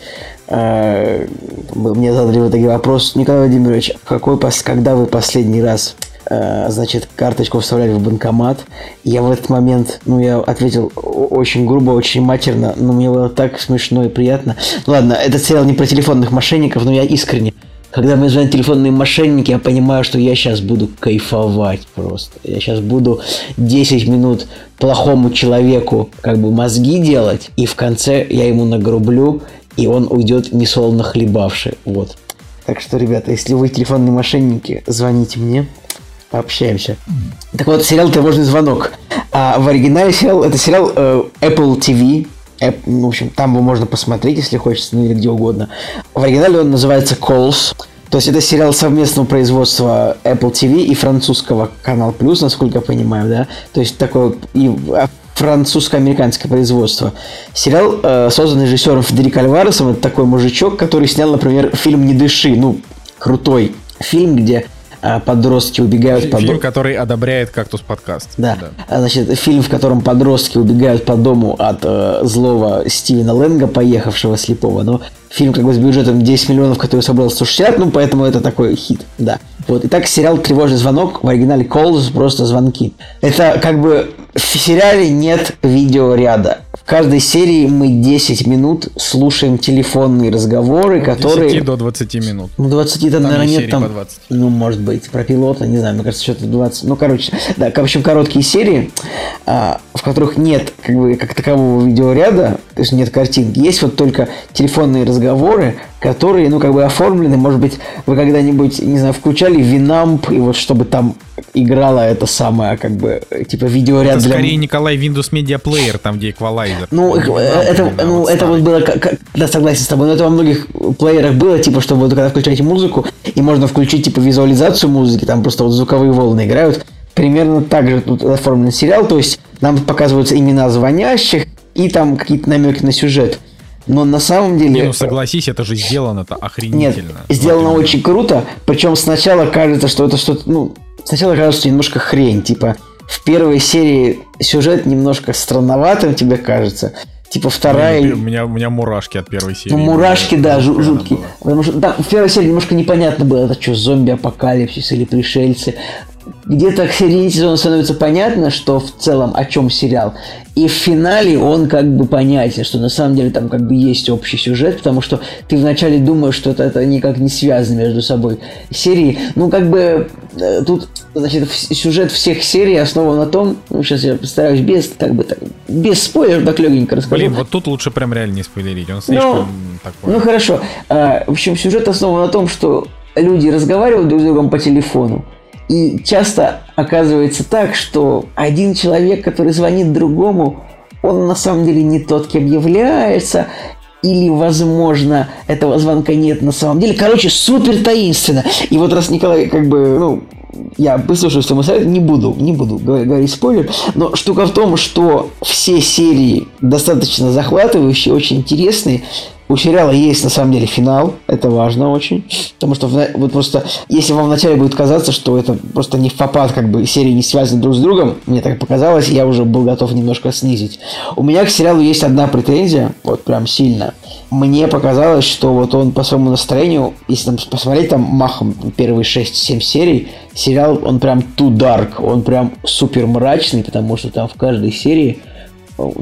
э, мне задали в итоге вопрос: Николай Владимирович, какой, когда вы последний раз значит, карточку вставляли в банкомат? Я в этот момент, ну, я ответил очень грубо, очень матерно, но мне было так смешно и приятно. Ну, ладно, этот сериал не про телефонных мошенников, но я искренне. Когда мне звонят телефонные мошенники, я понимаю, что я сейчас буду кайфовать просто. Я сейчас буду десять минут плохому человеку как бы мозги делать, и в конце я ему нагрублю, и он уйдет несолоно хлебавший. Вот. Так что, ребята, если вы телефонные мошенники, звоните мне. Пообщаемся. Так вот, сериал «Тревожный звонок». А в оригинале сериал, это сериал э, Apple ти ви. App, в общем, там его можно посмотреть, если хочется, ну или где угодно. В оригинале он называется Calls. То есть это сериал совместного производства Apple ти ви и французского Канал Плюс, насколько я понимаю, да. То есть такое и французско-американское производство. Сериал э, создан режиссером Федерико Альваресом. Это такой мужичок, который снял, например, фильм «Не дыши». Ну, крутой фильм, где подростки убегают Фильм, по дому. который одобряет «Кактус подкаст». Да. да. Значит, фильм, в котором подростки убегают по дому от э, злого Стивена Лэнга, поехавшего слепого. Но фильм как бы с бюджетом десять миллионов, который собрал сто шестьдесят, ну, поэтому это такой хит, да. Вот. Итак, сериал «Тревожный звонок», в оригинале «Calls», просто звонки. Это как бы в сериале нет видеоряда. В каждой серии мы десять минут слушаем телефонные разговоры, которые... От десяти до двадцати минут. Ну, двадцати там, наверное, нет там... двадцать. Ну, может быть, про пилота, не знаю, мне кажется, что-то двадцать. Ну, короче, да, в общем, короткие серии, а, в которых нет, как бы, как такового видеоряда, то есть нет картинки. Есть вот только телефонные разговоры, которые, ну, как бы оформлены. Может быть, вы когда-нибудь, не знаю, включали Winamp, и вот чтобы там играла это самое, как бы, типа, видеоряд это для... скорее, Николай, Windows Media Player, там, где эквалайзер. Ну, это, это, вот, ну, вот это вот было, как, да, согласен с тобой, но это во многих плеерах было, типа, что вот когда включаете музыку, и можно включить, типа, визуализацию музыки, там просто вот звуковые волны играют. Примерно так же тут оформлен сериал, то есть нам показываются имена звонящих и там какие-то намеки на сюжет. Но на самом деле... Не, ну согласись, это же сделано-то охренительно. Нет, сделано вот очень круто, причем сначала кажется, что это что-то, ну, сначала кажется, что немножко хрень, типа, в первой серии сюжет немножко странноватым тебе кажется, типа вторая... Ну, у, меня, у меня мурашки от первой серии. Ну, мурашки, да, жу- жуткие. Потому что да, в первой серии немножко непонятно было, это что, зомби-апокалипсис или пришельцы. Где-то к середине сезона становится понятно, что в целом о чем сериал. И в финале он как бы понятен, что на самом деле там как бы есть общий сюжет, потому что ты вначале думаешь, что это, это никак не связано между собой серии. Ну, как бы тут, значит, сюжет всех серий основан на том, ну, сейчас я постараюсь без, как бы, так, без спойлеров, так легенько расскажу. Блин, вот тут лучше прям реально не спойлерить, он слишком ну, такой. Ну, хорошо. А, в общем, сюжет основан на том, что люди разговаривают друг с другом по телефону. И часто оказывается так, что один человек, который звонит другому, он на самом деле не тот, кем является, или, возможно, этого звонка нет на самом деле. Короче, супер таинственно. И вот раз Николай, как бы, ну, я выслушаю, что мы советуем, не буду, не буду говорить спойлер, но штука в том, что все серии достаточно захватывающие, очень интересные. У сериала есть на самом деле финал, это важно очень, потому что вот просто, если вам вначале будет казаться, что это просто не в попад, как бы серии не связаны друг с другом, мне так показалось, я уже был готов немножко снизить. У меня к сериалу есть одна претензия, вот прям сильно. Мне показалось, что вот он по своему настроению, если там посмотреть там махом первые шесть-семь серий, сериал, он прям too dark, он прям супер мрачный, потому что там в каждой серии, ну вот,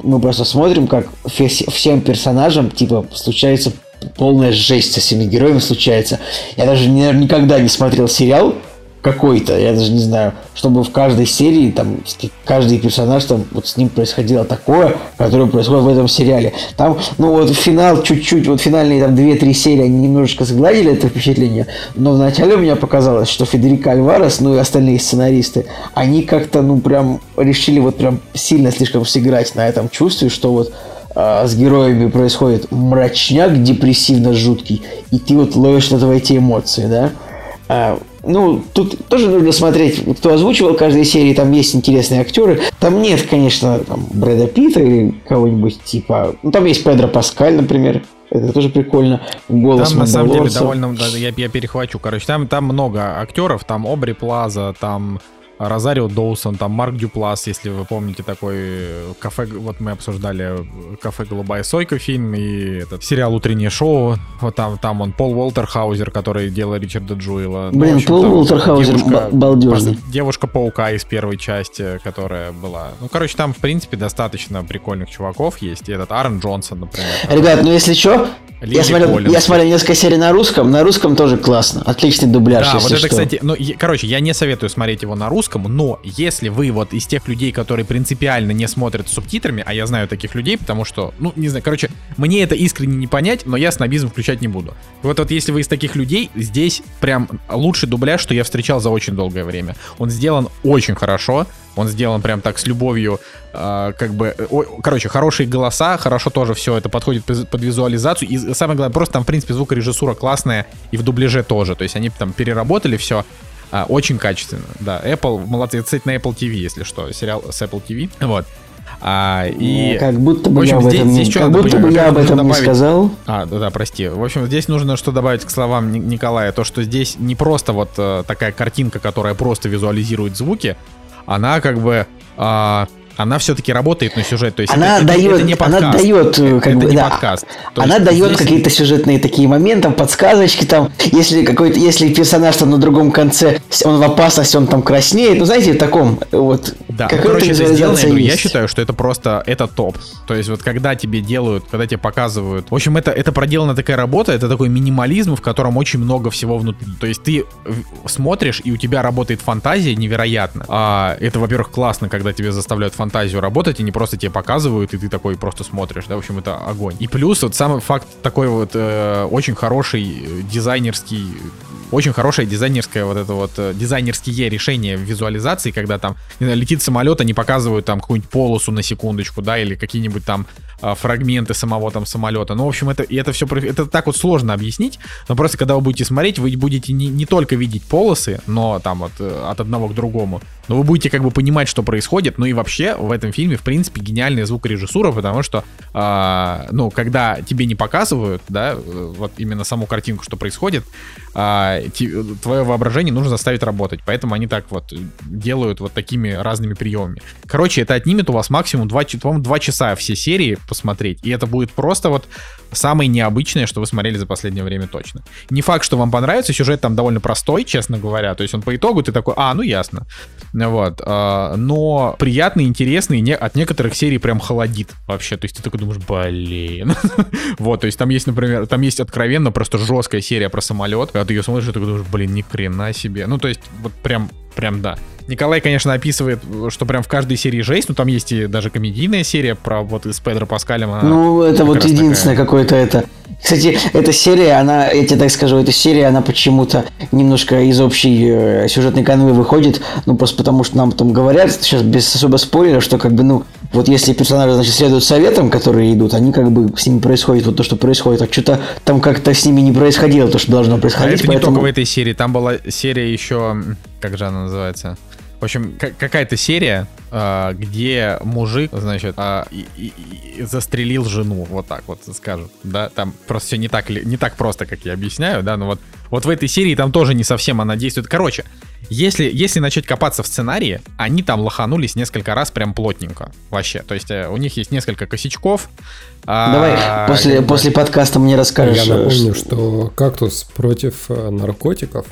мы просто смотрим, как всем персонажам, типа, случается полная жесть со всеми героями случается. Я даже, наверное, никогда не смотрел сериал какой-то, я даже не знаю, чтобы в каждой серии, там, каждый персонаж, там, вот с ним происходило такое, которое происходит в этом сериале. Там, ну, вот финал чуть-чуть, вот финальные, там, две-три серии, они немножечко сгладили это впечатление, но вначале у меня показалось, что Федерико Альварес, ну, и остальные сценаристы, они как-то, ну, прям решили вот прям сильно слишком сыграть на этом чувстве, что вот а, с героями происходит мрачняк депрессивно жуткий, и ты вот ловишь от этого эти эмоции, да? А, ну, тут тоже нужно смотреть, кто озвучивал каждой серии, там есть интересные актеры. Там нет, конечно, там, Брэда Питта или кого-нибудь типа... Ну, там есть Педро Паскаль, например. Это тоже прикольно. Голос там, на самом деле, довольно... Да, я, я перехвачу, короче. Там, там много актеров. Там Обри Плаза, там Розарио Доусон, там Марк Дюплас, если вы помните такой кафе, вот мы обсуждали «Кафе Голубая Сойка» фильм и этот сериал «Утреннее шоу», вот там, там он Пол Уолтерхаузер, который делал Ричарда Джуэла. Блин, ну, Пол Уолтерхаузер девушка, балдежный. Девушка-паука из первой части, которая была... Ну, короче, там, в принципе, достаточно прикольных чуваков есть, и этот Аарон Джонсон, например. Ребят, ну если что... Я смотрел, я смотрел несколько серий на русском, на русском тоже классно, отличный дубляж, да, если вот это, что. Кстати, ну, я, короче, я не советую смотреть его на русском, но если вы вот из тех людей, которые принципиально не смотрят с субтитрами, а я знаю таких людей, потому что, ну, не знаю, короче, мне это искренне не понять, но я снобизм включать не буду. Вот, вот если вы из таких людей, здесь прям лучший дубляж, что я встречал за очень долгое время. Он сделан очень хорошо. Он сделан прям так с любовью, э, как бы, о, короче, хорошие голоса, хорошо тоже все это подходит под, под визуализацию. И самое главное, просто там, в принципе, звукорежиссура классная и в дубляже тоже. То есть они там переработали все э, очень качественно. Да, Apple, молодцы, это, кстати, на Apple ти ви, если что, сериал с Apple ти ви. Вот. А, и, как будто бы в общем, я об здесь, этом, здесь как будто бы я об этом добавить... не сказал. А, да, да, прости. В общем, здесь нужно что добавить к словам Николая, то, что здесь не просто вот э, такая картинка, которая просто визуализирует звуки, она как бы, а, она все-таки работает на сюжет, то есть она это, дает, это не подкаст, она дает, как это бы, не да, подкаст. То она есть дает здесь... какие-то сюжетные такие моменты, подсказочки там, если какой-то, если персонаж там на другом конце, он в опасности, он там краснеет, ну знаете, в таком вот. Да, ну, короче, это сделано, я, говорю, я считаю, что это просто, это топ. То есть вот когда тебе делают, когда тебе показывают, в общем, это, это проделана такая работа, это такой минимализм, в котором очень много всего внутри. То есть ты смотришь, и у тебя работает фантазия невероятно. А, это, во-первых, классно, когда тебе заставляют фантазию работать, и не просто тебе показывают, и ты такой просто смотришь, да, в общем, это огонь. И плюс вот сам факт такой вот э, очень хороший дизайнерский, очень хорошее дизайнерское вот это вот, дизайнерские решения в визуализации, когда там, не знаю, летит самолет, они показывают там какую-нибудь полосу на секундочку, да, или какие-нибудь там а, фрагменты самого там самолета. Ну, в общем, это, и это все, это так вот сложно объяснить, но просто когда вы будете смотреть, вы будете не, не только видеть полосы, но там вот от одного к другому, но вы будете как бы понимать, что происходит. Ну и вообще в этом фильме, в принципе, гениальная звукорежиссура, потому что, а, ну, когда тебе не показывают, да, вот именно саму картинку, что происходит, а, твое воображение нужно заставить работать, поэтому они так вот делают вот такими разными приемами. Короче, это отнимет у вас максимум два, два часа все серии посмотреть, и это будет просто вот самое необычное, что вы смотрели за последнее время точно. Не факт, что вам понравится, сюжет там довольно простой, честно говоря, то есть он по итогу ты такой, а, ну ясно, вот, но приятный, интересный, не, от некоторых серий прям холодит вообще, то есть ты такой думаешь, блин, вот, то есть там есть, например, там есть откровенно просто жесткая серия про самолет, когда ты ее смотришь, и ты думаешь, блин, ни хрена себе, ну то есть вот прям, прям да. Николай, конечно, описывает, что прям в каждой серии жесть, но там есть и даже комедийная серия про вот с Педро Паскалем. Ну, это вот единственное такая... какое-то это. Кстати, эта серия, она, я тебе так скажу, эта серия, она почему-то немножко из общей э, сюжетной канвы выходит, ну, просто потому что нам там говорят, сейчас без особо спойлера, что как бы, ну, вот если персонажи, значит, следуют советам, которые идут, они как бы, с ними происходит вот то, что происходит, а что-то там как-то с ними не происходило, то, что должно происходить. А это поэтому... не только в этой серии, там была серия еще, как же она называется? В общем, какая-то серия, где мужик, значит, и, и, и застрелил жену, вот так вот скажем, да, там просто все не так, не так просто, как я объясняю, да, но вот, вот в этой серии там тоже не совсем она действует. Короче, если, если начать копаться в сценарии, они там лоханулись несколько раз прям плотненько. Вообще. То есть у них есть несколько косячков. Давай а, после, как бы... после подкаста мне расскажешь. Я напомню, что «Кактус» против наркотиков.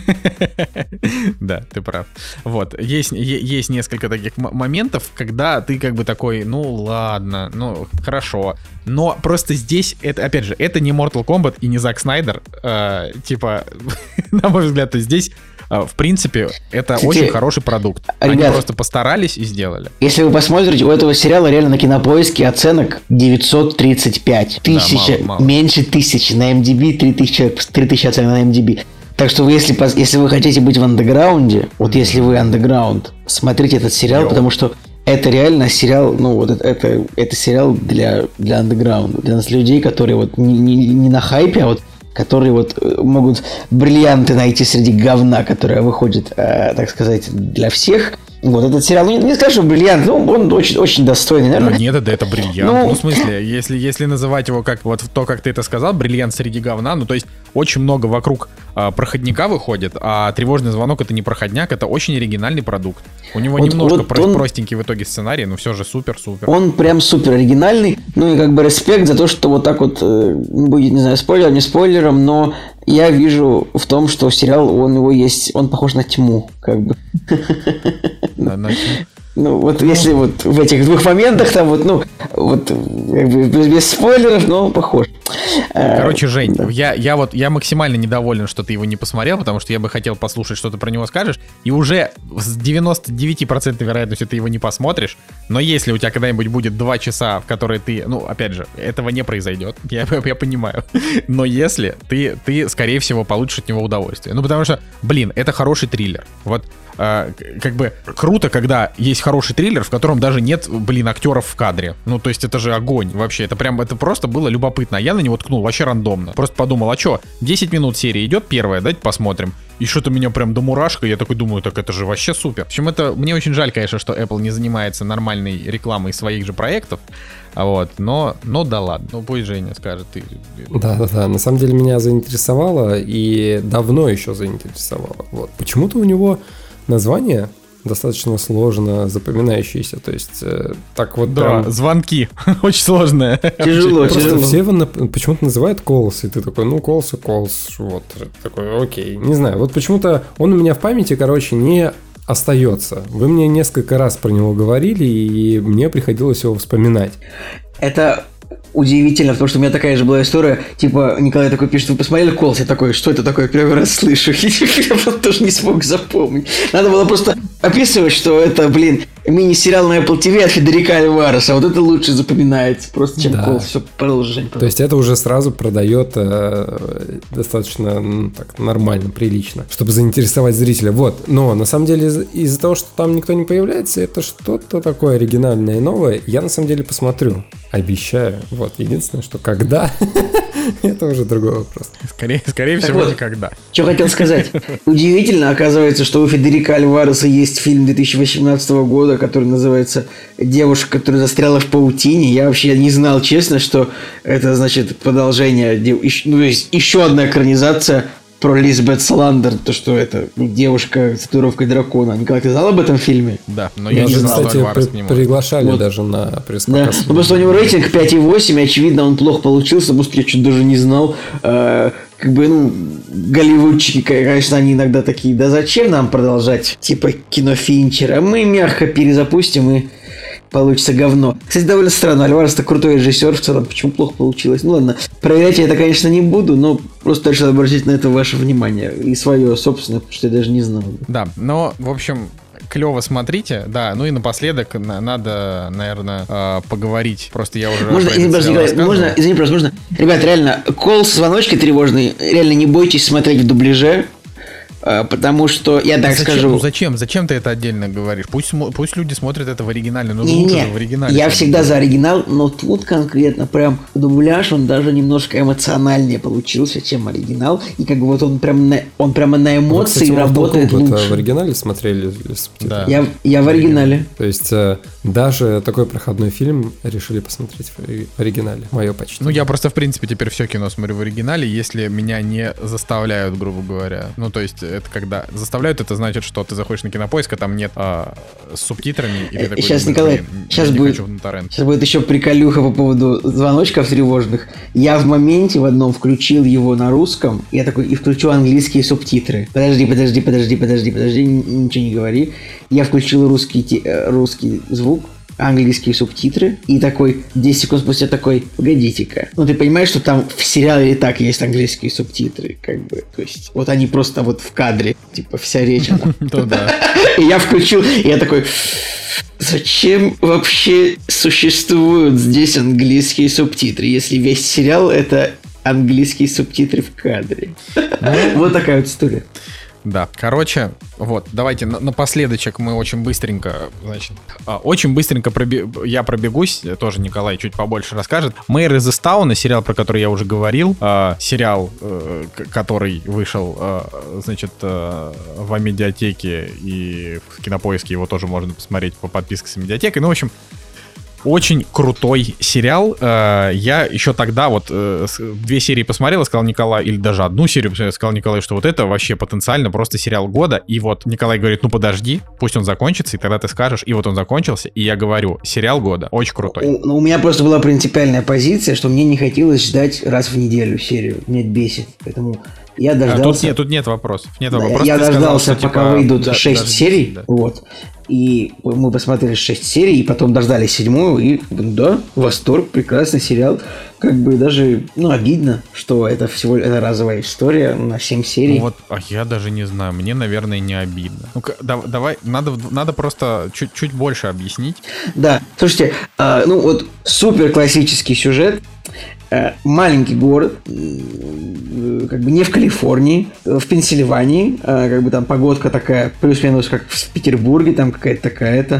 Да, ты прав. Вот. Есть, есть несколько таких моментов, когда ты как бы такой, ну ладно, ну хорошо. Но просто здесь, это, опять же, это не Mortal Kombat и не Зак Снайдер. Э, типа, на мой взгляд, то здесь, э, в принципе, это Кстати, очень хороший продукт. Они ребят, просто постарались и сделали. Если вы посмотрите, у этого сериала реально на Кинопоиске оценок девятьсот тридцать пять. Тысяча, мало, мало. меньше тысячи. На эм ди би три тысячи, три тысячи оценок на эм ди би. Так что вы, если, если вы хотите быть в андеграунде, вот если вы андеграунд, смотрите этот сериал, Йо. потому что это реально сериал, ну вот это, это, это сериал для, для андеграунда, для нас людей, которые вот не, не, не на хайпе, а вот которые вот могут бриллианты найти среди говна, которое выходит, э, так сказать, для всех. Вот этот сериал, ну не, не скажу, что бриллиант, но он очень, очень достойный, наверное. Ну нет, это, это бриллиант. Ну, ну, в смысле, если, если называть его как вот то, как ты это сказал, бриллиант среди говна, ну то есть очень много вокруг а, проходника выходит, а тревожный звонок — это не проходняк, это очень оригинальный продукт. У него вот, немножко вот про- он, простенький в итоге сценарий, но все же супер-супер. Он прям супер оригинальный, ну и как бы респект за то, что вот так вот, э, будет, не знаю, спойлером, не спойлером, но я вижу в том, что сериал, он его есть, он похож на тьму, как бы. Ну, вот если вот в этих двух моментах, там вот, ну, вот, как бы без спойлеров, но похож. Короче, Жень, да. я, я вот, я максимально недоволен, что ты его не посмотрел, потому что я бы хотел послушать, что ты про него скажешь, и уже с девяносто девять процентов вероятностью ты его не посмотришь, но если у тебя когда-нибудь будет два часа, в которые ты, ну, опять же, этого не произойдет, я, я понимаю, но если, ты, ты, скорее всего, получишь от него удовольствие. Ну, потому что, блин, это хороший триллер. Вот, э, как бы, круто, когда есть хороший триллер, в котором даже нет, блин, актеров в кадре. Ну, то есть это же огонь вообще. Это прям, это просто было любопытно. Я на него ткнул вообще рандомно. Просто подумал, а что, десять минут серии идет первая, давайте посмотрим. И что-то меня прям до мурашка, я такой думаю, так это же вообще супер. В общем, это, мне очень жаль, конечно, что Apple не занимается нормальной рекламой своих же проектов. Вот, но, но да ладно, ну пусть Женя скажет. Ты... Да-да-да, на самом деле меня заинтересовало и давно еще заинтересовало. Вот. Почему-то у него название достаточно сложно запоминающееся, то есть э, так вот да, прям... звонки, очень сложное. Тяжело, Просто тяжело. все его на... почему-то называют Calls, и ты такой, ну, Calls и Calls, вот, такой, окей, не знаю, вот почему-то он у меня в памяти, короче, не остается. Вы мне несколько раз про него говорили, и мне приходилось его вспоминать. Это удивительно, потому что у меня такая же была история, типа, Николай такой пишет, вы посмотрели Колс? Я такой, что это такое, первый раз слышу. Я просто тоже не смог запомнить. Надо было просто описывать, что это, блин, мини-сериал на Apple ти ви от Федерико Альвареса. Вот это лучше запоминается, просто чем да. Колс. Все, продолжение. То есть это уже сразу продает э, достаточно ну, так, нормально, прилично, чтобы заинтересовать зрителя. Вот, но на самом деле из- из-за того, что там никто не появляется, это что-то такое оригинальное и новое, я на самом деле посмотрю. Обещаю. Вот, единственное, что когда, это уже другой вопрос. Скорее, скорее всего, вот, никогда. Что хотел сказать. Удивительно, оказывается, что у Федерико Альвареса есть фильм две тысячи восемнадцатого года, который называется «Девушка, которая застряла в паутине». Я вообще не знал, честно, что это, значит, продолжение, ну, то есть еще одна экранизация про Лизбет Саландер, то, что это девушка с татуировкой дракона. Николай, ты знал об этом фильме? Да, но я Нас не же, знал, что кстати, Альварес при- к нему. приглашали Вот. даже на Да, пресс-показ. ну просто у него рейтинг пять и восемь, и очевидно, он плохо получился, потому что я что-то даже не знал. Э, как бы, ну, голливудчики, конечно, они иногда такие, да зачем нам продолжать, типа, кино Финчера? Мы мягко перезапустим и получится говно. Кстати, довольно странно. Альварес-то крутой режиссер в целом. Почему плохо получилось? Ну ладно, проверять я это, конечно, не буду, но просто решил обратить на это ваше внимание. И свое собственное, потому что я даже не знал. Да, но, в общем, клево смотрите. Да, ну и напоследок на- надо, наверное, э, поговорить. Просто я уже... Можно, про извини, этот просто, сериал Николай, можно, рассказывал. извини, просто, можно. Ребят, реально, кол с звоночкой тревожный. Реально не бойтесь смотреть в дубляже. а, Потому что, я так зачем, скажу... Ну зачем? Зачем ты это отдельно говоришь? Пусть, смо- пусть люди смотрят это в оригинале. Ну Не, лучше не, же в оригинале. я смотреть. всегда за оригинал, но тут конкретно прям дубляж, он даже немножко эмоциональнее получился, чем оригинал. И как бы вот он прям на, он прямо на Вы, эмоции кстати, Mortal работает Kombat лучше. в оригинале смотрели? Или с субтитрами? Да. Я, я в оригинале. То есть э, даже такой проходной фильм решили посмотреть в ори- в оригинале. Мое почти. Ну, я просто, в принципе, теперь все кино смотрю в оригинале, если меня не заставляют, грубо говоря. Ну, то есть, это когда заставляют, это значит, что ты заходишь на Кинопоиск, а там нет а, с субтитрами, и ты такой... Сейчас, Николай, сейчас будет, сейчас будет еще приколюха по поводу звоночков тревожных. Я в моменте в одном включил его на русском, я такой, и включу английские субтитры. Подожди, подожди, подожди, подожди, подожди, ничего не говори. Я включил русский, русский звук, английские субтитры, и такой, десять секунд спустя такой, погодите-ка. Ну, ты понимаешь, что там в сериале и так есть английские субтитры, как бы, то есть, вот они просто вот в кадре, типа, вся речь. И я включил, и я такой, зачем вообще существуют здесь английские субтитры, если весь сериал это английские субтитры в кадре? Вот такая вот история. Да, короче, вот, давайте напоследочек мы очень быстренько, значит, очень быстренько проби... я пробегусь, тоже Николай чуть побольше расскажет. «Мэйр из Истауна», сериал, про который я уже говорил, э, сериал, э, который вышел, э, значит, э, в Амедиатеке и в Кинопоиске, его тоже можно посмотреть по подписке с Амедиатекой, ну, в общем... Очень крутой сериал. Я еще тогда вот две серии посмотрел и сказал Николай, или даже одну серию посмотрел, сказал Николай, что вот это вообще потенциально просто сериал года. И вот Николай говорит, ну подожди, пусть он закончится, и тогда ты скажешь. И вот он закончился, и я говорю, сериал года, очень крутой. У, у меня просто была принципиальная позиция, что мне не хотелось ждать раз в неделю серию. Меня это бесит, поэтому... Я дождался... А, тут, нет, тут нет вопросов. Нет да, вопросов. Я дождался, сказал, что, пока типа, выйдут да, шесть серий. Да. Вот. И мы посмотрели шесть серий, и потом дождали седьмую, и да, восторг, прекрасный сериал. Как бы даже, ну, обидно, что это всего это разовая история на семь серий. Ну вот, а я даже не знаю, мне, наверное, не обидно. Ну-ка, да, давай, надо, надо просто чуть, чуть больше объяснить. Да, слушайте, э, ну вот супер классический сюжет. Э, маленький город, э, как бы не в Калифорнии, в Пенсильвании, э, как бы там погодка такая, плюс-минус как в Петербурге, там какая-то такая-то.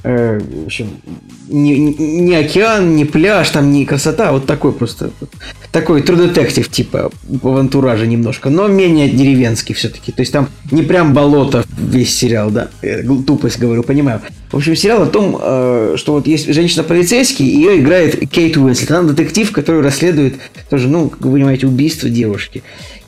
В общем, не, не океан, не пляж, там не красота, вот такой просто, такой True Detective типа в антураже немножко, но менее деревенский все-таки, то есть там не прям болото весь сериал, да, я тупость говорю, понимаю. В общем, сериал о том, что вот есть женщина-полицейский, ее играет Кейт Уинслет, она детектив, который расследует тоже, ну, как вы понимаете, убийство девушки.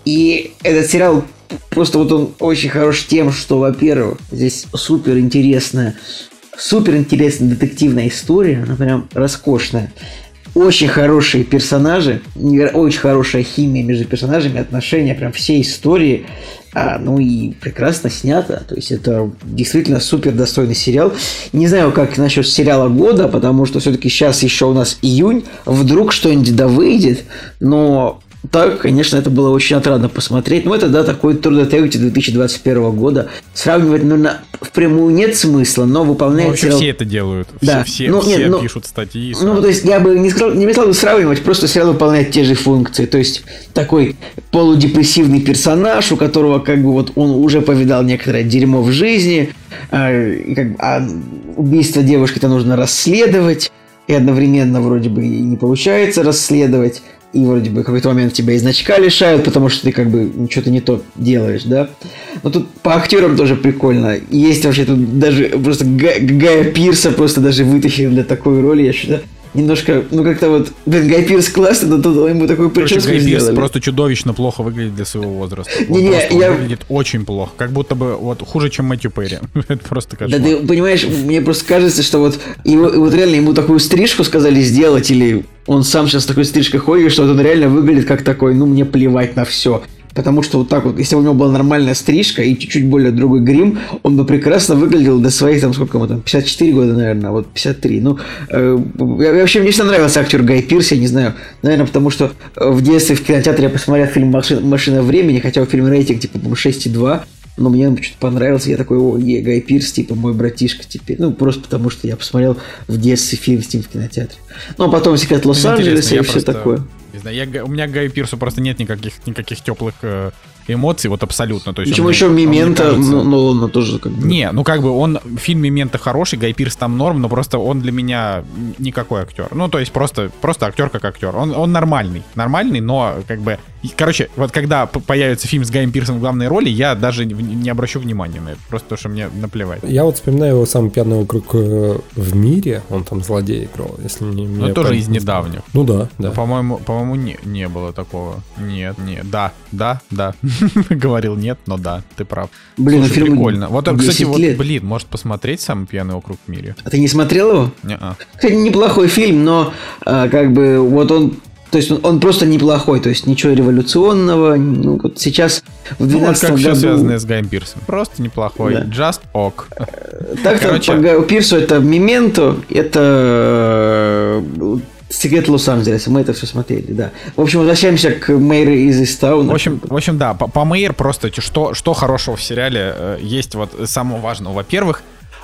И этот сериал просто вот он очень хорош тем, что, во-первых, здесь супер интересная Супер интересная детективная история, она прям роскошная. Очень хорошие персонажи, очень хорошая химия между персонажами, отношения, прям всей истории. А, ну и прекрасно снято. То есть это действительно супер достойный сериал. Не знаю, как насчет сериала года, потому что все-таки сейчас еще у нас июнь. Вдруг что-нибудь да выйдет, но... Так, конечно, это было очень отрадно посмотреть. Ну, это, да, такой True Detective две тысячи двадцать первого года. Сравнивать, наверное, впрямую нет смысла, но выполняет... Ну, вообще сериал... все это делают. Да. Все, все, ну, все нет, ну, пишут статьи. Ну, то есть, я бы не сказал, не стал сравнивать, просто сериал выполняет те же функции. То есть, такой полудепрессивный персонаж, у которого, как бы, вот он уже повидал некоторое дерьмо в жизни, а, и, как бы, а убийство девушки-то нужно расследовать, и одновременно вроде бы и не получается расследовать. И вроде бы в какой-то момент тебя и значка лишают, потому что ты как бы что-то не то делаешь, да. Но тут по актерам тоже прикольно. Есть вообще тут даже просто Га- Гая Пирса просто даже вытащили для такой роли, я считаю. Немножко, ну как-то вот, блин, Гай Пирс классный, но тут ему такую прическу Гай сделали. Пирс просто чудовищно плохо выглядит для своего возраста. Не, не, я... выглядит очень плохо, как будто бы вот хуже, чем Мэтью Перри. Это просто кошмар. Да ты понимаешь, мне просто кажется, что вот его, вот реально ему такую стрижку сказали сделать, или он сам сейчас с такой стрижкой ходит, что вот он реально выглядит как такой, ну мне плевать на все. Потому что вот так вот, если бы у него была нормальная стрижка и чуть-чуть более другой грим, он бы прекрасно выглядел до своих, там, сколько ему там, пятьдесят четыре года, наверное, вот пятьдесят три. Ну, э, я, вообще, мне всегда нравился актер Гай Пирс, я не знаю, наверное, потому что в детстве в кинотеатре я посмотрел фильм «Машина, «Машина времени», хотя фильм рейтинг, типа, по-моему, шесть и два, но мне он что-то понравился, я такой, о, е, Гай Пирс, типа, мой братишка теперь. Ну, просто потому что я посмотрел в детстве фильм с ним в кинотеатре. Ну, а потом «Секрет Лос-Анджелеса» и все просто... такое. Не знаю, я, у меня к Гаю Пирсу просто нет никаких, никаких теплых э, эмоций, вот абсолютно. То есть почему еще «Мементо», ну, Нолана тоже как бы... Не, ну как бы он, фильм «Мементо» хороший, Гай Пирс там норм, но просто он для меня никакой актер. Ну, то есть просто, просто актер как актер. Он, он нормальный, нормальный, но как бы... Короче, вот когда появится фильм с Гаем Пирсом в главной роли, я даже не обращу внимания на это, просто потому что мне наплевать. Я вот вспоминаю его «Самый пьяный округ в мире», он там злодей играл, если не... Ну, тоже из недавних. Ну да, да. Ну, по-моему, по-моему, по-моему, не, не было такого. Нет, нет, да, да, да. Говорил нет, но да, ты прав. Блин, Слушай, фильм прикольно. Вот, кстати, вот, лет. блин, может посмотреть «Самый пьяный округ в мире». А ты не смотрел его? Не-а. Кстати, неплохой фильм, но а, как бы вот он... То есть он, он просто неплохой, то есть ничего революционного. Ну, вот сейчас в Ну, вот как двенадцатом все году... связанное с Гаем Пирсом. Просто неплохой. Да. Just ок. Так-то Короче- по Гаю Пирсу это «Мементо», это э, «Секрет Лос-Анджелеса», мы это все смотрели, да. В общем, возвращаемся к Мэйр из Истауна. В общем, в общем, да, по, по Мэйр просто что, что хорошего в сериале э, есть вот самого важного. Во-первых,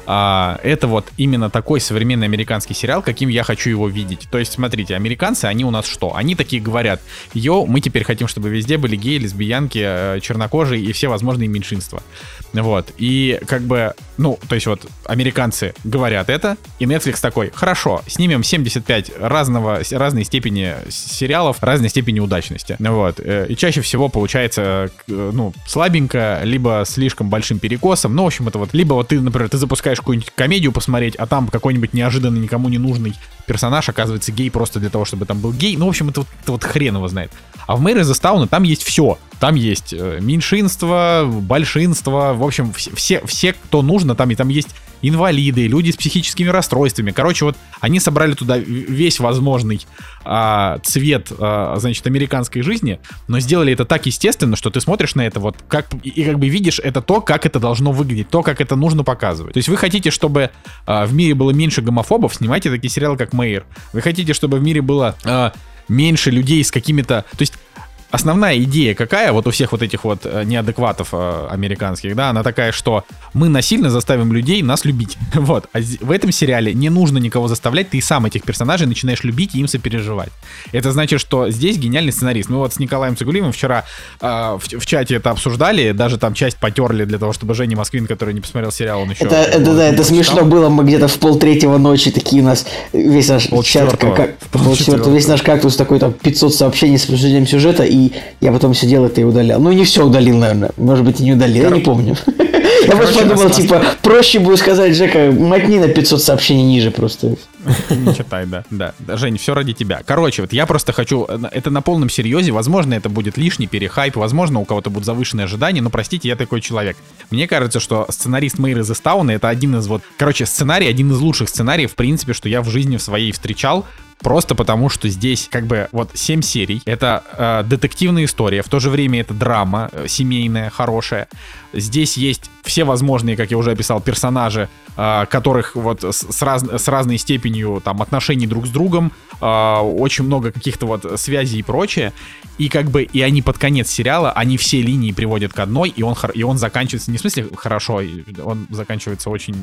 а, это вот именно такой современный американский сериал, каким я хочу его видеть. То есть, смотрите, американцы, они у нас что? Они такие говорят: йоу, мы теперь хотим, чтобы везде были геи, лесбиянки, э, чернокожие и все возможные меньшинства. Вот, и как бы, ну, то есть вот американцы говорят это, и Netflix такой: хорошо, снимем семьдесят пять разного, разной степени сериалов, разной степени удачности. Вот, э, и чаще всего получается, э, ну, слабенько, либо слишком большим перекосом. Ну, в общем, это вот, либо вот ты, например, ты запускаешь какую-нибудь комедию посмотреть, а там какой-нибудь неожиданно никому не нужный персонаж оказывается гей просто для того, чтобы там был гей. Ну, в общем, это вот, это вот хрен его знает. А в Мэйр из Истауна там есть все. Там есть э, меньшинство, большинство, в общем, все, все, все, кто нужно, там и там есть инвалиды, люди с психическими расстройствами. Короче, вот они собрали туда весь возможный а, цвет, а, значит, американской жизни, но сделали это так естественно, что ты смотришь на это вот как и, и как бы видишь это то, как это должно выглядеть, то, как это нужно показывать. То есть вы хотите, чтобы а, в мире было меньше гомофобов, снимайте такие сериалы, как Мэйр. Вы хотите, чтобы в мире было а, меньше людей с какими-то... То есть основная идея какая вот у всех вот этих вот неадекватов э, американских, да, она такая, что мы насильно заставим людей нас любить. Вот. А в этом сериале не нужно никого заставлять, ты сам этих персонажей начинаешь любить и им сопереживать. Это значит, что здесь гениальный сценарист. Мы вот с Николаем Цигулиевым вчера э, в, в чате это обсуждали, даже там часть потерли для того, чтобы Женя Москвин, который не посмотрел сериал, он еще... Это, это, да, это смешно было, мы где-то в полтретьего ночи такие у нас, весь наш чат, как, как, полчетвертого, весь наш кактус такой, там, пятьсот сообщений с обсуждением сюжета, и я потом сидел это и удалял. Ну, не все удалил, наверное. Может быть, и не удалил, я не помню. Я просто подумал, типа, проще будет сказать: Жека, мотни на пятьсот сообщений ниже просто. Не читай, да, да. Жень, все ради тебя. Короче, вот я просто хочу, это на полном серьезе, возможно, это будет лишний перехайп, возможно, у кого-то будут завышенные ожидания, но, простите, я такой человек. Мне кажется, что сценарист Мэйр из Истауна — это один из вот, короче, сценарий, один из лучших сценариев, в принципе, что я в жизни в своей встречал. Просто потому, что здесь как бы вот семь серий. Это э, детективная история, в то же время это драма э, семейная, хорошая. Здесь есть все возможные, как я уже описал, персонажи, э, которых вот с, с, раз, с разной степенью там отношений друг с другом, э, очень много каких-то вот связей и прочее. И как бы и они под конец сериала, они все линии приводят к одной, и он, и он заканчивается не в смысле хорошо, он заканчивается очень...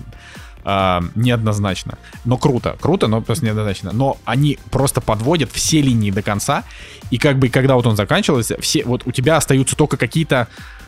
Uh, неоднозначно, но круто, круто, но просто неоднозначно, но они просто подводят все линии до конца, и как бы когда вот он заканчивался, все, вот у тебя остаются только какие-то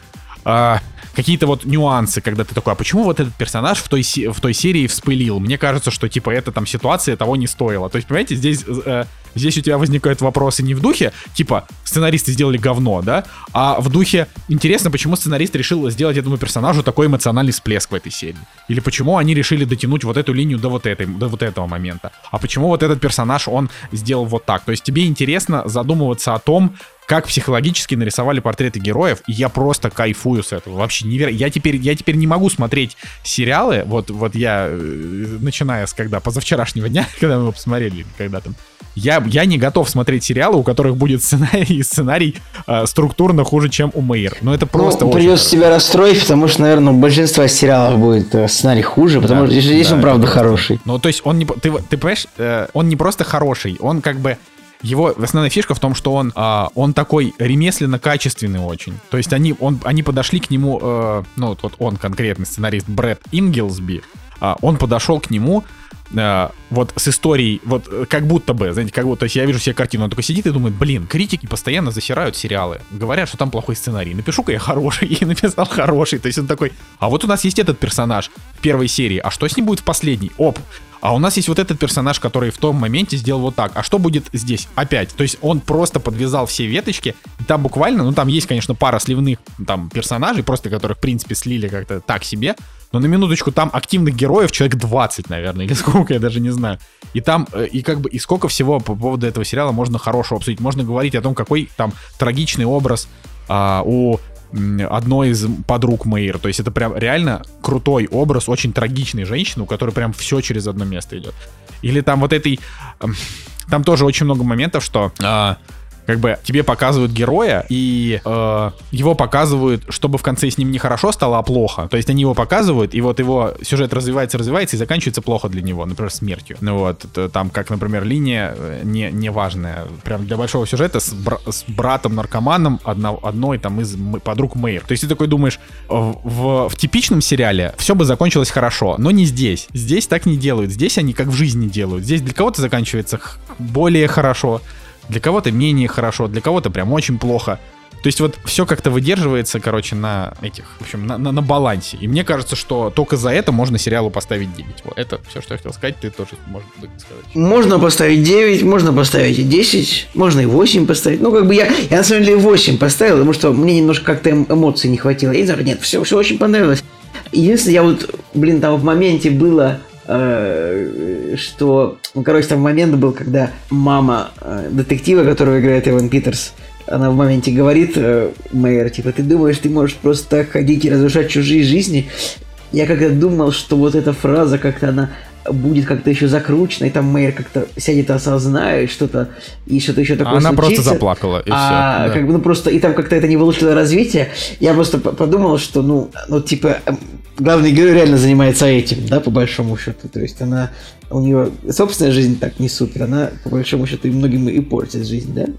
uh, какие-то вот нюансы, когда ты такой: а почему вот этот персонаж в той, в той серии вспылил? Мне кажется, что типа эта там ситуация того не стоила. То есть, понимаете, здесь... Uh, Здесь у тебя возникают вопросы не в духе, типа, сценаристы сделали говно, да, а в духе, интересно, почему сценарист решил сделать этому персонажу такой эмоциональный всплеск в этой серии. Или почему они решили дотянуть вот эту линию до вот, этой, до вот этого момента. А почему вот этот персонаж, он сделал вот так. То есть тебе интересно задумываться о том, как психологически нарисовали портреты героев, и я просто кайфую с этого. Вообще невероятно. Я теперь, я теперь не могу смотреть сериалы, вот, вот я, начиная с когда, позавчерашнего дня, когда мы его посмотрели, когда там, я, я не готов смотреть сериалы, у которых будет сценарий, сценарий э, структурно хуже, чем у Мэйр. Но это просто ну, очень придется хорошо. тебя расстроить, потому что, наверное, большинство сериалов будет э, сценарий хуже, потому да, что здесь да, он, правда, хороший. Ну, то есть он не... Ты, ты понимаешь, э, он не просто хороший, он как бы... Его основная фишка в том, что он, э, он такой ремесленно-качественный очень. То есть они, он, они подошли к нему, э, ну вот он конкретный сценарист Брэд Ингелсби, э, он подошел к нему э, вот с историей, вот как будто бы, знаете, как будто, то есть я вижу себе картину, он такой сидит и думает: блин, критики постоянно засирают сериалы, говорят, что там плохой сценарий, напишу-ка я хороший, и написал хороший. То есть он такой: а вот у нас есть этот персонаж в первой серии, а что с ним будет в последней? Оп! А у нас есть вот этот персонаж, который в том моменте сделал вот так. А что будет здесь? Опять. То есть он просто подвязал все веточки. И там буквально, ну там есть, конечно, пара сливных там персонажей, просто которых, в принципе, слили как-то так себе. но на минуточку там активных героев человек двадцать, наверное, или сколько, я даже не знаю. И там, и как бы, и сколько всего по поводу этого сериала можно хорошего обсудить. Можно говорить о том, какой там трагичный образ а, у одной из подруг Мэйр. То есть это прям реально крутой образ очень трагичной женщины, у которой прям все через одно место идет. Или там вот этой... Там тоже очень много моментов, что... А, как бы тебе показывают героя, и э, его показывают, чтобы в конце с ним не хорошо стало, а плохо. То есть они его показывают, и вот его сюжет развивается, развивается, и заканчивается плохо для него, например, смертью. Ну вот, там, как, например, линия не, не важная, прям для большого сюжета с, бра- с братом-наркоманом одно, одной там из подруг Мэйр. То есть ты такой думаешь, в, в, в типичном сериале все бы закончилось хорошо, но не здесь. Здесь так не делают, здесь они как в жизни делают. Здесь для кого-то заканчивается более хорошо, для кого-то менее хорошо, для кого-то прям очень плохо. То есть вот все как-то выдерживается, короче, на этих, в общем, на, на, на балансе. И мне кажется, что только за это можно сериалу поставить девять. Вот это все, что я хотел сказать, ты тоже можешь сказать. Можно поставить девять, можно поставить и десять, можно и восемь поставить. Ну, как бы я, я на самом деле восемь поставил, потому что мне немножко как-то эмоций не хватило. Я не знаю, нет, все, все очень понравилось. Единственное, я вот, блин, там в моменте было... что, ну, короче, там момент был, когда мама э, детектива, которого играет Эван Питерс, она в моменте говорит э, Мэйр, типа, ты думаешь, ты можешь просто так ходить и разрушать чужие жизни? Я как-то думал, что вот эта фраза как-то она будет как-то еще закручена, и там Мэйр как-то сядет и осознает что-то, и что-то еще такое она случится. Просто заплакала, и а, все. Да. Как бы, ну, просто, и там как-то это не получило развитие. Я просто подумал, что, ну, ну, типа, главный герой реально занимается этим, да, по большому счету. То есть она, у нее собственная жизнь так не супер, она, по большому счету, и многим и портит жизнь, да.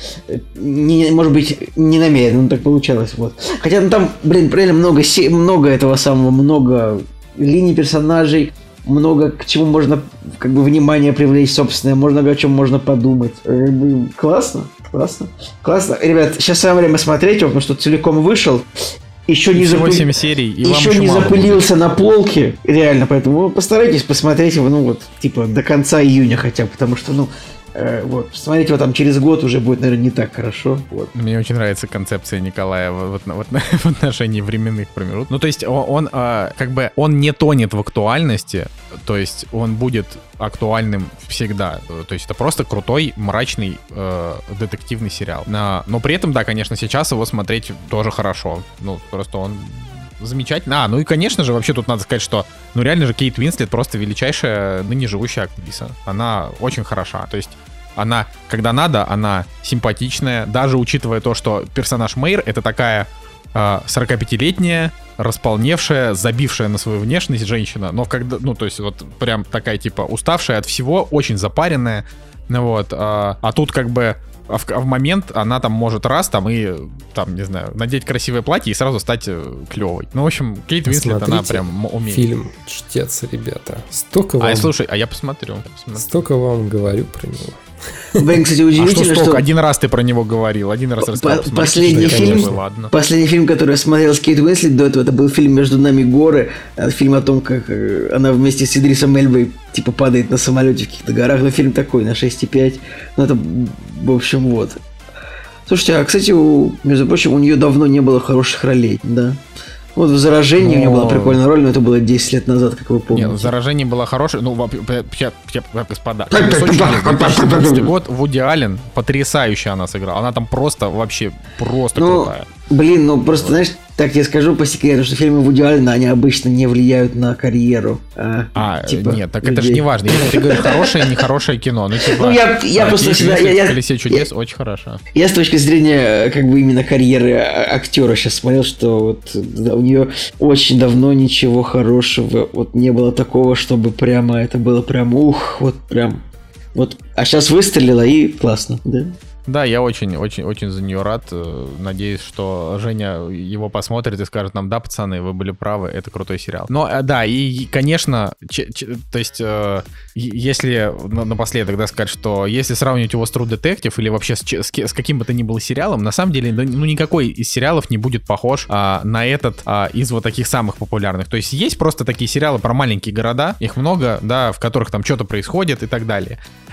Не, может быть, не намеренно, но так получалось, вот. Хотя, ну, там, блин, реально много, много этого самого, много линий персонажей, много к чему можно, как бы, внимание привлечь собственное, много о чем можно подумать. Классно, классно, классно. Ребят, сейчас самое время смотреть его, потому что целиком вышел. Еще не, запы... серий, и еще вам не еще запылился на полке, реально, поэтому постарайтесь посмотреть его, ну вот, типа, до конца июня хотя бы, потому что, ну, э, вот, смотреть его там через год уже будет, наверное, не так хорошо. Вот. Мне очень нравится концепция Николая вот, вот, вот, в отношении временных промежутков. Ну, то есть он, он а, как бы, он не тонет в актуальности, то есть он будет актуальным всегда. То есть это просто крутой, мрачный э, детективный сериал. Но, но при этом, да, конечно, сейчас его смотреть тоже хорошо. Ну, просто он замечательно. А, ну и, конечно же, вообще тут надо сказать, что, ну, реально же Кейт Уинслет просто величайшая ныне живущая актриса. Она очень хороша. То есть она, когда надо, она симпатичная, даже учитывая то, что персонаж Мэйр — это такая э, сорокапятилетняя, располневшая, забившая на свою внешность женщина, но когда, ну, то есть вот прям такая, типа, уставшая от всего, очень запаренная, ну вот, а, а тут как бы а в, а в момент она там может раз там и, там, не знаю, надеть красивое платье и сразу стать клевой. Ну, в общем, Кейт Уинслет, она прям умеет. Фильм «Чтец», ребята. Столько вам... А, слушай, а я посмотрю. посмотрю. Столько вам говорю про него. Блин, кстати, удивительно, а что, что... Один раз ты про него говорил, один раз рассказал. Последний фильм, ладно. последний фильм, который я смотрел с Кейт Уинслет до этого, это был фильм «Между нами горы», фильм о том, как она вместе с Идрисом Эльбой типа падает на самолете в каких-то горах, но фильм такой, на шесть и пять, ну это, в общем, вот. Слушайте, а, кстати, у, между прочим, у нее давно не было хороших ролей, да. Вот в «Заражении» но... у нее была прикольная роль, но это было десять лет назад, как вы помните. Нет, в «Заражении» была хорошая, ну, я, я, господа, две тысячи семнадцатый год, Вуди Аллен, потрясающе она сыграла, она там просто, вообще, просто ну, крутая. Блин, ну просто, вот. Знаешь, так я скажу по секрету, что фильмы Вуди Аллена, они обычно не влияют на карьеру. А, а типа, нет, так людей. Это же не важно. Если ты говоришь хорошее, нехорошее кино, ну типа... Ну я, я а, просто всегда... Я, я, «Колесе чудес» я, очень хорошо. Я с точки зрения, как бы, именно карьеры актера сейчас смотрел, что вот да, у нее очень давно ничего хорошего вот не было такого, чтобы прямо это было прям ух, вот прям... Вот, а сейчас выстрелила и классно, да? Да, я очень-очень-очень за нее рад. Надеюсь, что Женя его посмотрит и скажет нам: да, пацаны, вы были правы, это крутой сериал. Но да, и, конечно, ч- ч- то есть, э, если напоследок, да, сказать, что если сравнивать его с True Detective или вообще с, с, с каким бы то ни было сериалом, на самом деле, ну, никакой из сериалов не будет похож а, на этот а, из вот таких самых популярных. То есть есть просто такие сериалы про маленькие города, их много, да, в которых там что-то происходит и так далее.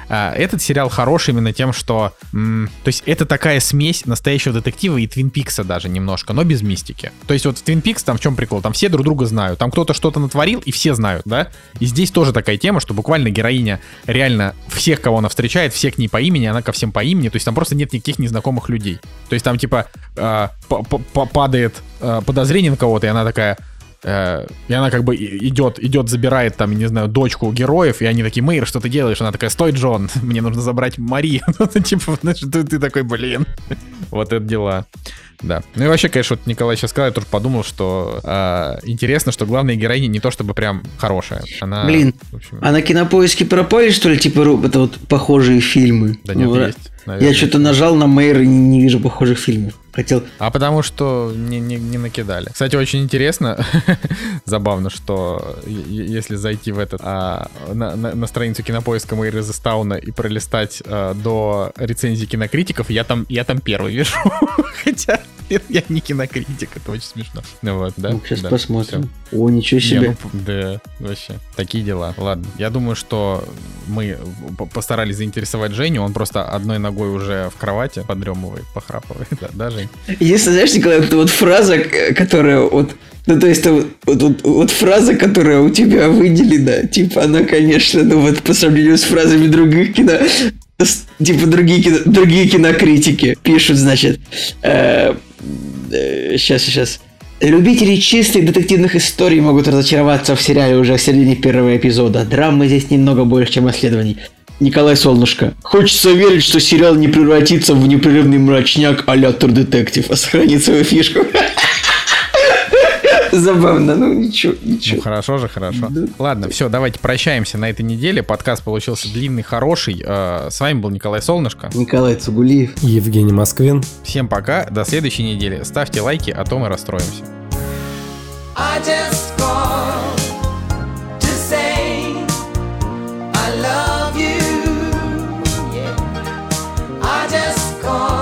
А, этот сериал хорош именно тем, что... М, то есть это такая смесь настоящего детектива и Твин Пикса даже немножко, но без мистики. То есть вот в Твин Пикс там в чем прикол? Там все друг друга знают. Там кто-то что-то натворил, и все знают, да? И здесь тоже такая тема, что буквально героиня реально всех, кого она встречает, все к ней по имени, она ко всем по имени. То есть там просто нет никаких незнакомых людей. То есть там типа э, падает э, подозрение на кого-то, и она такая... И она как бы идет, идет, забирает там, не знаю, дочку героев, и они такие: Мэйр, что ты делаешь? Она такая: стой, Джон, мне нужно забрать Мари. Типа, знаешь, ты такой, блин. Вот это дела. Да. Ну и вообще, конечно, вот Николай сейчас сказал, я тоже подумал, что э, интересно, что главная героиня не то чтобы прям хорошая. Она, блин, общем... а на Кинопоиске пропали, что ли, типа, это вот похожие фильмы? Да нет, ну, есть. Наверное, я что-то нажал на Мэйр и не, не вижу похожих фильмов. Хотел... А потому что не, не, не накидали. Кстати, очень интересно, забавно, что если зайти в этот а, на, на, на страницу Кинопоиска Мэйр из Истауна и пролистать а, до рецензий кинокритиков, я там, я там первый вижу. Хотя я не кинокритик, это очень смешно. Ну вот, да. Ну, сейчас да, посмотрим. Все. О, ничего себе. Не, ну, да, вообще. Такие дела. Ладно. Я думаю, что мы постарались заинтересовать Женю. Он просто одной ногой уже в кровати подремывает, похрапывает. Да, да, Жень? Если, знаешь, Николай, вот, вот фраза, которая вот... Ну, то есть, вот, вот, вот фраза, которая у тебя выделена, типа, она, конечно, ну, вот по сравнению с фразами других кино... Типа, другие, кино, другие кинокритики пишут, значит... Э, э, сейчас, сейчас... Любители чистых детективных историй могут разочароваться в сериале уже в середине первого эпизода. Драмы здесь немного больше, чем исследований. Николай Солнышко. Хочется верить, что сериал не превратится в непрерывный мрачняк а-ля True Detective, а сохранит свою фишку. Забавно, ну ничего, ничего. Ну хорошо же, хорошо. Да. Ладно, все, давайте прощаемся на этой неделе. Подкаст получился длинный, хороший. С вами был Николай Солнышко. Николай Цугулиев. И Евгений Москвин. Всем пока, до следующей недели. Ставьте лайки, а то мы расстроимся. I just called to say I love you. Yeah. I just called